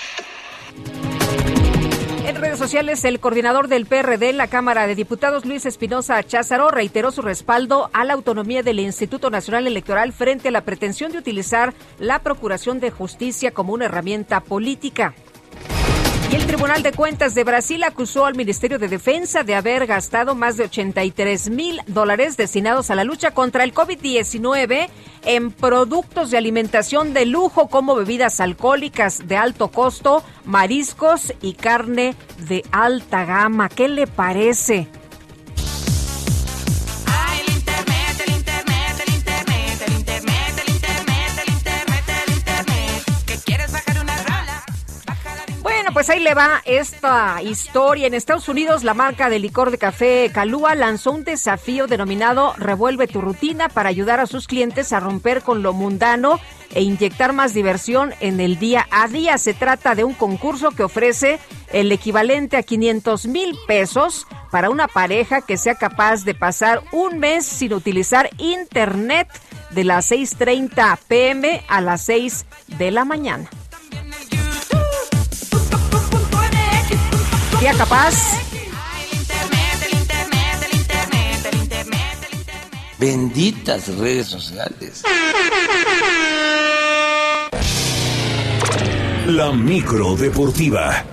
C: En redes sociales, el coordinador del P R D en la Cámara de Diputados, Luis Espinosa Cházaro, reiteró su respaldo a la autonomía del Instituto Nacional Electoral frente a la pretensión de utilizar la Procuración de Justicia como una herramienta política. Y el Tribunal de Cuentas de Brasil acusó al Ministerio de Defensa de haber gastado más de ochenta y tres mil dólares destinados a la lucha contra el COVID diecinueve en productos de alimentación de lujo como bebidas alcohólicas de alto costo, mariscos y carne de alta gama. ¿Qué le parece? Bueno, pues ahí le va esta historia. En Estados Unidos, la marca de licor de café Kahlúa lanzó un desafío denominado Revuelve tu rutina para ayudar a sus clientes a romper con lo mundano e inyectar más diversión en el día a día. Se trata de un concurso que ofrece el equivalente a quinientos mil pesos para una pareja que sea capaz de pasar un mes sin utilizar internet de las seis treinta pm a las seis de la mañana. ¿Sería capaz?
L: Benditas redes sociales.
B: La micro deportiva.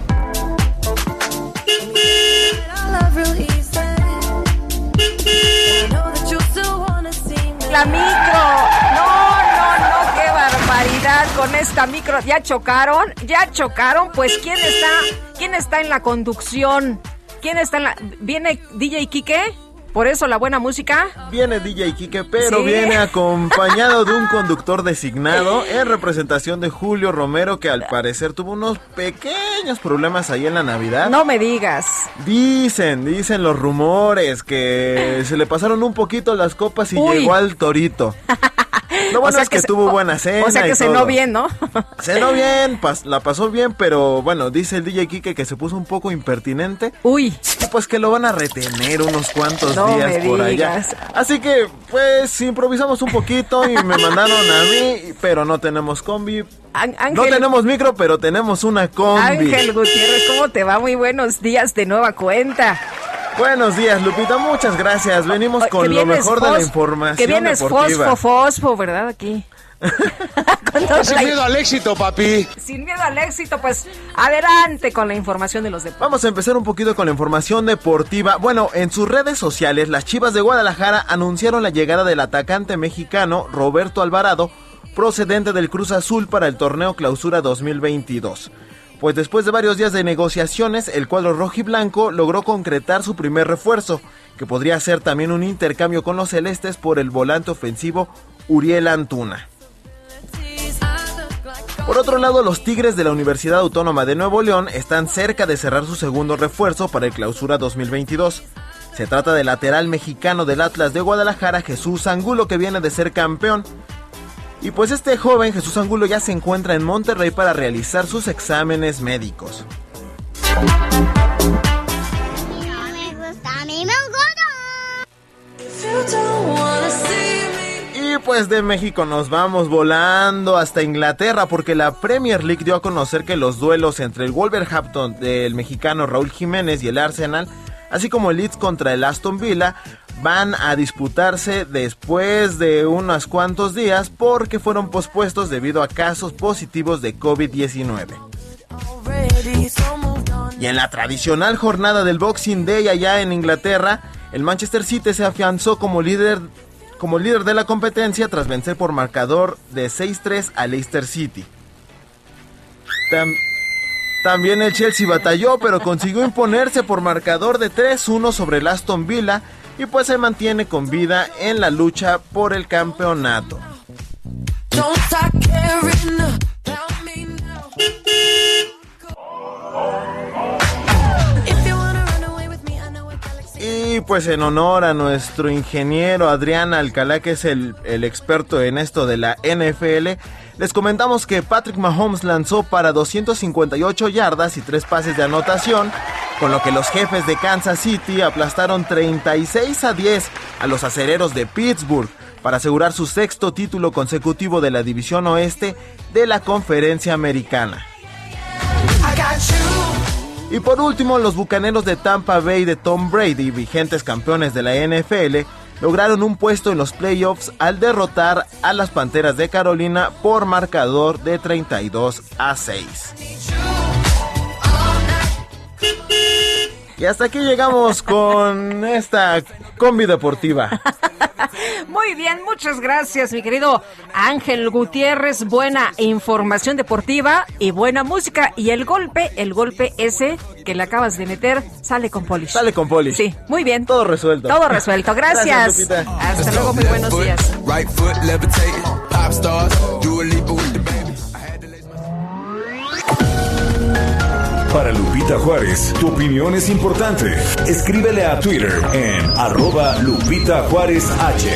C: La micro. No, no, no, qué barbaridad con esta micro. ¿Ya chocaron? ¿Ya chocaron? Pues ¿quién está, quién está en la conducción? ¿Quién está en la...? ¿Viene D J Quique? ¿Por eso la buena música?
O: Viene D J Quique, pero
C: ¿Sí?
O: viene acompañado de un conductor designado en representación de Julio Romero, que al parecer tuvo unos pequeños problemas ahí en la Navidad.
C: No me digas.
O: Dicen, dicen los rumores que se le pasaron un poquito las copas y
C: Uy.
O: llegó al torito. Lo bueno
C: O sea
O: es que,
C: que se-
O: tuvo
C: o-
O: buena cena.
C: O sea que
O: y
C: cenó
O: todo.
C: bien, ¿no?
O: Cenó bien, pas- la pasó bien, pero bueno, dice el D J Quique que se puso un poco impertinente.
C: Uy.
O: Y pues que lo van a retener unos cuantos
C: No
O: días
C: me
O: por allá.
C: digas.
O: Así que, pues, improvisamos un poquito y me mandaron a mí, pero no tenemos combi.
C: Án- Ángel,
O: No tenemos micro, pero tenemos una combi.
C: Ángel Gutiérrez, ¿cómo te va? Muy buenos días de nueva cuenta.
O: Buenos días, Lupita, muchas gracias. Venimos
C: Que
O: con lo
C: vienes
O: mejor de la
C: fos-
O: información
C: Que vienes
O: deportiva.
C: fosfo, fosfo, ¿verdad? Aquí. Con toda
O: Sin
C: la-
O: miedo al éxito, papi.
C: Sin miedo al éxito, pues adelante con la información de los deportes.
O: Vamos a empezar un poquito con la información deportiva. Bueno, en sus redes sociales, las Chivas de Guadalajara anunciaron la llegada del atacante mexicano Roberto Alvarado, procedente del Cruz Azul para el torneo Clausura dos mil veintidós. Pues después de varios días de negociaciones, el cuadro rojiblanco logró concretar su primer refuerzo, que podría ser también un intercambio con los celestes por el volante ofensivo Uriel Antuna. Por otro lado, los Tigres de la Universidad Autónoma de Nuevo León están cerca de cerrar su segundo refuerzo para el Clausura dos mil veintidós. Se trata del lateral mexicano del Atlas de Guadalajara, Jesús Angulo, que viene de ser campeón. Y pues este joven, Jesús Angulo, ya se encuentra en Monterrey para realizar sus exámenes médicos. Y pues de México nos vamos volando hasta Inglaterra, porque la Premier League dio a conocer que los duelos entre el Wolverhampton del mexicano Raúl Jiménez y el Arsenal, así como el Leeds contra el Aston Villa, van a disputarse después de unos cuantos días porque fueron pospuestos debido a casos positivos de COVID diecinueve. Y en la tradicional jornada del Boxing Day allá en Inglaterra, el Manchester City se afianzó como líder, como líder de la competencia tras vencer por marcador de seis tres a Leicester City. Tam- También el Chelsea batalló, pero consiguió imponerse por marcador de tres uno sobre el Aston Villa y pues se mantiene con vida en la lucha por el campeonato. Y pues en honor a nuestro ingeniero Adrián Alcalá, que es el, el experto en esto de la N F L, les comentamos que Patrick Mahomes lanzó para doscientas cincuenta y ocho yardas y tres pases de anotación, con lo que los Jefes de Kansas City aplastaron treinta y seis a diez a los Acereros de Pittsburgh para asegurar su sexto título consecutivo de la División Oeste de la Conferencia Americana. Y por último, los Bucaneros de Tampa Bay de Tom Brady, vigentes campeones de la N F L, lograron un puesto en los playoffs al derrotar a las Panteras de Carolina por marcador de treinta y dos a seis. Y hasta aquí llegamos con esta combi deportiva.
C: Muy bien, muchas gracias, mi querido Ángel Gutiérrez. Buena información deportiva y buena música. Y el golpe, el golpe ese que le acabas de meter, sale con Polish.
O: Sale con Polish.
C: Sí, muy bien.
O: Todo resuelto.
C: Todo resuelto. Gracias.
O: Gracias, Lupita.
C: Hasta luego, muy buenos días.
P: Right foot levitating, pop stars, do a leap with the baby.
B: Para Lupita Juárez, tu opinión es importante. Escríbele a Twitter en arroba Lupita Juárez H.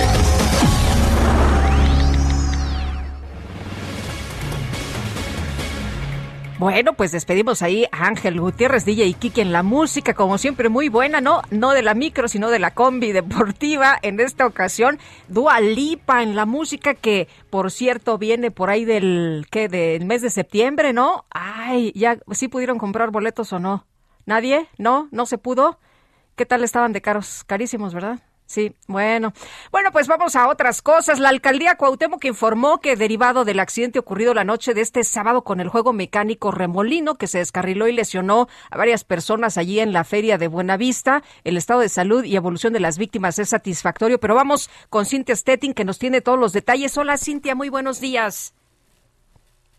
C: Bueno, pues despedimos ahí a Ángel Gutiérrez, D J Kike en la música, como siempre muy buena, ¿no? No de la micro, sino de la combi deportiva. En esta ocasión, Dua Lipa en la música, que por cierto viene por ahí del, ¿qué? Del mes de septiembre, ¿no? Ay, ya, ¿sí pudieron comprar boletos o no? ¿Nadie? ¿No? ¿No se pudo? ¿Qué tal estaban de caros? Carísimos, ¿verdad? Sí, bueno. Bueno, pues vamos a otras cosas. La alcaldía Cuauhtémoc informó que derivado del accidente ocurrido la noche de este sábado con el juego mecánico Remolino, que se descarriló y lesionó a varias personas allí en la feria de Buenavista, el estado de salud y evolución de las víctimas es satisfactorio. Pero vamos con Cintia Stettin, que nos tiene todos los detalles. Hola, Cintia, muy buenos días.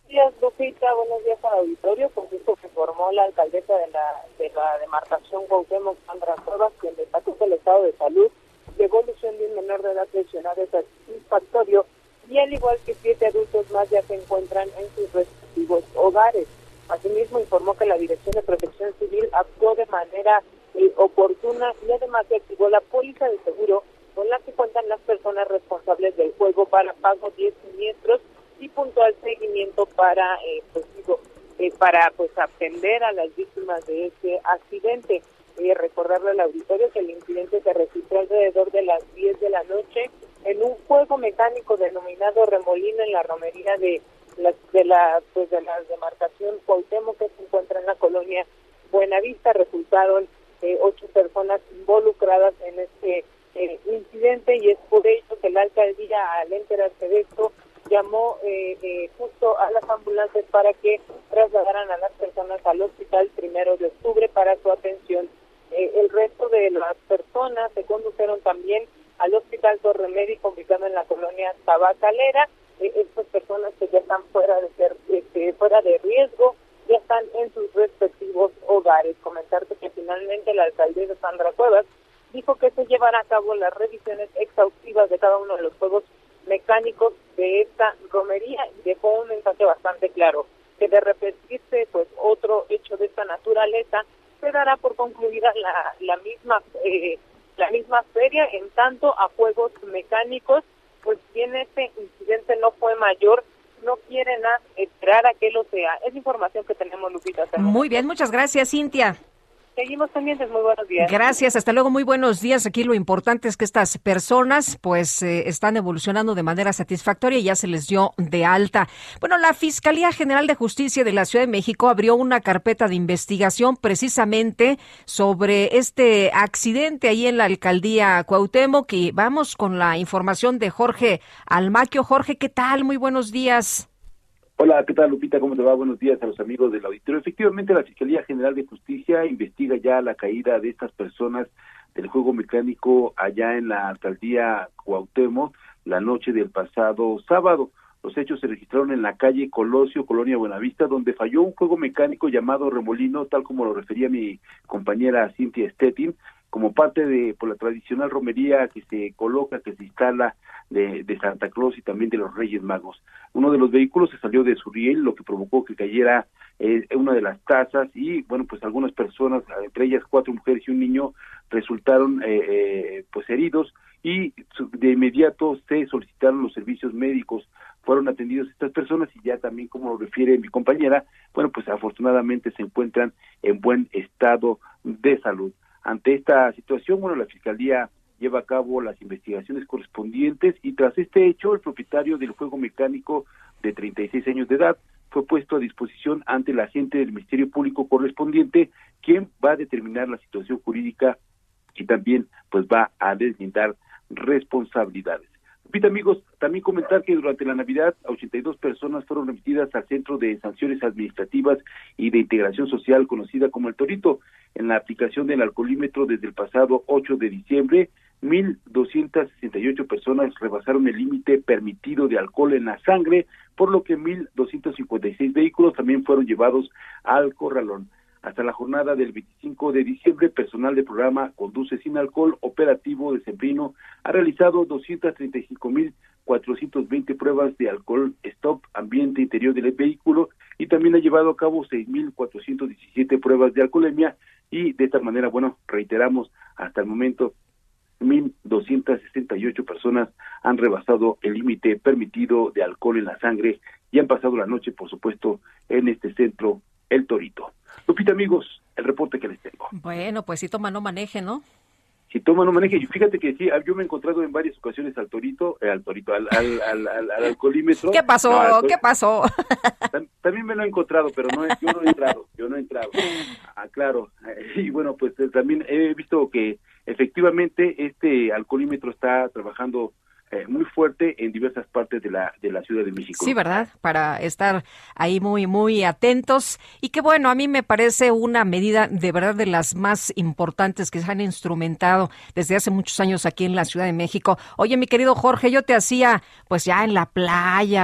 Q: días, Lupita. Buenos días al auditorio. Pues esto que informó la alcaldesa de la, de la demarcación Cuauhtémoc, Sandra Cuevas, quien destacó que el estado de salud de evolución de un menor de edad lesionado es satisfactorio y al igual que siete adultos más ya se encuentran en sus respectivos hogares. Asimismo, informó que la Dirección de Protección Civil actuó de manera eh, oportuna y además se activó la póliza de seguro con la que cuentan las personas responsables del juego para pago de siniestros y puntual seguimiento para eh, pues, digo, eh, para pues atender a las víctimas de este accidente. Eh, recordarle al auditorio que el incidente se registró alrededor de las diez de la noche en un juego mecánico denominado Remolino en la romería de la de la pues de la demarcación Cuauhtémoc, que se encuentra en la colonia Buenavista. Resultaron eh, ocho personas involucradas en este eh, incidente y es por ello que la alcaldía, al enterarse de esto, llamó eh, eh, justo a las ambulancias para que trasladaran a las personas al hospital Primero de Octubre para su atención. Eh, el resto de las personas se condujeron también al hospital Torre Médico, ubicado en la colonia Tabacalera. Eh, estas personas que ya están fuera de ser, este, fuera de riesgo, ya están en sus respectivos hogares. Comentarte que finalmente la alcaldesa Sandra Cuevas dijo que se llevará a cabo las revisiones exhaustivas de cada uno de los juegos mecánicos de esta romería y dejó un mensaje bastante claro, que de repetirse pues otro hecho de esta naturaleza se dará por concluida la, la misma eh, la misma feria, en tanto a juegos mecánicos, pues si en este incidente no fue mayor, no quieren a esperar a que lo sea. Es información que tenemos, Lupita.
C: Muy bien, muchas gracias, Cintia.
Q: Seguimos pendientes, muy buenos días.
C: Gracias, hasta luego, muy buenos días. Aquí lo importante es que estas personas pues eh, están evolucionando de manera satisfactoria y ya se les dio de alta. Bueno, la Fiscalía General de Justicia de la Ciudad de México abrió una carpeta de investigación precisamente sobre este accidente ahí en la alcaldía Cuauhtémoc y vamos con la información de Jorge Almaquio. Jorge, ¿qué tal? Muy buenos días.
R: Hola, ¿qué tal, Lupita? ¿Cómo te va? Buenos días a los amigos del auditorio. Efectivamente, la Fiscalía General de Justicia investiga ya la caída de estas personas del juego mecánico allá en la alcaldía Cuauhtémoc la noche del pasado sábado. Los hechos se registraron en la calle Colosio, Colonia Buenavista, donde falló un juego mecánico llamado Remolino, tal como lo refería mi compañera Cintia Stettin, como parte de por la tradicional romería que se coloca, que se instala de, de Santa Claus y también de los Reyes Magos. Uno de los vehículos se salió de su riel, lo que provocó que cayera eh, una de las tazas y, bueno, pues algunas personas, entre ellas cuatro mujeres y un niño, resultaron eh, eh, pues heridos y de inmediato se solicitaron los servicios médicos. Fueron atendidos estas personas y ya también, como lo refiere mi compañera, bueno, pues afortunadamente se encuentran en buen estado de salud. Ante esta situación, bueno, la Fiscalía lleva a cabo las investigaciones correspondientes y tras este hecho, el propietario del juego mecánico de treinta y seis años de edad fue puesto a disposición ante el agente del Ministerio Público correspondiente, quien va a determinar la situación jurídica y también pues va a deslindar responsabilidades. Repito, amigos, también comentar que durante la Navidad ochenta y dos personas fueron remitidas al Centro de Sanciones Administrativas y de Integración Social, conocida como El Torito. En la aplicación del alcoholímetro desde el pasado ocho de diciembre, mil doscientas sesenta y ocho personas rebasaron el límite permitido de alcohol en la sangre, por lo que mil doscientos cincuenta y seis vehículos también fueron llevados al corralón. Hasta la jornada del veinticinco de diciembre, personal del programa Conduce Sin Alcohol Operativo de Sembrino ha realizado doscientas treinta y cinco mil cuatrocientas veinte pruebas de alcohol stop ambiente interior del vehículo y también ha llevado a cabo seis mil cuatrocientas diecisiete pruebas de alcoholemia y de esta manera, bueno, reiteramos, hasta el momento mil doscientas sesenta y ocho personas han rebasado el límite permitido de alcohol en la sangre y han pasado la noche, por supuesto, en este centro El Torito. Lupita, amigos, el reporte que les tengo.
C: Bueno, pues si toma no maneje, ¿no?
R: Si toma no maneje. Y fíjate que sí, yo me he encontrado en varias ocasiones al torito, eh, al torito, al, al, al, al, al alcoholímetro.
C: ¿Qué pasó? No, al, ¿Qué pasó?
R: Tam, también me lo he encontrado, pero no, yo no he entrado, yo no he entrado. Ah, claro. Y bueno, pues también he visto que efectivamente este alcoholímetro está trabajando Eh, muy fuerte en diversas partes de la de la Ciudad de México.
C: Sí, ¿verdad? Para estar ahí muy, muy atentos. Y que bueno, a mí me parece una medida de verdad de las más importantes que se han instrumentado desde hace muchos años aquí en la Ciudad de México. Oye, mi querido Jorge, yo te hacía pues ya en la playa,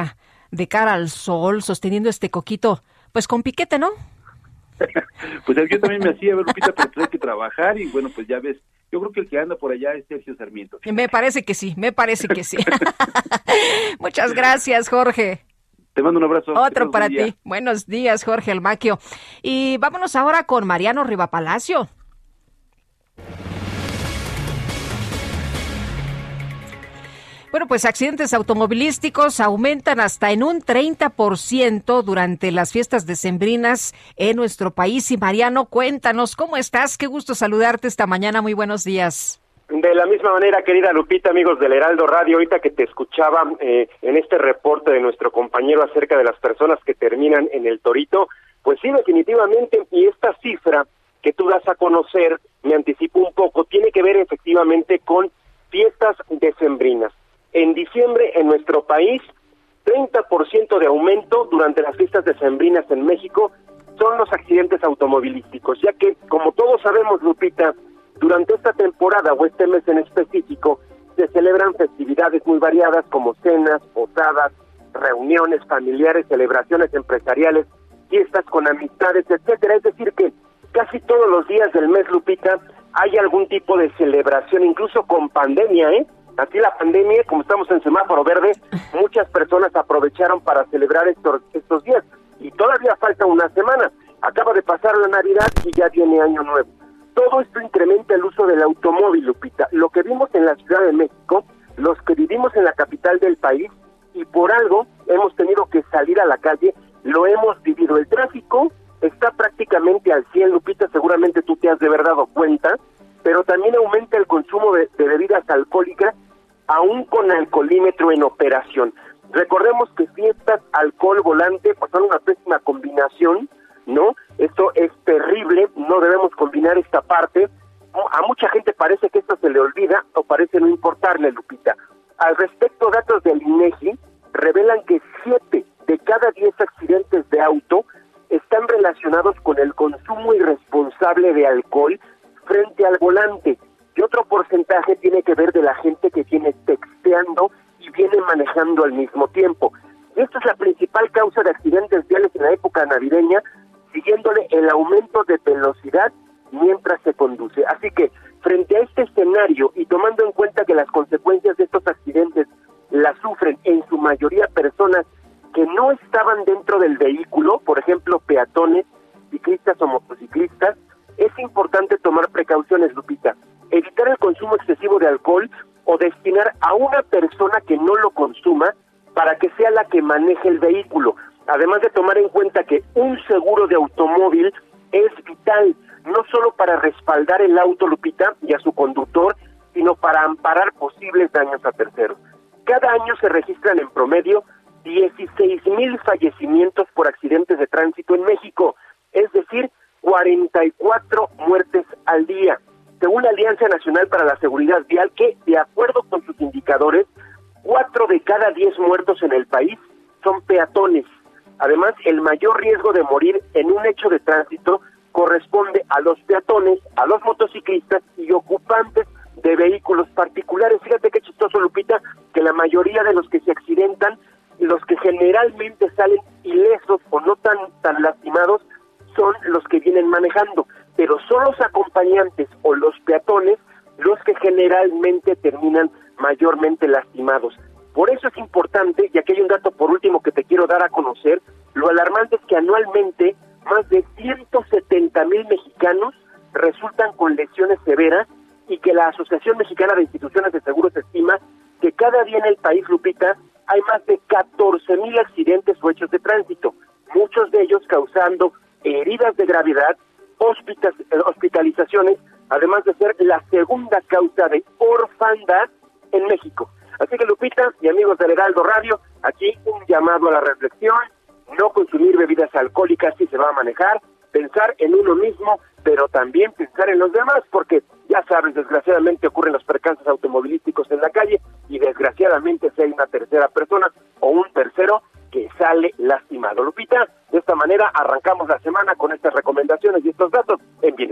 C: de cara al sol, sosteniendo este coquito, pues con piquete, ¿no?
R: Pues yo también me hacía, Lupita, pero hay que trabajar y bueno, pues ya ves, yo creo que el que anda por allá es Sergio Sarmiento.
C: Me parece que sí, me parece que sí. Muchas gracias, Jorge.
R: Te mando un abrazo.
C: Otro para ti. Buenos días, Jorge Almaquio. Y vámonos ahora con Mariano Rivapalacio. Bueno, pues accidentes automovilísticos aumentan hasta en un treinta por ciento durante las fiestas decembrinas en nuestro país. Y Mariano, cuéntanos, ¿cómo estás? Qué gusto saludarte esta mañana. Muy buenos días.
A: De la misma manera, querida Lupita, amigos del Heraldo Radio, ahorita que te escuchaba eh, en este reporte de nuestro compañero acerca de las personas que terminan en el Torito, pues sí, definitivamente, y esta cifra que tú das a conocer, me anticipo un poco, tiene que ver efectivamente con fiestas decembrinas. En diciembre, en nuestro país, treinta por ciento de aumento durante las fiestas decembrinas en México son los accidentes automovilísticos, ya que, como todos sabemos, Lupita, durante esta temporada o este mes en específico, se celebran festividades muy variadas como cenas, posadas, reuniones familiares, celebraciones empresariales, fiestas con amistades, etcétera. Es decir que casi todos los días del mes, Lupita, hay algún tipo de celebración, incluso con pandemia, ¿eh? Así la pandemia, como estamos en semáforo verde, muchas personas aprovecharon para celebrar estos, estos días. Y todavía falta una semana. Acaba de pasar la Navidad y ya viene Año Nuevo. Todo esto incrementa el uso del automóvil, Lupita. Lo que vimos en la Ciudad de México, los que vivimos en la capital del país, y por algo hemos tenido que salir a la calle, lo hemos vivido. El tráfico está prácticamente al cien, Lupita, seguramente tú te has de haber dado cuenta, pero también aumenta el consumo de, de bebidas alcohólicas, aún con alcoholímetro en operación. Recordemos que fiestas, alcohol, volante, pues son una pésima combinación, ¿no? Esto es terrible, no debemos combinar esta parte. A mucha gente parece que esto se le olvida o parece no importarle, Lupita. Al respecto, datos del INEGI revelan que siete de cada diez accidentes de auto están relacionados con el consumo irresponsable de alcohol frente al volante, y otro porcentaje tiene que ver de la gente que viene texteando y viene manejando al mismo tiempo. Y esta es la principal causa de accidentes viales en la época navideña, siguiéndole el aumento de velocidad mientras se conduce. Así que, frente a este escenario y tomando en cuenta que las consecuencias de estos accidentes las sufren en su mayoría personas que no estaban dentro del vehículo, por ejemplo, peatones, ciclistas o motociclistas, es importante tomar precauciones, Lupita. Evitar el consumo excesivo de alcohol o destinar a una persona que no lo consuma para que sea la que maneje el vehículo. Además de tomar en cuenta que un seguro de automóvil es vital, no solo para respaldar el auto, Lupita, y a su conductor, sino para amparar posibles daños a terceros. Cada año se registran en promedio dieciséis mil fallecimientos por accidentes de tránsito en México, es decir, cuarenta y cuatro muertes al día. Según la Alianza Nacional para la Seguridad Vial, que, de acuerdo con sus indicadores, cuatro de cada diez muertos en el país son peatones. Además, el mayor riesgo de morir en un hecho de tránsito corresponde a los peatones, a los motociclistas y ocupantes de vehículos particulares. Fíjate qué chistoso, Lupita, que la mayoría de los que se accidentan, los que generalmente salen ilesos o no tan, tan lastimados, son los que vienen manejando, pero son los acompañantes o los peatones los que generalmente terminan mayormente lastimados. Por eso es importante, y aquí hay un dato por último que te quiero dar a conocer, lo alarmante es que anualmente más de ciento setenta mil mexicanos resultan con lesiones severas y que la Asociación Mexicana de Instituciones de Seguros estima que cada día en el país, Lupita, hay más de catorce mil accidentes o hechos de tránsito, muchos de ellos causando heridas de gravedad, hospitas, eh, hospitalizaciones, además de ser la segunda causa de orfandad en México. Así que, Lupita y amigos del Heraldo Radio, aquí un llamado a la reflexión, no consumir bebidas alcohólicas si se va a manejar, pensar en uno mismo, pero también pensar en los demás, porque ya sabes, desgraciadamente ocurren los percances automovilísticos en la calle y desgraciadamente si hay una tercera persona o un tercero que sale lastimado. Lupita, de esta manera arrancamos la semana con estas recomendaciones y estos datos en Bienestar.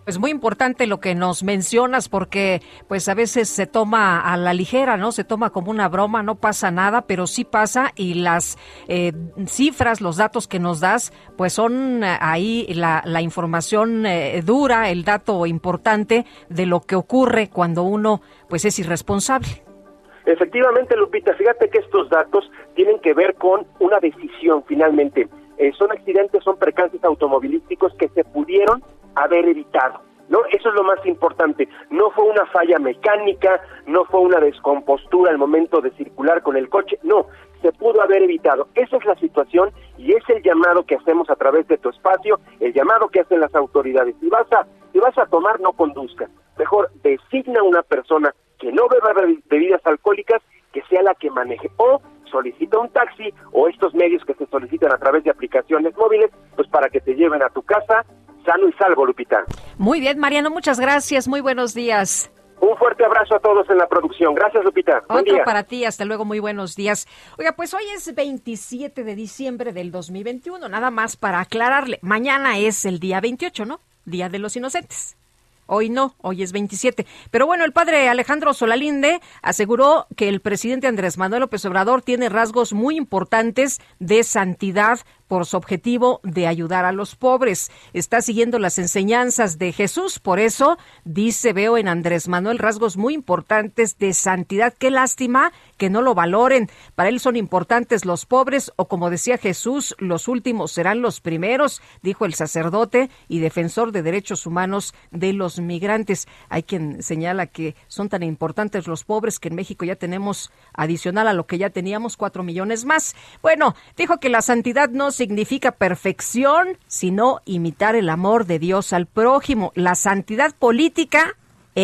C: Pues muy importante lo que nos mencionas, porque pues a veces se toma a la ligera, ¿no? Se toma como una broma, no pasa nada, pero sí pasa, y las eh, cifras, los datos que nos das, pues son eh, ahí la, la información eh, dura, el dato importante de lo que ocurre cuando uno pues es irresponsable.
A: Efectivamente, Lupita, fíjate que estos datos tienen que ver con una decisión finalmente. Eh, son accidentes, son percances automovilísticos que se pudieron haber evitado, ¿no? Eso es lo más importante. No fue una falla mecánica, no fue una descompostura al momento de circular con el coche, no, se pudo haber evitado. Esa es la situación y es el llamado que hacemos a través de tu espacio, el llamado que hacen las autoridades. Si vas a, si vas a tomar, no conduzcas. Mejor designa una persona que no beba bebidas alcohólicas, que sea la que maneje, o solicita un taxi o estos medios que se solicitan a través de aplicaciones móviles, pues para que te lleven a tu casa sano y salvo, Lupita.
C: Muy bien, Mariano, muchas gracias, muy buenos días.
A: Un fuerte abrazo a todos en la producción. Gracias, Lupita. Buen
C: Otro
A: día.
C: para ti, hasta luego, muy buenos días. Oiga, pues hoy es veintisiete de diciembre del dos mil veintiuno, nada más para aclararle. Mañana es el día veintiocho, ¿no? Día de los Inocentes. Hoy no, hoy es veintisiete. Pero bueno, el padre Alejandro Solalinde aseguró que el presidente Andrés Manuel López Obrador tiene rasgos muy importantes de santidad por su objetivo de ayudar a los pobres. Está siguiendo las enseñanzas de Jesús, por eso dice, veo en Andrés Manuel rasgos muy importantes de santidad. Qué lástima que no lo valoren. Para él son importantes los pobres, o como decía Jesús, los últimos serán los primeros, dijo el sacerdote y defensor de derechos humanos de los migrantes. Hay quien señala que son tan importantes los pobres que en México ya tenemos, adicional a lo que ya teníamos, cuatro millones más. Bueno, dijo que la santidad no significa perfección, sino imitar el amor de Dios al prójimo. La santidad política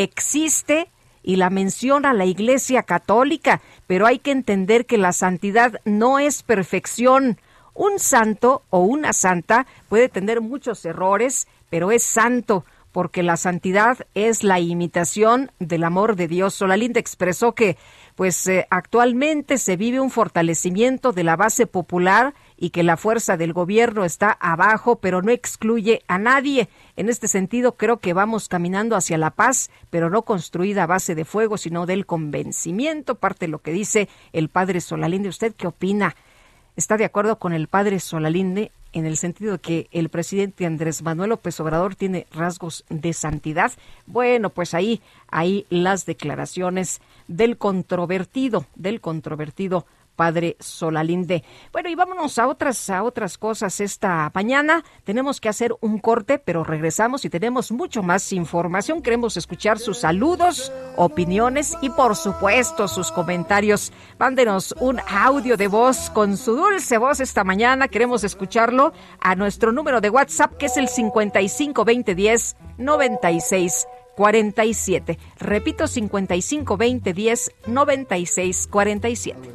C: existe y la menciona la Iglesia Católica, pero hay que entender que la santidad no es perfección. Un santo o una santa puede tener muchos errores, pero es santo, porque la santidad es la imitación del amor de Dios. Solalinde expresó que pues eh, actualmente se vive un fortalecimiento de la base popular y que la fuerza del gobierno está abajo, pero no excluye a nadie. En este sentido, creo que vamos caminando hacia la paz, pero no construida a base de fuego, sino del convencimiento, parte de lo que dice el padre Solalinde. ¿Usted qué opina? ¿Está de acuerdo con el padre Solalinde en el sentido de que el presidente Andrés Manuel López Obrador tiene rasgos de santidad? Bueno, pues ahí, ahí las declaraciones del controvertido, del controvertido padre Solalinde. Bueno, y vámonos a otras, a otras cosas esta mañana. Tenemos que hacer un corte, pero regresamos y tenemos mucho más información. Queremos escuchar sus saludos, opiniones y, por supuesto, sus comentarios. Mándenos un audio de voz con su dulce voz esta mañana. Queremos escucharlo a nuestro número de WhatsApp, que es el cincuenta y cinco veinte diez noventa y seis cuarenta y siete. Repito, cincuenta y cinco veinte diez noventa y seis cuarenta y siete.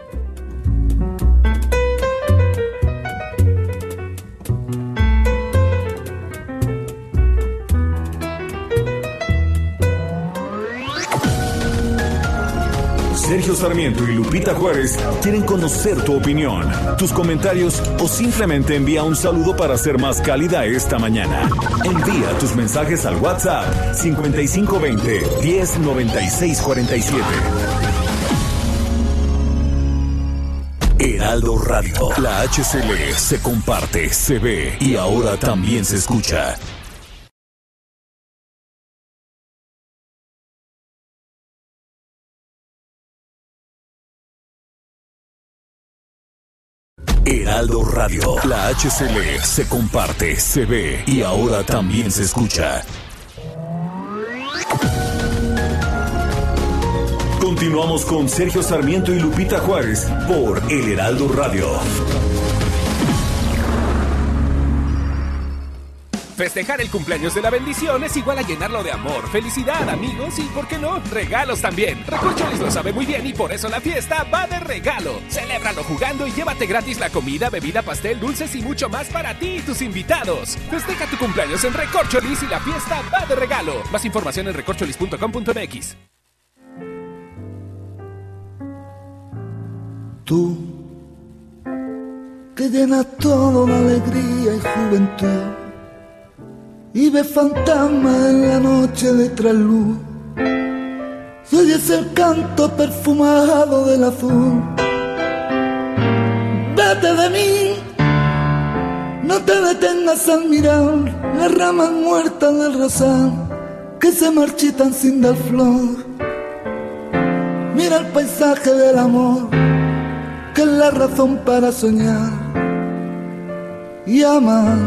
B: Sergio Sarmiento y Lupita Juárez quieren conocer tu opinión, tus comentarios o simplemente envía un saludo para ser más cálida esta mañana. Envía tus mensajes al WhatsApp cincuenta y cinco veinte diez noventa y seis cuarenta y siete. Heraldo Radio, la H C L se comparte, se ve y ahora también se escucha. Heraldo Radio, la H C L se comparte, se ve y ahora también se escucha. Continuamos con Sergio Sarmiento y Lupita Juárez por El Heraldo Radio.
S: Festejar el cumpleaños de la bendición es igual a llenarlo de amor, felicidad, amigos y, ¿por qué no?, regalos también. Recorcholis lo sabe muy bien y por eso la fiesta va de regalo. Celébralo jugando y llévate gratis la comida, bebida, pastel, dulces y mucho más para ti y tus invitados. Festeja tu cumpleaños en Recorcholis y la fiesta va de regalo. Más información en recorcholis punto com punto m x.
F: Tú, que llenas todo de alegría y juventud, y ve fantasmas en la noche de trasluz. Y oyes el canto perfumado del azul. Vete de mí, no te detengas al mirar las ramas muertas del rosal que se marchitan sin dar flor. Mira el paisaje del amor, que es la razón para soñar y amar.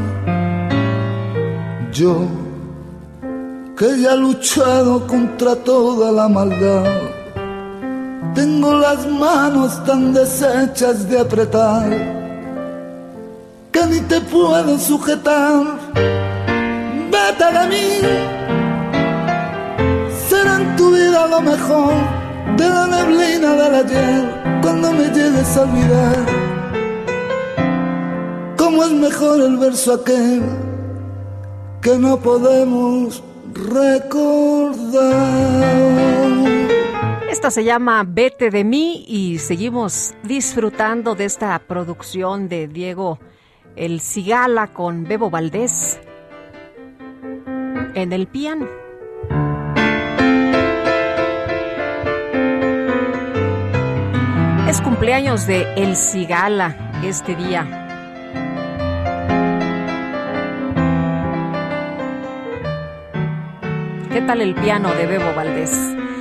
F: Yo, que ya he luchado contra toda la maldad, tengo las manos tan deshechas de apretar que ni te puedo sujetar. Vete de mí, será en tu vida lo mejor de la neblina del ayer cuando me llegues a olvidar. Cómo es mejor el verso aquel que no podemos recordar.
C: Esta se llama Vete de mí y seguimos disfrutando de esta producción de Diego El Cigala con Bebo Valdés en el piano. Es cumpleaños de El Cigala este día. ¿Qué tal el piano de Bebo Valdés?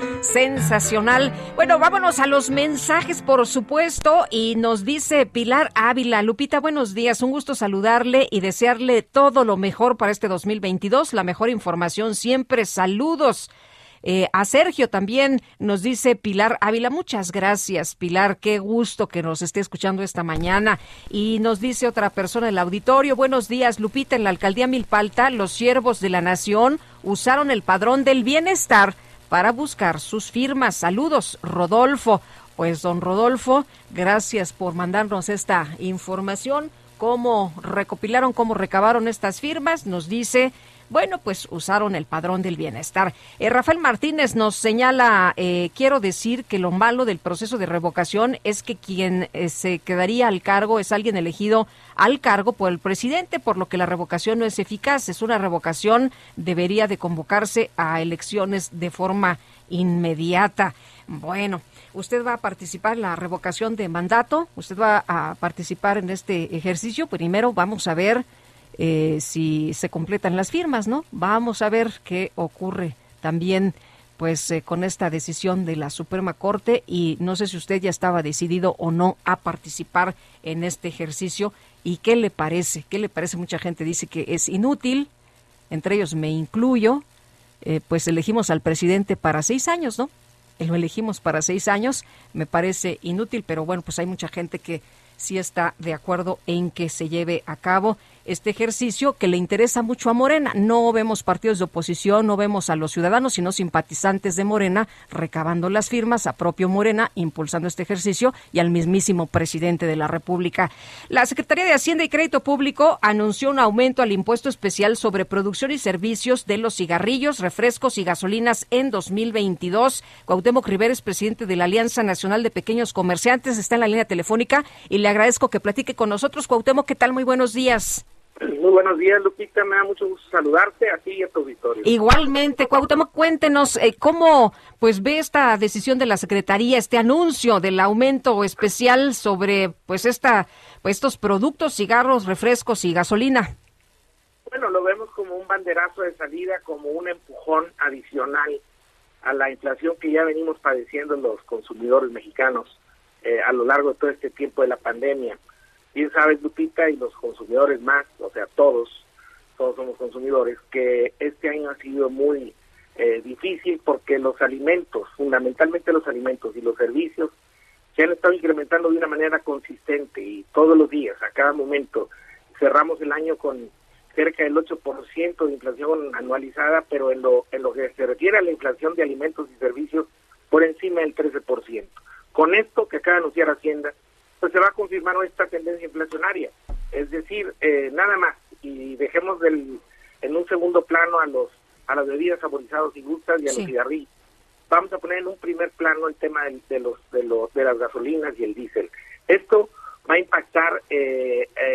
C: Sensacional. Bueno, vámonos a los mensajes, por supuesto, y nos dice Pilar Ávila. Lupita, buenos días, un gusto saludarle y desearle todo lo mejor para este dos mil veintidós, la mejor información siempre. Saludos. Eh, a Sergio también nos dice Pilar Ávila. Muchas gracias, Pilar, qué gusto que nos esté escuchando esta mañana. Y nos dice otra persona del auditorio: buenos días, Lupita, en la alcaldía Milpalta los siervos de la nación usaron el padrón del bienestar para buscar sus firmas. Saludos, Rodolfo. Pues don Rodolfo, gracias por mandarnos esta información. ¿Cómo recopilaron, cómo recabaron estas firmas? Nos dice, bueno, pues usaron el padrón del bienestar. Eh, Rafael Martínez nos señala, eh, quiero decir que lo malo del proceso de revocación es que quien eh, se quedaría al cargo es alguien elegido al cargo por el presidente, por lo que la revocación no es eficaz. Es una revocación, debería de convocarse a elecciones de forma inmediata. Bueno, ¿usted va a participar en la revocación de mandato? ¿Usted va a participar en este ejercicio? Primero vamos a ver eh, si se completan las firmas, ¿no? Vamos a ver qué ocurre también pues eh, con esta decisión de la Suprema Corte, y no sé si usted ya estaba decidido o no a participar en este ejercicio. ¿Y qué le parece? ¿Qué le parece? Mucha gente dice que es inútil, entre ellos me incluyo. Eh, pues elegimos al presidente para seis años, ¿no? Lo elegimos para seis años, me parece inútil, pero bueno, pues hay mucha gente que sí está de acuerdo en que se lleve a cabo este ejercicio que le interesa mucho a Morena. No vemos partidos de oposición, no vemos a los ciudadanos, sino simpatizantes de Morena recabando las firmas, a propio Morena impulsando este ejercicio y al mismísimo presidente de la República. La Secretaría de Hacienda y Crédito Público anunció un aumento al impuesto especial sobre producción y servicios de los cigarrillos, refrescos y gasolinas en dos mil veintidós. Cuauhtémoc Rivera es presidente de la Alianza Nacional de Pequeños Comerciantes, está en la línea telefónica y le agradezco que platique con nosotros. Cuauhtémoc, ¿qué tal? Muy buenos días.
I: Muy buenos días, Lupita, me da mucho gusto saludarte a ti y a tu auditorio.
C: Igualmente, Cuauhtémoc, cuéntenos eh, cómo pues ve esta decisión de la Secretaría, este anuncio del aumento especial sobre pues esta pues estos productos, cigarros, refrescos y gasolina.
I: Bueno, lo vemos como un banderazo de salida, como un empujón adicional a la inflación que ya venimos padeciendo los consumidores mexicanos eh, a lo largo de todo este tiempo de la pandemia. Bien sabes, Lupita, y los consumidores más, o sea, todos, todos somos consumidores, que este año ha sido muy eh, difícil porque los alimentos, fundamentalmente los alimentos y los servicios, se han estado incrementando de una manera consistente y todos los días, a cada momento. Cerramos el año con cerca del ocho por ciento de inflación anualizada, pero en lo, en lo que se refiere a la inflación de alimentos y servicios, por encima del trece por ciento. Con esto que acaba de anunciar Hacienda, pues se va a confirmar esta tendencia inflacionaria. Es decir, eh, nada más, y dejemos del, en un segundo plano a los a las bebidas saborizadas y gustas y a sí. los cigarrillos. Vamos a poner en un primer plano el tema de, de los de los de las gasolinas y el diésel. Esto va a impactar eh, eh,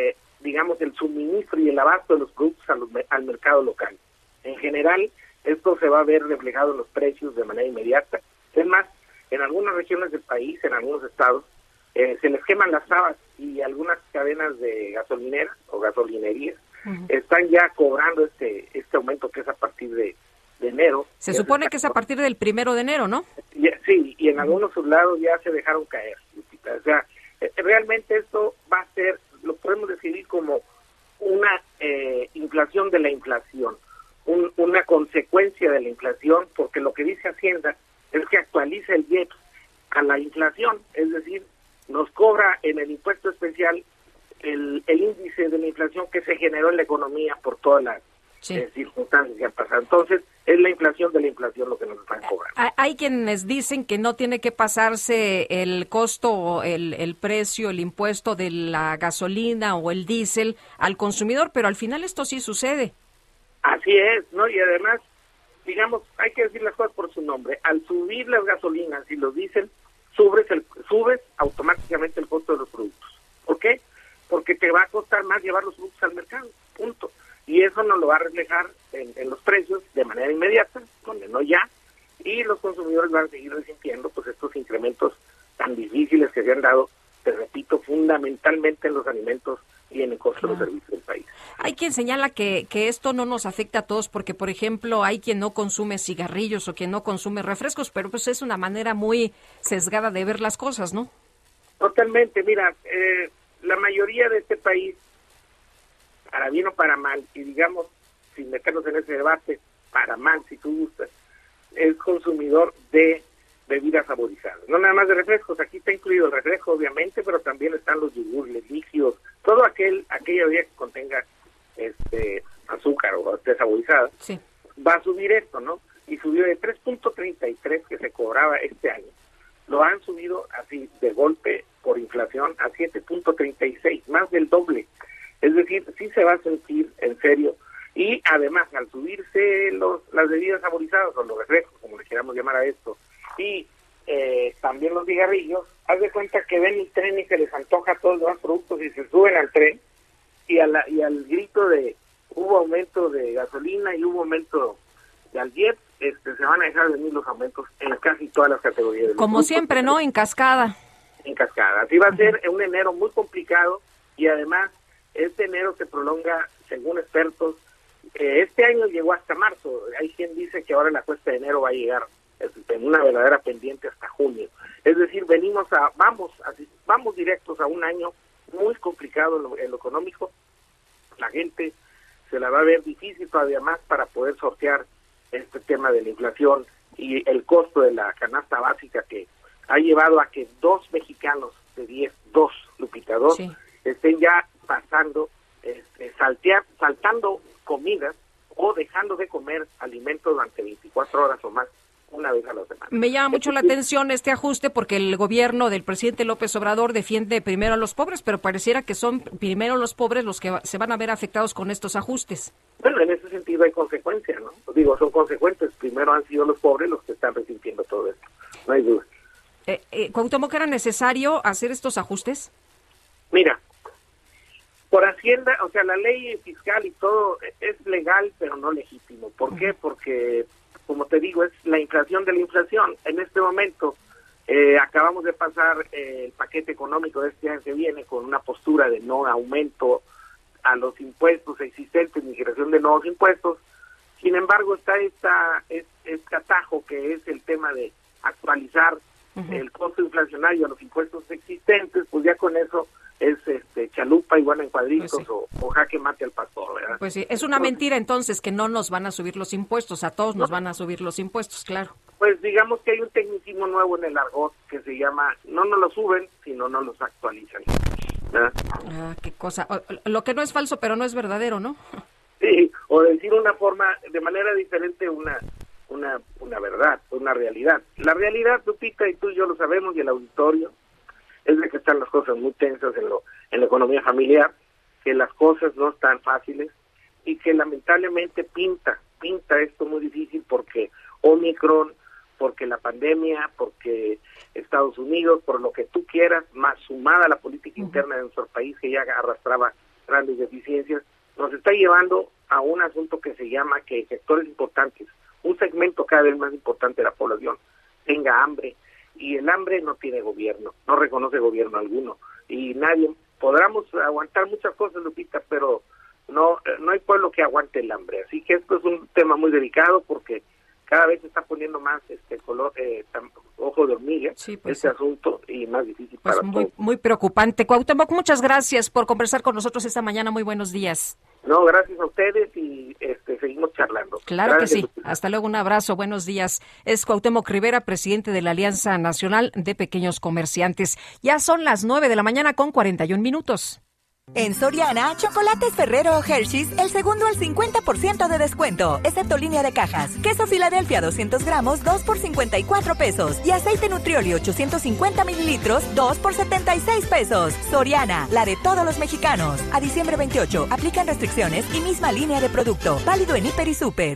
I: digamos, el suministro y el abasto de los productos a los, al mercado local. En general, esto se va a ver reflejado en los precios de manera inmediata. Es más, en algunas regiones del país, en algunos estados, eh, se les queman las habas y algunas cadenas de gasolineras o gasolinerías uh-huh. están ya cobrando este este aumento que es a partir de, de enero.
C: Se supone que es a partir del primero de enero, ¿no?
I: Y, sí, y en algunos lados ya se dejaron caer, Lupita. O sea, eh, realmente esto va a ser, lo podemos describir como una eh, inflación de la inflación, un, una consecuencia de la inflación, porque lo que dice Hacienda es que actualiza el I E P S a la inflación, es decir, nos cobra en el impuesto especial el, el índice de la inflación que se generó en la economía por todas las sí. eh, circunstancias que han pasado. Entonces, es la inflación de la inflación lo que nos están cobrando.
C: Hay quienes dicen que no tiene que pasarse el costo, el, el precio, el impuesto de la gasolina o el diésel al consumidor, pero al final esto sí sucede.
I: Así es, ¿no? Y además, digamos, hay que decir las cosas por su nombre. Al subir las gasolinas y los diésel, subes, el, subes automáticamente el costo de los productos. ¿Por qué? Porque te va a costar más llevar los productos al mercado, punto. Y eso nos lo va a reflejar en, en los precios de manera inmediata, donde no ya, y los consumidores van a seguir resintiendo pues estos incrementos tan difíciles que se han dado, te repito, fundamentalmente en los alimentos y en el costo de los servicios del país.
C: Hay quien señala que, que esto no nos afecta a todos porque, por ejemplo, hay quien no consume cigarrillos o quien no consume refrescos, pero pues es una manera muy sesgada de ver las cosas, ¿no?
I: Totalmente. Mira, eh, la mayoría de este país, para bien o para mal, y digamos, sin meternos en ese debate, para mal, si tú gustas, es consumidor de bebidas saborizadas. No nada más de refrescos, aquí está incluido el refresco, obviamente, pero también están los yogures, líquidos, todo aquel aquella bebida que contenga este azúcar o esté saborizada,
C: sí.
I: va a subir esto, ¿no? Y subió de tres punto treinta y tres que se cobraba este año, lo han subido así de golpe por inflación a siete punto treinta y seis, más del doble. Es decir, sí se va a sentir en serio. Y además, al subirse los las bebidas saborizadas o los refrescos, como le queramos llamar a esto, y eh, también los cigarrillos, haz de cuenta que ven el tren y se les antoja todos los demás productos y se suben al tren y, a la, y al grito de hubo aumento de gasolina y hubo aumento de al I E P, este, se van a dejar de venir los aumentos en casi todas las categorías. De
C: Como siempre, ¿no? En cascada.
I: En cascada. Así va a ser un enero muy complicado y además este enero se prolonga, según expertos, eh, este año llegó hasta marzo. Hay quien dice que ahora la cuesta de enero va a llegar en una verdadera pendiente hasta junio. Es decir, venimos a, vamos, así, vamos directos a un año muy complicado en lo, en lo económico. La gente se la va a ver difícil todavía más para poder sortear este tema de la inflación y el costo de la canasta básica que ha llevado a que dos mexicanos de diez, dos, Lupita, dos, sí. estén ya pasando, este, saltear, saltando comidas o dejando de comer alimentos durante veinticuatro horas o más una vez a la semana.
C: Me llama mucho la atención este ajuste porque el gobierno del presidente López Obrador defiende primero a los pobres, pero pareciera que son primero los pobres los que se van a ver afectados con estos ajustes.
I: Bueno, en ese sentido hay consecuencias, ¿no? Digo, son consecuentes. Primero han sido los pobres los que están resintiendo todo esto. No hay duda.
C: Eh, eh, ¿Cuauhtémoc, era necesario hacer estos ajustes?
I: Mira, por Hacienda, o sea, la ley fiscal y todo es legal, pero no legítimo. ¿Por uh-huh. qué? Porque, como te digo, es la inflación de la inflación. En este momento eh, acabamos de pasar eh, el paquete económico de este año que viene con una postura de no aumento a los impuestos existentes ni creación de nuevos impuestos. Sin embargo, está esta, este atajo que es el tema de actualizar uh-huh. el costo inflacionario a los impuestos existentes, pues ya con eso es este chalupa y bueno en cuadritos pues sí. o, o jaque mate al pastor, ¿verdad?
C: Pues sí, es una entonces, mentira entonces que no nos van a subir los impuestos, a todos nos van a subir los impuestos, claro.
I: Pues digamos que hay un tecnicismo nuevo en el argot que se llama, no nos lo suben, sino no los actualizan, ¿verdad?
C: Ah, qué cosa, lo que no es falso pero no es verdadero, ¿no?
I: Sí, o decir una forma, de manera diferente una una una verdad, una realidad. La realidad, Lupita, y tú y yo lo sabemos, y el auditorio, es de que están las cosas muy tensas en, lo, en la economía familiar, que las cosas no están fáciles y que lamentablemente pinta, pinta esto muy difícil porque Omicron, porque la pandemia, porque Estados Unidos, por lo que tú quieras, más sumada a la política interna de nuestro país que ya arrastraba grandes deficiencias, nos está llevando a un asunto que se llama que sectores importantes, un segmento cada vez más importante de la población, tenga hambre, y el hambre no tiene gobierno, no reconoce gobierno alguno, y nadie, podremos aguantar muchas cosas, Lupita, pero no no hay pueblo que aguante el hambre, así que esto es un tema muy delicado porque cada vez se está poniendo más este color, eh, tam, ojo de hormiga, sí, pues, este sí. asunto, y más difícil
C: pues
I: para
C: muy,
I: todos.
C: Muy preocupante. Cuauhtémoc, muchas gracias por conversar con nosotros esta mañana. Muy buenos días.
I: No, gracias a ustedes y este seguimos charlando.
C: Claro
I: gracias,
C: que sí.
I: Lupita.
C: Hasta luego, un abrazo, buenos días. Es Cuauhtémoc Rivera, presidente de la Alianza Nacional de Pequeños Comerciantes. Ya son las nueve de la mañana con cuarenta y un minutos.
J: En Soriana, chocolates Ferrero o Hershey's, el segundo al cincuenta por ciento de descuento, excepto línea de cajas. Queso Filadelfia doscientos gramos, dos por cincuenta y cuatro pesos. Y aceite Nutrioli ochocientos cincuenta mililitros, dos por setenta y seis pesos. Soriana, la de todos los mexicanos. A diciembre veintiocho, aplican restricciones y misma línea de producto. Válido en Hiper y Super.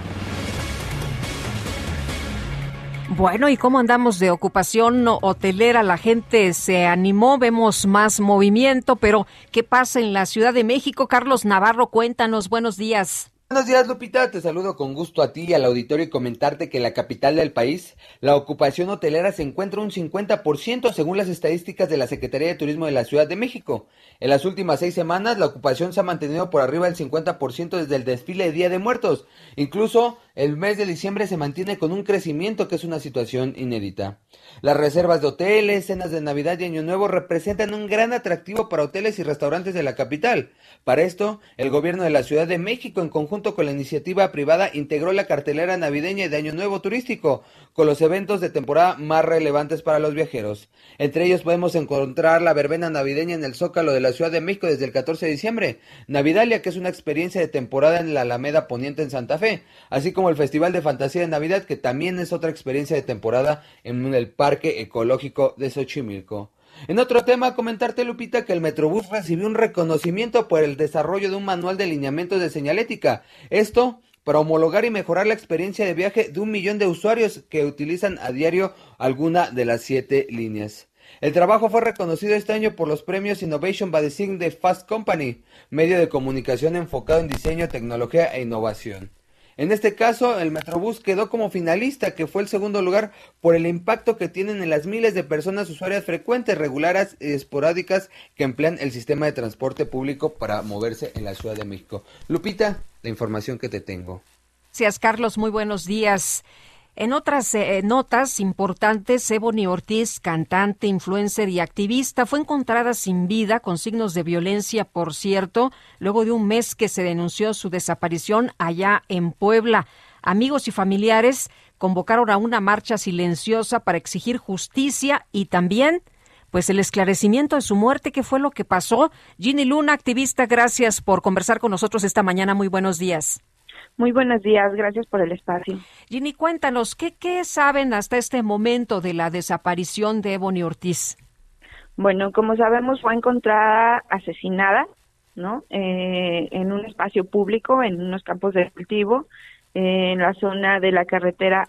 C: Bueno, ¿y cómo andamos de ocupación hotelera? La gente se animó, vemos más movimiento, pero ¿qué pasa en la Ciudad de México? Carlos Navarro, cuéntanos, buenos días.
M: Buenos días, Lupita, te saludo con gusto a ti y al auditorio y comentarte que en la capital del país la ocupación hotelera se encuentra un cincuenta por ciento según las estadísticas de la Secretaría de Turismo de la Ciudad de México. En las últimas seis semanas la ocupación se ha mantenido por arriba del cincuenta por ciento desde el desfile de Día de Muertos. Incluso el mes de diciembre se mantiene con un crecimiento que es una situación inédita. Las reservas de hoteles, cenas de Navidad y Año Nuevo representan un gran atractivo para hoteles y restaurantes de la capital. Para esto, el gobierno de la Ciudad de México, en conjunto con la iniciativa privada, integró la cartelera navideña y de Año Nuevo turístico, con los eventos de temporada más relevantes para los viajeros. Entre ellos podemos encontrar la verbena navideña en el Zócalo de la Ciudad de México desde el catorce de diciembre, Navidalia, que es una experiencia de temporada en la Alameda Poniente en Santa Fe, así como el Festival de Fantasía de Navidad, que también es otra experiencia de temporada en el Parque Ecológico de Xochimilco. En otro tema, comentarte, Lupita, que el Metrobús recibió un reconocimiento por el desarrollo de un manual de lineamientos de señalética. Esto para homologar y mejorar la experiencia de viaje de un millón de usuarios que utilizan a diario alguna de las siete líneas. El trabajo fue reconocido este año por los premios Innovation by Design de Fast Company, medio de comunicación enfocado en diseño, tecnología e innovación. En este caso, el Metrobús quedó como finalista, que fue el segundo lugar por el impacto que tienen en las miles de personas usuarias frecuentes, regulares y esporádicas que emplean el sistema de transporte público para moverse en la Ciudad de México. Lupita, la información que te tengo.
C: Gracias, Carlos. Muy buenos días. En otras eh, notas importantes, Ebony Ortiz, cantante, influencer y activista, fue encontrada sin vida, con signos de violencia, por cierto, luego de un mes que se denunció su desaparición allá en Puebla. Amigos y familiares convocaron a una marcha silenciosa para exigir justicia y también, pues, el esclarecimiento de su muerte. ¿Qué fue lo que pasó? Ginny Luna, activista, gracias por conversar con nosotros esta mañana. Muy buenos días.
T: Muy buenos días, gracias por el espacio.
C: Ginny, cuéntanos, ¿qué, qué saben hasta este momento de la desaparición de Ebony Ortiz?
T: Bueno, como sabemos, fue encontrada asesinada, ¿no? Eh, en un espacio público, en unos campos de cultivo, eh, en la zona de la carretera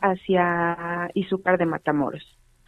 T: hacia Izúcar de Matamoros.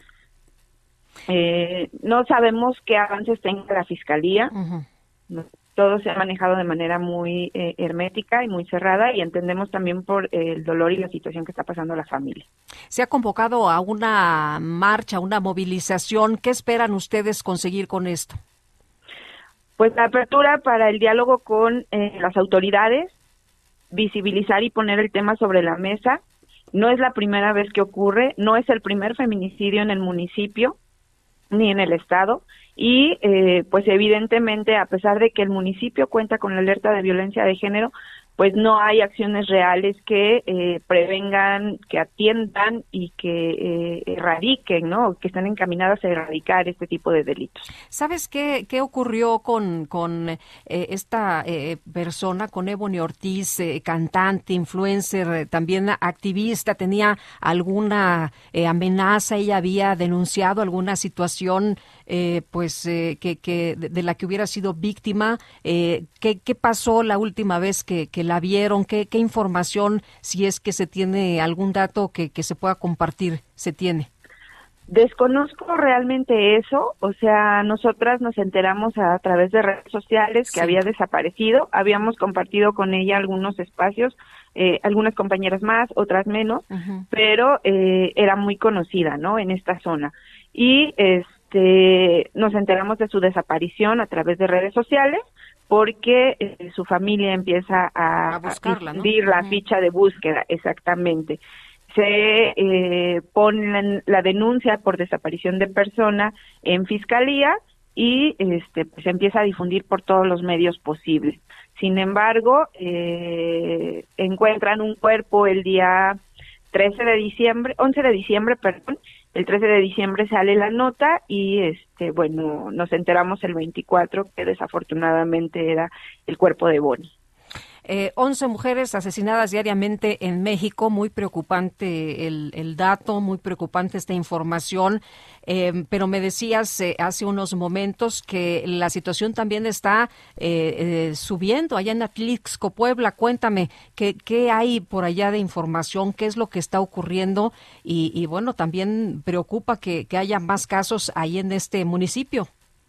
T: Eh, no sabemos qué avances tenga la Fiscalía, uh-huh. ¿no? Todo se ha manejado de manera muy eh, hermética y muy cerrada, y entendemos también por eh, el dolor y la situación que está pasando la familia.
C: Se ha convocado a una marcha, una movilización. ¿Qué esperan ustedes conseguir con esto?
T: Pues la apertura para el diálogo con eh, las autoridades, visibilizar y poner el tema sobre la mesa. No es la primera vez que ocurre, no es el primer feminicidio en el municipio ni en el estado. Y eh, pues evidentemente, a pesar de que el municipio cuenta con la alerta de violencia de género, pues no hay acciones reales que eh, prevengan, que atiendan y que eh, erradiquen, ¿no? Que están encaminadas a erradicar este tipo de delitos.
C: ¿Sabes qué, qué ocurrió con, con eh, esta eh, persona, con Ebony Ortiz, eh, cantante, influencer, eh, también activista? ¿Tenía alguna eh, amenaza? ¿Ella había denunciado alguna situación eh, pues eh, que, que de, de la que hubiera sido víctima? Eh, ¿qué, ¿Qué pasó la última vez que, que la vieron? ¿Qué, qué información, si es que se tiene algún dato que, que se pueda compartir, se tiene?
T: Desconozco realmente eso, o sea, nosotras nos enteramos a, a través de redes sociales que sí. había desaparecido, habíamos compartido con ella algunos espacios, eh, algunas compañeras más, otras menos, uh-huh. pero eh, era muy conocida, ¿no?, en esta zona. Y este nos enteramos de su desaparición a través de redes sociales, porque eh, su familia empieza a,
C: a buscarla, ¿no?
T: difundir la
C: uh-huh.
T: ficha de búsqueda, exactamente. Se eh, pone la denuncia por desaparición de persona en fiscalía y este pues empieza a difundir por todos los medios posibles. Sin embargo, eh, encuentran un cuerpo el día trece de diciembre, once de diciembre, perdón, el trece de diciembre sale la nota y este bueno, nos enteramos el veinticuatro que desafortunadamente era el cuerpo de Bonnie.
C: Eh, once mujeres asesinadas diariamente en México, muy preocupante el, el dato, muy preocupante esta información, eh, pero me decías eh, hace unos momentos que la situación también está eh, eh, subiendo allá en Atlixco, Puebla. Cuéntame, ¿qué, qué hay por allá de información? ¿Qué es lo que está ocurriendo? Y, y bueno, también preocupa que, que haya más casos ahí en este municipio.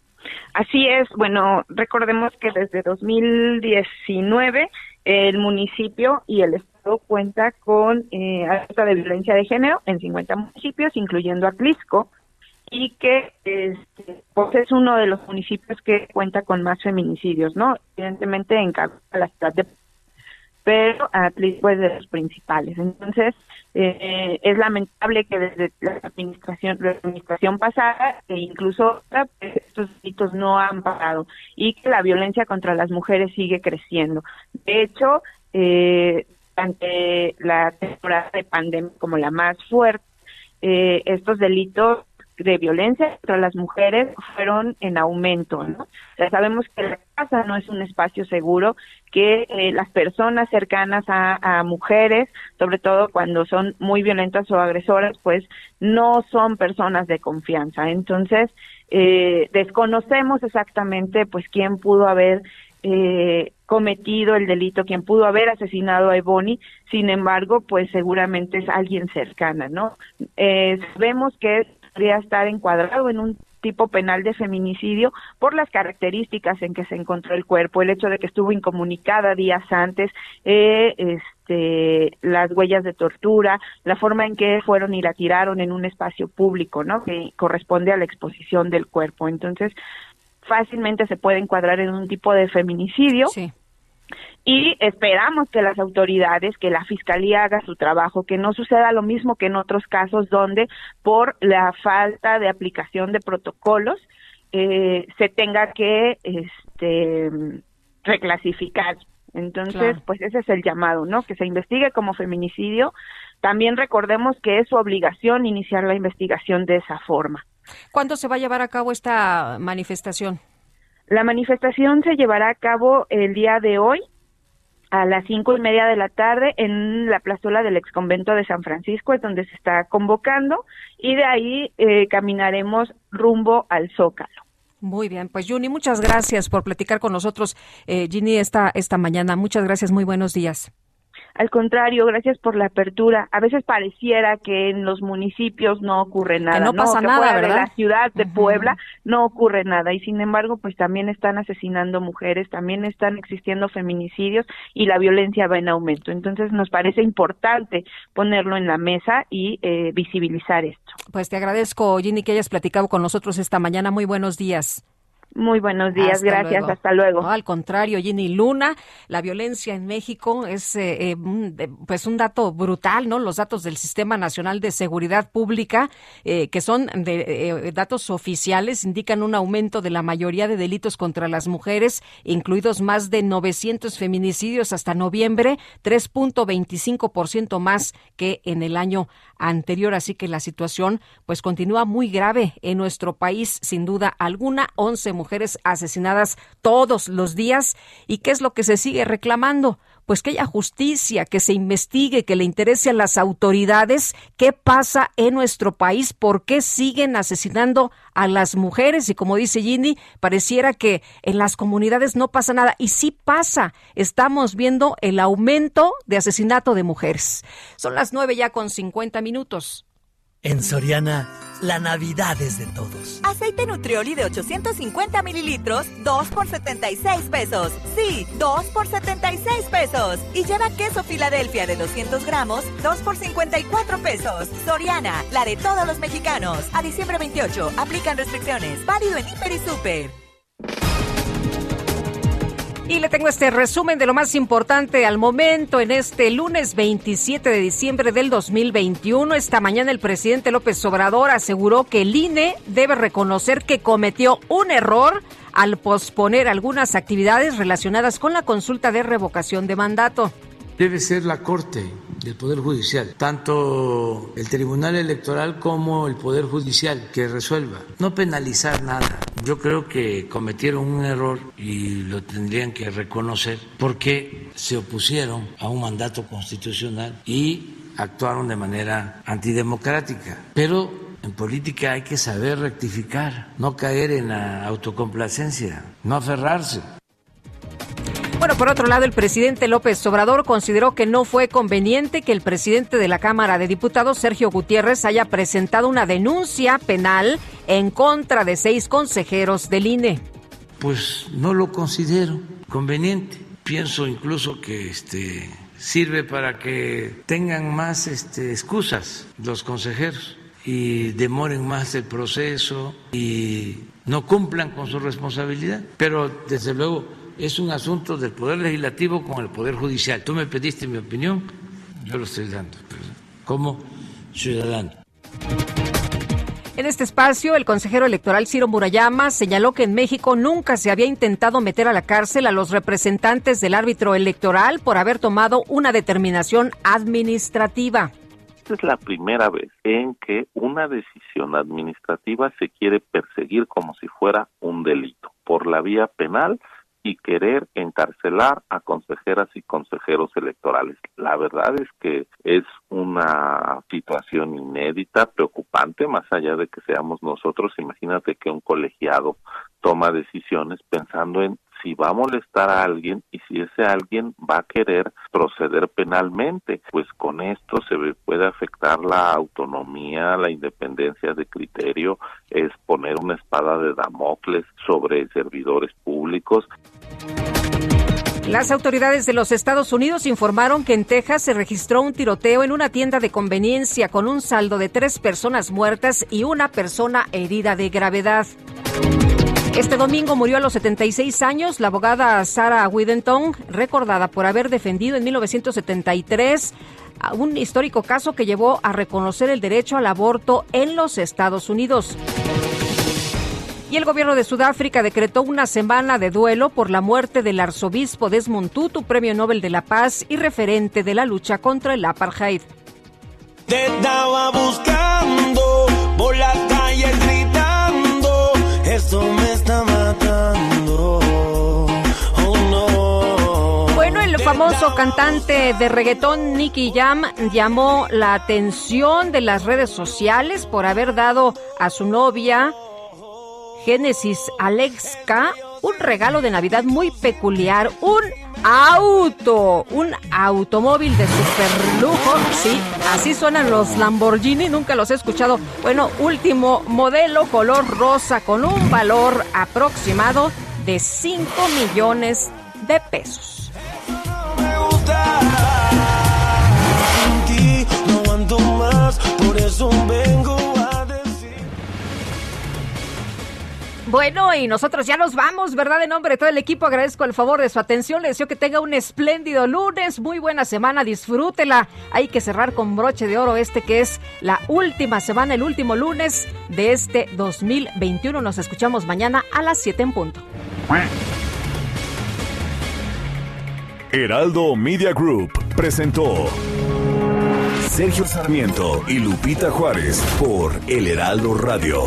T: Así es, bueno, recordemos que desde dos mil diecinueve el municipio y el estado cuenta con eh, alerta de violencia de género en cincuenta municipios, incluyendo Atlixco, y que este, pues es uno de los municipios que cuenta con más feminicidios, ¿no? Evidentemente encabeza la ciudad de, pero Atlixco es de los principales. Entonces, eh, es lamentable que desde la administración, la administración pasada, e incluso estos delitos no han parado y que la violencia contra las mujeres sigue creciendo. De hecho, eh, ante la temporada de pandemia como la más fuerte, eh, estos delitos de violencia contra las mujeres fueron en aumento, ¿no? O sea, sabemos que la casa no es un espacio seguro, que eh, las personas cercanas a, a mujeres, sobre todo cuando son muy violentas o agresoras, pues no son personas de confianza. Entonces, eh, desconocemos exactamente pues quién pudo haber eh, cometido el delito, quién pudo haber asesinado a Bonnie. Sin embargo, pues seguramente es alguien cercana, ¿no? Eh, sabemos que podría estar encuadrado en un tipo penal de feminicidio por las características en que se encontró el cuerpo, el hecho de que estuvo incomunicada días antes, eh, este, las huellas de tortura, la forma en que fueron y la tiraron en un espacio público, ¿no?, que corresponde a la exposición del cuerpo. Entonces, fácilmente se puede encuadrar en un tipo de feminicidio.
C: Sí.
T: Y esperamos que las autoridades, que la Fiscalía haga su trabajo, que no suceda lo mismo que en otros casos donde por la falta de aplicación de protocolos eh, se tenga que este, reclasificar. Entonces, claro. pues ese es el llamado, ¿no? Que se investigue como feminicidio. También recordemos que es su obligación iniciar la investigación de esa forma.
C: ¿Cuándo se va a llevar a cabo esta manifestación?
T: La manifestación se llevará a cabo el día de hoy, a las cinco y media de la tarde, en la plazuela del exconvento de San Francisco, es donde se está convocando, y de ahí eh, caminaremos rumbo al Zócalo.
C: Muy bien, pues Juni, muchas gracias por platicar con nosotros, eh, Ginny, esta, esta mañana. Muchas gracias, muy buenos días.
T: Al contrario, gracias por la apertura. A veces pareciera que en los municipios no ocurre nada,
C: que no pasa
T: ¿no?
C: nada,
T: que fuera
C: ¿verdad?
T: de la ciudad de
C: Uh-huh.
T: Puebla no ocurre nada, y sin embargo, pues también están asesinando mujeres, también están existiendo feminicidios y la violencia va en aumento. Entonces, nos parece importante ponerlo en la mesa y eh, visibilizar esto.
C: Pues te agradezco, Ginny, que hayas platicado con nosotros esta mañana. Muy buenos días.
T: Muy buenos días,
C: Hasta
T: gracias,
C: luego.
T: hasta luego.
C: No, al contrario, Ginny Luna, la violencia en México es eh, eh, un, de, pues un dato brutal, ¿no? Los datos del Sistema Nacional de Seguridad Pública, eh, que son de, eh, datos oficiales, indican un aumento de la mayoría de delitos contra las mujeres, incluidos más de novecientos feminicidios hasta noviembre, tres punto veinticinco por ciento más que en el año anterior. Así que la situación pues continúa muy grave en nuestro país, sin duda alguna. once mujeres asesinadas todos los días. ¿Y qué es lo que se sigue reclamando? Pues que haya justicia, que se investigue, que le interese a las autoridades qué pasa en nuestro país, por qué siguen asesinando a las mujeres. Y como dice Ginny, pareciera que en las comunidades no pasa nada. Y sí pasa, estamos viendo el aumento de asesinato de mujeres. Son las nueve ya con cincuenta minutos.
D: En Soriana, la Navidad es de todos.
J: Aceite Nutrioli de ochocientos cincuenta mililitros, dos por setenta y seis pesos. Sí, dos por setenta y seis pesos. Y lleva queso Filadelfia de doscientos gramos, dos por cincuenta y cuatro pesos. Soriana, la de todos los mexicanos. A diciembre veintiocho, aplican restricciones. Válido en Hiper y Super.
C: Y le tengo este resumen de lo más importante al momento en este lunes veintisiete de diciembre del dos mil veintiuno. Esta mañana el presidente López Obrador aseguró que el I N E debe reconocer que cometió un error al posponer algunas actividades relacionadas con la consulta de revocación de mandato.
V: Debe ser la Corte del Poder Judicial, tanto el Tribunal Electoral como el Poder Judicial, que resuelva. No penalizar nada. Yo creo que cometieron un error y lo tendrían que reconocer porque se opusieron a un mandato constitucional y actuaron de manera antidemocrática. Pero en política hay que saber rectificar, no caer en la autocomplacencia, no aferrarse.
C: Bueno, por otro lado, el presidente López Obrador consideró que no fue conveniente que el presidente de la Cámara de Diputados, Sergio Gutiérrez, haya presentado una denuncia penal en contra de seis consejeros del I N E.
V: Pues no lo considero conveniente. Pienso incluso que este sirve para que tengan más este, excusas los consejeros y demoren más el proceso y no cumplan con su responsabilidad. Pero desde luego es un asunto del Poder Legislativo con el Poder Judicial. Tú me pediste mi opinión, yo lo estoy dando como ciudadano.
C: En este espacio, el consejero electoral Ciro Murayama señaló que en México nunca se había intentado meter a la cárcel a los representantes del árbitro electoral por haber tomado una determinación administrativa.
N: Esta es la primera vez en que una decisión administrativa se quiere perseguir como si fuera un delito por la vía penal y querer encarcelar a consejeras y consejeros electorales. La verdad es que es una situación inédita, preocupante, más allá de que seamos nosotros. Imagínate que un colegiado toma decisiones pensando en si va a molestar a alguien y si ese alguien va a querer proceder penalmente. Pues con esto se puede afectar la autonomía, la independencia de criterio, es poner una espada de Damocles sobre servidores públicos.
C: Las autoridades de los Estados Unidos informaron que en Texas se registró un tiroteo en una tienda de conveniencia con un saldo de tres personas muertas y una persona herida de gravedad. Este domingo murió a los setenta y seis años la abogada Sarah Widenton, recordada por haber defendido en mil novecientos setenta y tres a un histórico caso que llevó a reconocer el derecho al aborto en los Estados Unidos. Y el gobierno de Sudáfrica decretó una semana de duelo por la muerte del arzobispo Desmond Tutu, premio Nobel de la Paz y referente de la lucha contra el apartheid.
W: Te estaba buscando por las calles gritando, esto me está matando. Oh no.
C: Bueno, el famoso cantante de reggaetón Nicky Jam llamó la atención de las redes sociales por haber dado a su novia Génesis Alexca un regalo de Navidad muy peculiar, un auto, un automóvil de superlujo. Sí, así suenan los Lamborghini, nunca los he escuchado. Bueno, último modelo, color rosa, con un valor aproximado de cinco millones de pesos. Bueno, y nosotros ya nos vamos, ¿verdad? En nombre de todo el equipo agradezco el favor de su atención. Les deseo que tenga un espléndido lunes, muy buena semana, disfrútela. Hay que cerrar con broche de oro este que es la última semana, el último lunes de este dos mil veintiuno. Nos escuchamos mañana a las siete en punto.
B: Heraldo Media Group presentó Sergio Sarmiento y Lupita Juárez por El Heraldo Radio.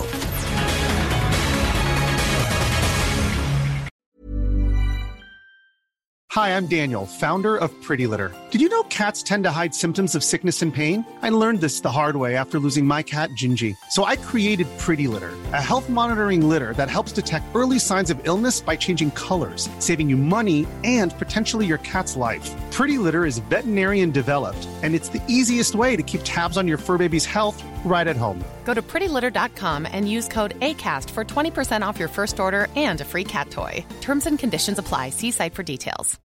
E: Hi, I'm Daniel, founder of Pretty Litter. Did you know cats tend to hide symptoms of sickness and pain? I learned this the hard way after losing my cat, Gingy. So I created Pretty Litter, a health monitoring litter that helps detect early signs of illness by changing colors, saving you money and potentially your cat's life. Pretty Litter is veterinarian developed, and it's the easiest way to keep tabs on your fur baby's health right at home.
G: Go to pretty litter dot com and use code ACAST for twenty percent off your first order and a free cat toy. Terms and conditions apply. See site for details.